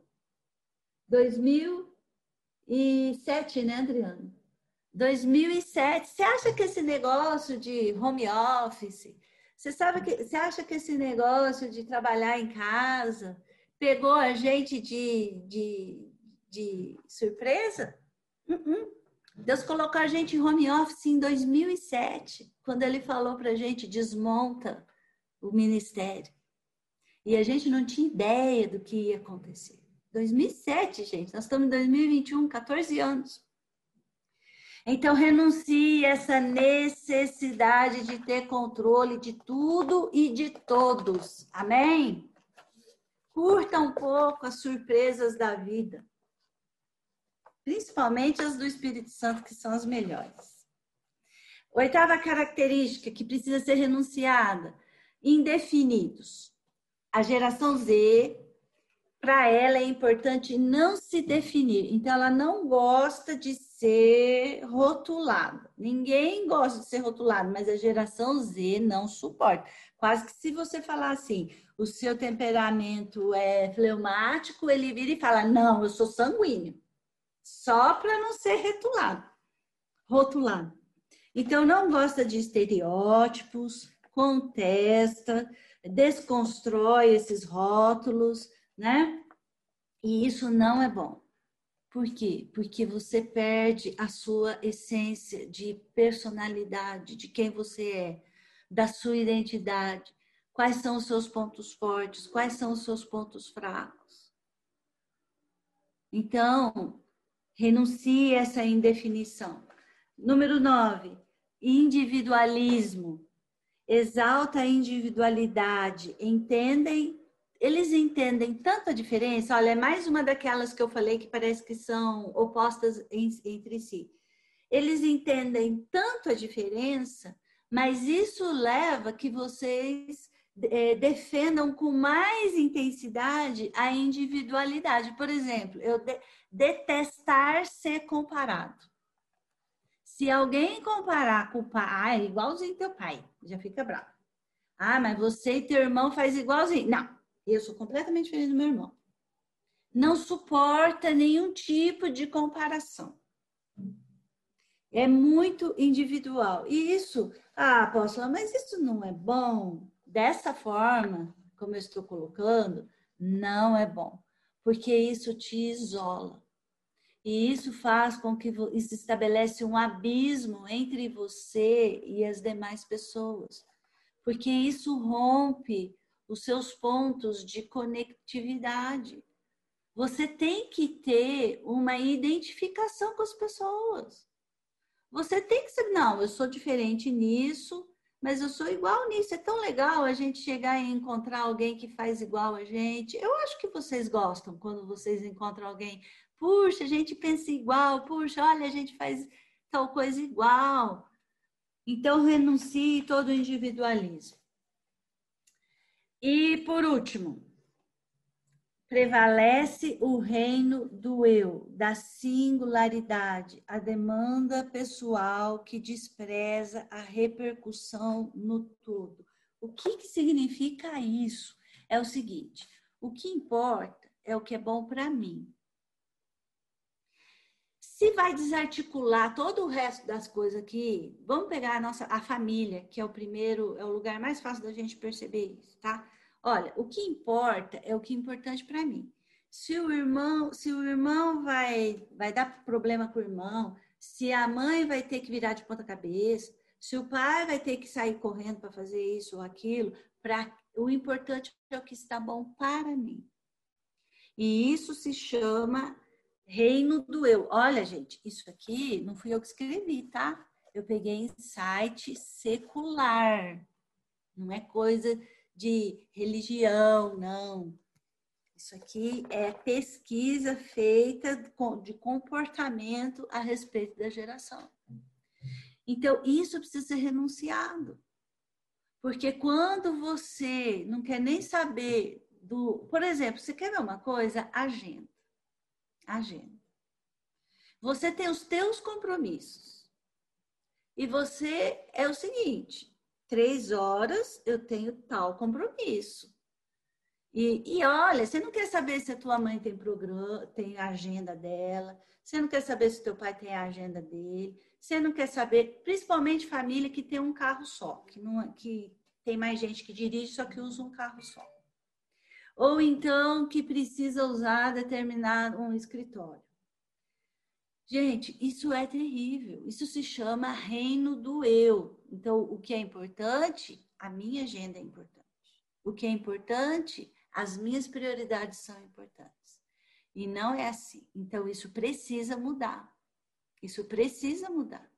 2007, né, Adriano? 2007. Você acha que esse negócio de home office, você acha que esse negócio de trabalhar em casa pegou a gente de surpresa? Deus colocou a gente em home office em 2007, quando ele falou para a gente, desmonta o ministério. E a gente não tinha ideia do que ia acontecer. 2007, gente, nós estamos em 2021, 14 anos. Então, renuncie a essa necessidade de ter controle de tudo e de todos. Amém? Curta um pouco as surpresas da vida. Principalmente as do Espírito Santo, que são as melhores. Oitava característica que precisa ser renunciada: indefinidos. A geração Z, para ela é importante não se definir. Então, ela não gosta de ser rotulada. Ninguém gosta de ser rotulado, mas a geração Z não suporta. Quase que se você falar assim, o seu temperamento é fleumático, ele vira e fala, não, eu sou sanguíneo. Só para não ser rotulado. Então, não gosta de estereótipos, contesta, desconstrói esses rótulos, né? E isso não é bom. Por quê? Porque você perde a sua essência de personalidade, de quem você é, da sua identidade. Quais são os seus pontos fortes? Quais são os seus pontos fracos? Então, renuncie a essa indefinição. Número 9, individualismo. Exalta a individualidade. Eles entendem tanta diferença. Olha, é mais uma daquelas que eu falei que parece que são opostas entre si. Eles entendem tanto a diferença, mas isso leva que vocês defendam com mais intensidade a individualidade. Por exemplo, eu detestar ser comparado. Se alguém comparar com o pai, igualzinho teu pai, já fica bravo. Ah, mas você e teu irmão faz igualzinho. Não, eu sou completamente diferente do meu irmão. Não suporta nenhum tipo de comparação. É muito individual. E isso, apóstola, mas isso não é bom. Dessa forma, como eu estou colocando, não é bom. Porque isso te isola. E isso faz com que se estabelece um abismo entre você e as demais pessoas. Porque isso rompe os seus pontos de conectividade. Você tem que ter uma identificação com as pessoas. Você tem que saber, não, eu sou diferente nisso, mas eu sou igual nisso. É tão legal a gente chegar e encontrar alguém que faz igual a gente. Eu acho que vocês gostam quando vocês encontram alguém. Puxa, a gente pensa igual. Puxa, olha, a gente faz tal coisa igual. Então, renuncie todo o individualismo. E, por último, prevalece o reino do eu, da singularidade, a demanda pessoal que despreza a repercussão no todo. O que significa isso? É o seguinte, o que importa é o que é bom para mim. Se vai desarticular todo o resto das coisas aqui, vamos pegar a família, que é o lugar mais fácil da gente perceber isso, tá? Olha, o que importa é o que é importante para mim. Se o irmão vai dar problema com o irmão, se a mãe vai ter que virar de ponta cabeça, se o pai vai ter que sair correndo para fazer isso ou aquilo, o importante é o que está bom para mim. E isso se chama reino do eu. Olha, gente, isso aqui não fui eu que escrevi, tá? Eu peguei em site secular. Não é coisa de religião, não. Isso aqui é pesquisa feita de comportamento a respeito da geração. Então, isso precisa ser renunciado. Porque quando você não quer nem saber Por exemplo, você quer ver uma coisa? Agenda. Agenda. Você tem os teus compromissos. E você é o seguinte, 3 horas eu tenho tal compromisso. E olha, você não quer saber se a tua mãe tem programa, tem a agenda dela, você não quer saber se teu pai tem a agenda dele, você não quer saber, principalmente família que tem um carro só, que tem mais gente que dirige, só que usa um carro só. Ou então que precisa usar determinado um escritório. Gente, isso é terrível. Isso se chama reino do eu. Então, o que é importante? A minha agenda é importante. O que é importante? As minhas prioridades são importantes. E não é assim. Então, isso precisa mudar. Isso precisa mudar.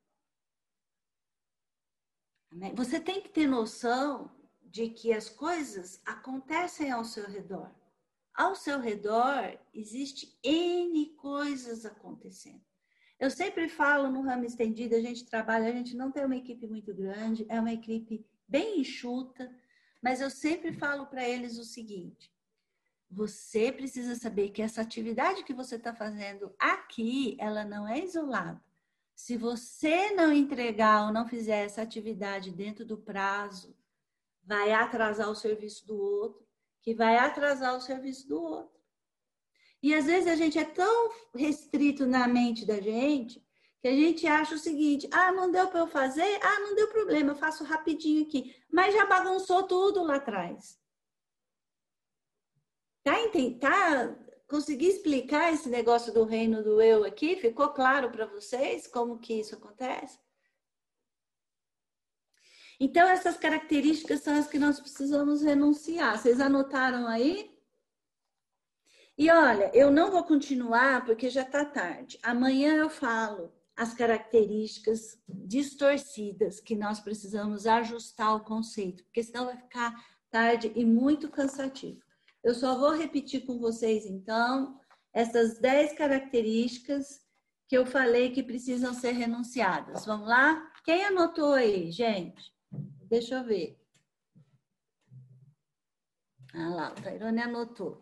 Você tem que ter noção de que as coisas acontecem ao seu redor. Ao seu redor, existe N coisas acontecendo. Eu sempre falo no ramo estendido, a gente não tem uma equipe muito grande, é uma equipe bem enxuta, mas eu sempre falo para eles o seguinte, você precisa saber que essa atividade que você está fazendo aqui, ela não é isolada. Se você não entregar ou não fizer essa atividade dentro do prazo, vai atrasar o serviço do outro, que vai atrasar o serviço do outro. E às vezes a gente é tão restrito na mente da gente, que a gente acha o seguinte, não deu para eu fazer? Não deu problema, eu faço rapidinho aqui. Mas já bagunçou tudo lá atrás. Consegui explicar esse negócio do reino do eu aqui? Ficou claro para vocês como que isso acontece? Então, essas características são as que nós precisamos renunciar. Vocês anotaram aí? E olha, eu não vou continuar porque já está tarde. Amanhã eu falo as características distorcidas que nós precisamos ajustar o conceito, porque senão vai ficar tarde e muito cansativo. Eu só vou repetir com vocês, então, essas 10 características que eu falei que precisam ser renunciadas. Vamos lá? Quem anotou aí, gente? Deixa eu ver. Lá, o Tairone anotou.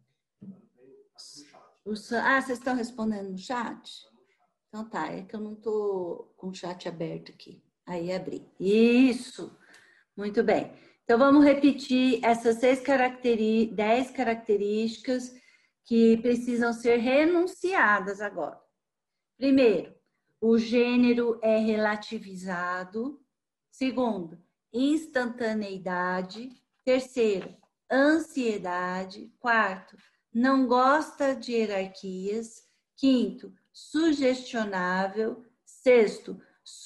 Vocês estão respondendo no chat? Então tá, é que eu não estou com o chat aberto aqui. Aí abri. Isso! Muito bem. Então vamos repetir essas 10 características que precisam ser renunciadas agora. Primeiro, o gênero é relativizado. Segundo, instantaneidade. Terceiro, ansiedade. Quarto, não gosta de hierarquias. Quinto, sugestionável. Sexto,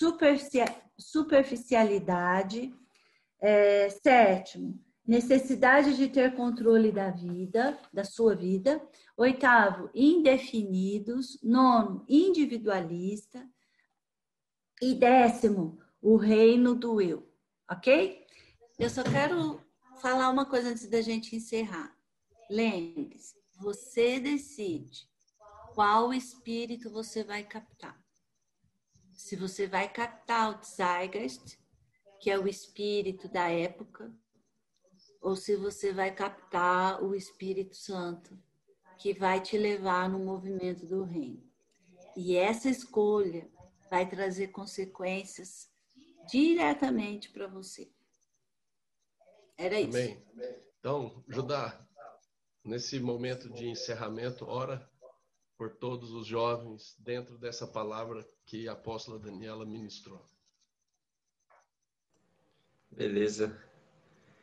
superficialidade. Sétimo, necessidade de ter controle da sua vida. Oitavo, indefinidos. Nono, individualista. E 10º, o reino do eu. Ok? Eu só quero falar uma coisa antes da gente encerrar. Lembre-se, você decide qual espírito você vai captar. Se você vai captar o Zeitgeist, que é o espírito da época, ou se você vai captar o Espírito Santo, que vai te levar no movimento do reino. E essa escolha vai trazer consequências diretamente para você. Era isso. Amém. Então, Judá, nesse momento de encerramento, ora por todos os jovens dentro dessa palavra que a apóstola Daniela ministrou. Beleza.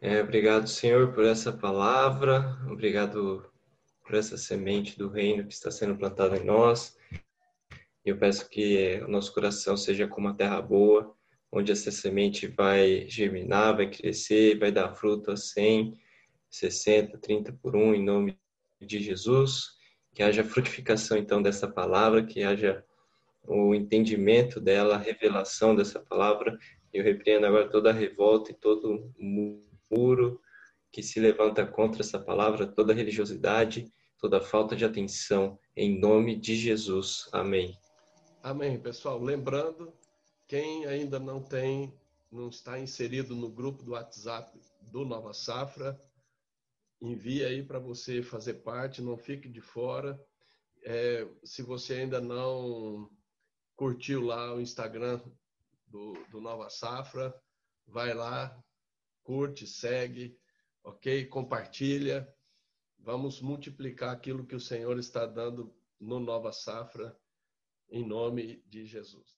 Obrigado, Senhor, por essa palavra. Obrigado por essa semente do reino que está sendo plantada em nós. Eu peço que o nosso coração seja como uma terra boa, onde essa semente vai germinar, vai crescer, vai dar fruto a 100, 60, 30 por 1, em nome de Jesus. Que haja frutificação, então, dessa palavra, que haja o entendimento dela, a revelação dessa palavra. Eu repreendo agora toda a revolta e todo muro que se levanta contra essa palavra, toda religiosidade, toda falta de atenção, em nome de Jesus. Amém. Amém, pessoal. Lembrando, quem ainda não está inserido no grupo do WhatsApp do Nova Safra, envia aí para você fazer parte, não fique de fora. Se você ainda não curtiu lá o Instagram do Nova Safra, vai lá, curte, segue, ok? Compartilha. Vamos multiplicar aquilo que o Senhor está dando no Nova Safra, em nome de Jesus.